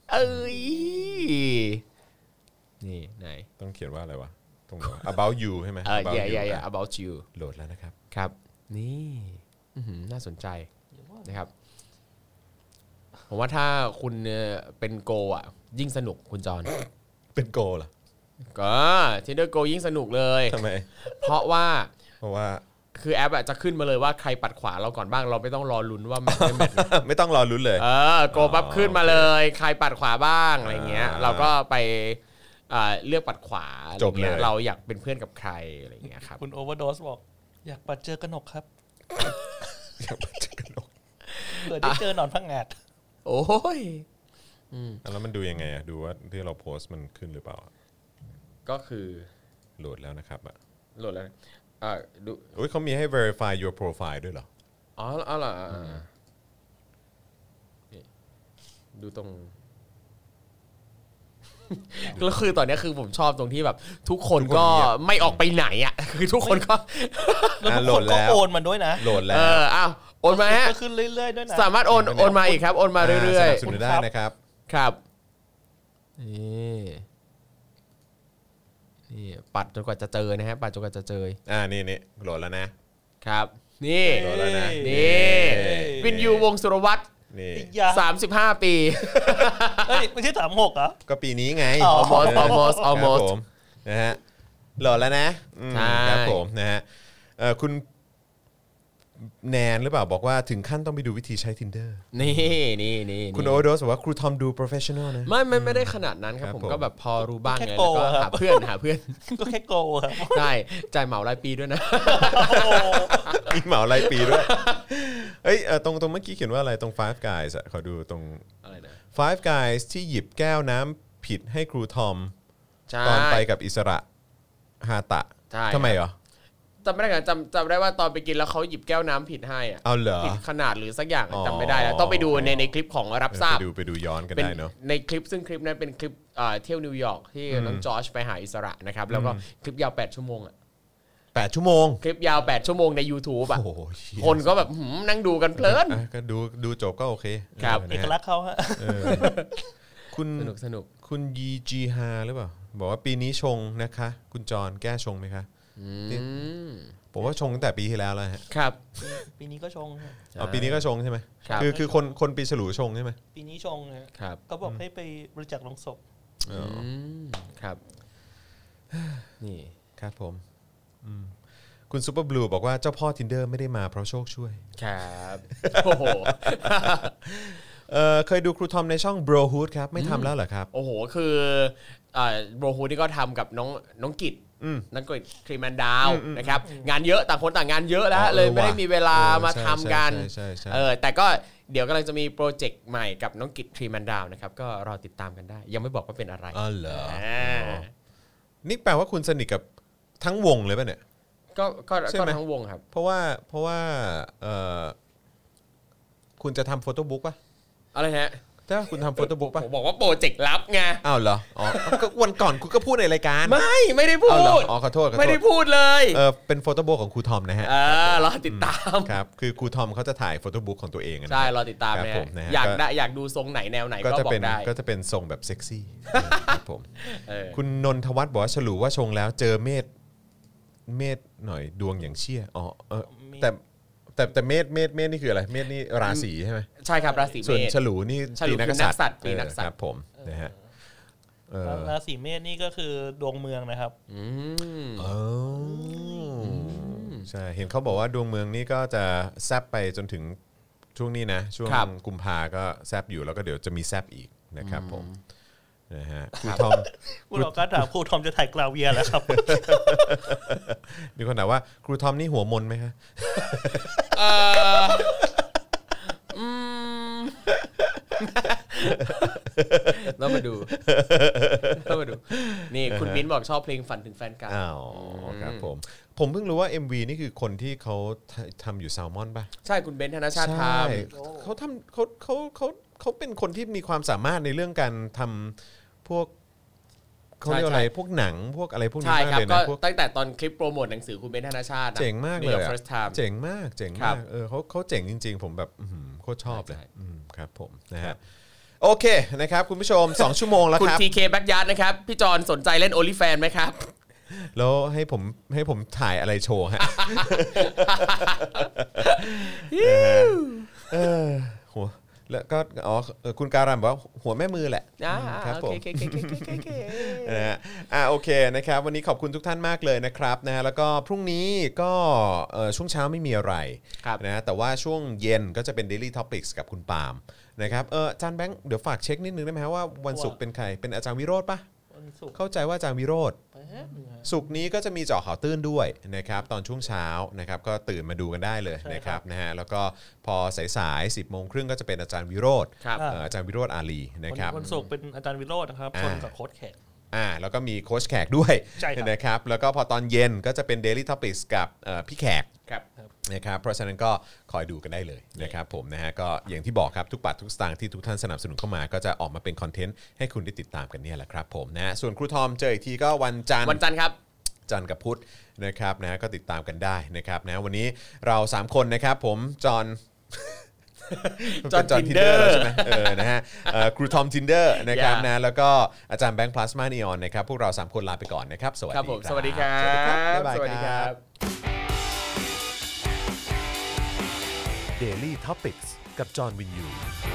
นี่ไหนต้องเขียนว่าอะไรวะตรง about you ใช่ไหม about you โหลดแล้วนะครับครับนี่น่าสนใจนะครับผมว่าถ้าคุณเป็นโกอ่ะยิ่งสนุกคุณจอนเป็นโกเหรอก็ Tinder Go ยิ่งสนุกเลยทำไมเพราะว่าคือแอปจะขึ้นมาเลยว่าใครปัดขวาเราก่อนบ้างเราไม่ต้องรอลุ้นว่าแมทไม่ต้องรอลุ้นเลยโกปั๊บขึ้นมาเลยใครปัดขวาบ้างอะไรเงี้ยเราก็ไปเลือกปัดขวาจบเลยเราอยากเป็นเพื่อนกับใครอะไรเงี้ยครับคุณโอเวอร์โดสบอกอยากปัดเจอกนกครับอยากปัดเจอกนกเผื่อได้เจอหนอนพังงาดโอ้ยแล้วมันดูยังไงอะดูว่าที่เราโพสต์มันขึ้นหรือเปล่าก็คือโหลดแล้วนะครับโหลดแล้วดูเขามีให้ verify your profile ด้วยเหรออ๋อเหรอดูตรงก็คือตอนนี้คือผมชอบตรงที่แบบทุกคนก็ไม่ออกไปไหนอ่ะคือทุกคนก็โหลดแล้วโอนมันด้วยนะโหลดแล้วอ้าวโอนมาฮะก็ขึ้นเรื่อยๆด้วยนะสามารถโอนมาอีกครับโอนมาเรื่อยๆสนับสนุนได้นะครับครับนี่ปัดจนกว่าจะเจอนะฮะปัดจนกว่าจะเจอนี่โหลดแล้วนะครับนี่โหลดแล้วนะนี่วินยูวงสุรวัตรนี่ 35 ปีเฮ้ยไม่ใช่36เหรอก็ปีนี้ไง almost นะฮะโหลดแล้วนะครับผมนะฮะคุณแนนหรือเปล่าบอกว่าถึงขั้นต้องไปดูวิธีใช้ Tinder นี่คุณโอโดสบอกว่าครูทอมดู professional นะไม่ได้ขนาดนั้นครับผมก็แบบพอรู้บ้างไงแล้วก็หาเพื่อนก็แค่โกครับใช่จ่ายเหมารายปีด้วยนะมีเหมารายปีด้วยเอ้ยตรงเมื่อกี้เขียนว่าอะไรตรง Five Guys ขอดูตรงอะไรนะ Five Guys ที่หยิบแก้วน้ำผิดให้ครูทอมตอนไปกับอิสระฮาตะทำไมเหรอจำไม่ได้กันจำได้ว่าตอนไปกินแล้วเขาหยิบแก้วน้ำผิดให้เอาเหรอผิดขนาดหรือสักอย่างจำไม่ได้แล้วต้องไปดูในคลิปของรับทราบไปดูย้อนกันได้เนาะในคลิปซึ่งคลิปนั้นเป็นคลิปเที่ยวนิวยอร์กที่น้องจอร์จไปหาอิสระนะครับแล้วก็คลิปยาว8 ชั่วโมง 8 ชั่วโมงคลิปยาว8 ชั่วโมงใน YouTube อ่ะคนก็แบบนั่งดูกันเพลินก็ดูจบก็โอเคครับเอกลักษณ์เขาฮะคุณสนุกคุณยีจีฮาหรือเปล่าบอกว่าปีนี้ชงนะคะคุณจรแก้ชงไหมคะผมว่าชงตั้งแต่ปีที่แล้วฮะครับปีนี้ก็ชงปีนี้ก็ชงใช่ไหมคือคนปีฉลูชงใช่ไหมปีนี้ชงนะครับก็บอกให้ไปบริจาคลงศพครับนี่ครับผมคุณซูเปอร์บลูบอกว่าเจ้าพ่อ Tinder ไม่ได้มาเพราะโชคช่วยครับโอ้โหเคยดูครูทอมในช่อง Brohood ครับไม่ทำแล้วเหรอครับโอ้โหคือBrohood นี่ก็ทำกับน้องกิจนั่นก็ครีแมนดาวนะครับงานเยอะต่างคนต่างงานเยอะแล้วเลยไม่ได้มีเวลามาทำกันแต่ก็เดี๋ยวกำลังจะมีโปรเจกต์ใหม่กับน้องกิจครีแมนดาวนะครับก็รอติดตามกันได้ยังไม่บอกว่าเป็นอะไรอ๋อเหรอนี่แปลว่าคุณสนิทกับทั้งวงเลยป่ะเนี่ยก็ทั้งวงครับเพราะว่าคุณจะทำโฟโต้บุ๊กป่ะอะไรฮะถ้าคุณทำโฟโต้บุ๊กป่ะผมบอกว่าโปรเจกต์ลับไงอ้าวเหรอก็วันก่อนคุณก็พูดในรายการไม่ได้พูดขอโทษไม่ได้พูดเลยเป็นโฟโต้บุ๊กของครูทอมนะฮะรอติดตามครับคือครูทอมเขาจะถ่ายโฟโต้บุ๊กของตัวเองใช่รอติดตามนะอยากดูทรงไหนแนวไหนก็บอกได้ก็จะเป็นทรงแบบเซ็กซี่ครับผมคุณนนทวัฒน์บอกว่าฉลูว่าชงแล้วเจอเมษหน่อยดวงอย่างเชี่ยแต่เมษนี่คืออะไรเมษนี่ราศีใช่ไหมใช่ครับราศีเมษส่วนฉลูนี่ปีนักษัตริย์ปีนักษัตริย์ครับผมนะฮะราศีเมษนี่ก็คือดวงเมืองนะครับใช่เห็นเขาบอกว่าดวงเมืองนี่ก็จะแซบไปจนถึงช่วงนี้นะช่วงกุมภาก็แซบอยู่แล้วก็เดี๋ยวจะมีแซบอีกนะครับผมนะฮะครูทอมคุณหลอกก็ถามครูทอมจะถ่ายกลาเวียแล้วครับมีคนถามว่าครูทอมนี่หัวมนไหมคะต้องมาดูนี่คุณมิ้นบอกชอบเพลงฝันถึงแฟนเก่าครับผมเพิ่งรู้ว่า MV นี่คือคนที่เขาทำอยู่แซลมอนป่ะใช่คุณเบนซ์ธนชาติทำเขาเป็นคนที่มีความสามารถในเรื่องการทำพวกเขาเรียกอะไรพวกหนังพวกอะไรพวกนี้มากเลยนะก็ตั้งแต่ตอนคลิปโปรโมทหนังสือคุณเบนซ์ธนชาติเจ๋งมากเลยเจ๋งมากเขาเจ๋งจริงๆผมแบบโคตรชอบเลยครับผมนะฮะโอเคนะครับคุณผู้ชม2ชั่วโมงแล้วครับคุณ TK Backyard นะครับพี่จอนสนใจเล่น OnlyFans ไหมครับแล้วให้ผมถ่ายอะไรโชว์ฮะหัวแล้วก็คุณการันบอกว่าหัวแม่มือแหละครับผมโอเคนะครับวันนี้ขอบคุณทุกท่านมากเลยนะครับนะฮะแล้วก็พรุ่งนี้ก็ช่วงเช้าไม่มีอะไรนะแต่ว่าช่วงเย็นก็จะเป็น Daily Topics กับคุณปาล์มนะครับอาจารย์แบงค์เดี๋ยวฝากเช็คนิดนึงได้ไหมว่าวันศุกร์เป็นใครเป็นอาจารย์วิโรจน์ป่ะเข้าใจว่าอาจารย์วิโรจน์ศุกร์นี้ก็จะมีเจาะข่าวตื้นด้วยนะครับตอนช่วงเช้านะครับก็ตื่นมาดูกันได้เลยนะครับนะฮะแล้วก็พอสายๆ 10:30 นก็จะเป็นอาจารย์วิโรจน์อาจารย์วิโรจน์อาลีนะครับวันศุกร์เป็นอาจารย์วิโรจน์นะครับคนกับโค้ชแขกแล้วก็มีโค้ชแขกด้วยนะครับแล้วก็พอตอนเย็นก็จะเป็น Daily Topics กับพี่แขกนะครับเพราะฉะนั้นก็คอยดูกันได้เลยนะครับผมนะฮะก็อย่างที่บอกครับทุกบาททุกสตางค์ที่ทุกท่านสนับสนุนเข้ามาก็จะออกมาเป็นคอนเทนต์ให้คุณได้ติดตามกันเนี่ยแหละครับผมนะส่วนครูทอมเจออีกทีก็วันจันทร์ครับจันทร์กับพุธนะครับนะก็ติดตามกันได้นะครับนะวันนี้เรา3คนนะครับผมจอห์น Tinder ใช่ไหมนะฮะครูทอม Tinder นะครับนะแล้วก็อาจารย์แบงค์พลาสมานีออนนะครับพวกเรา3คนลาไปก่อนนะครับสวัสดีครับสวัสดีครับบ๊ายบายครับ Daily Topics กับจอห์นวินยู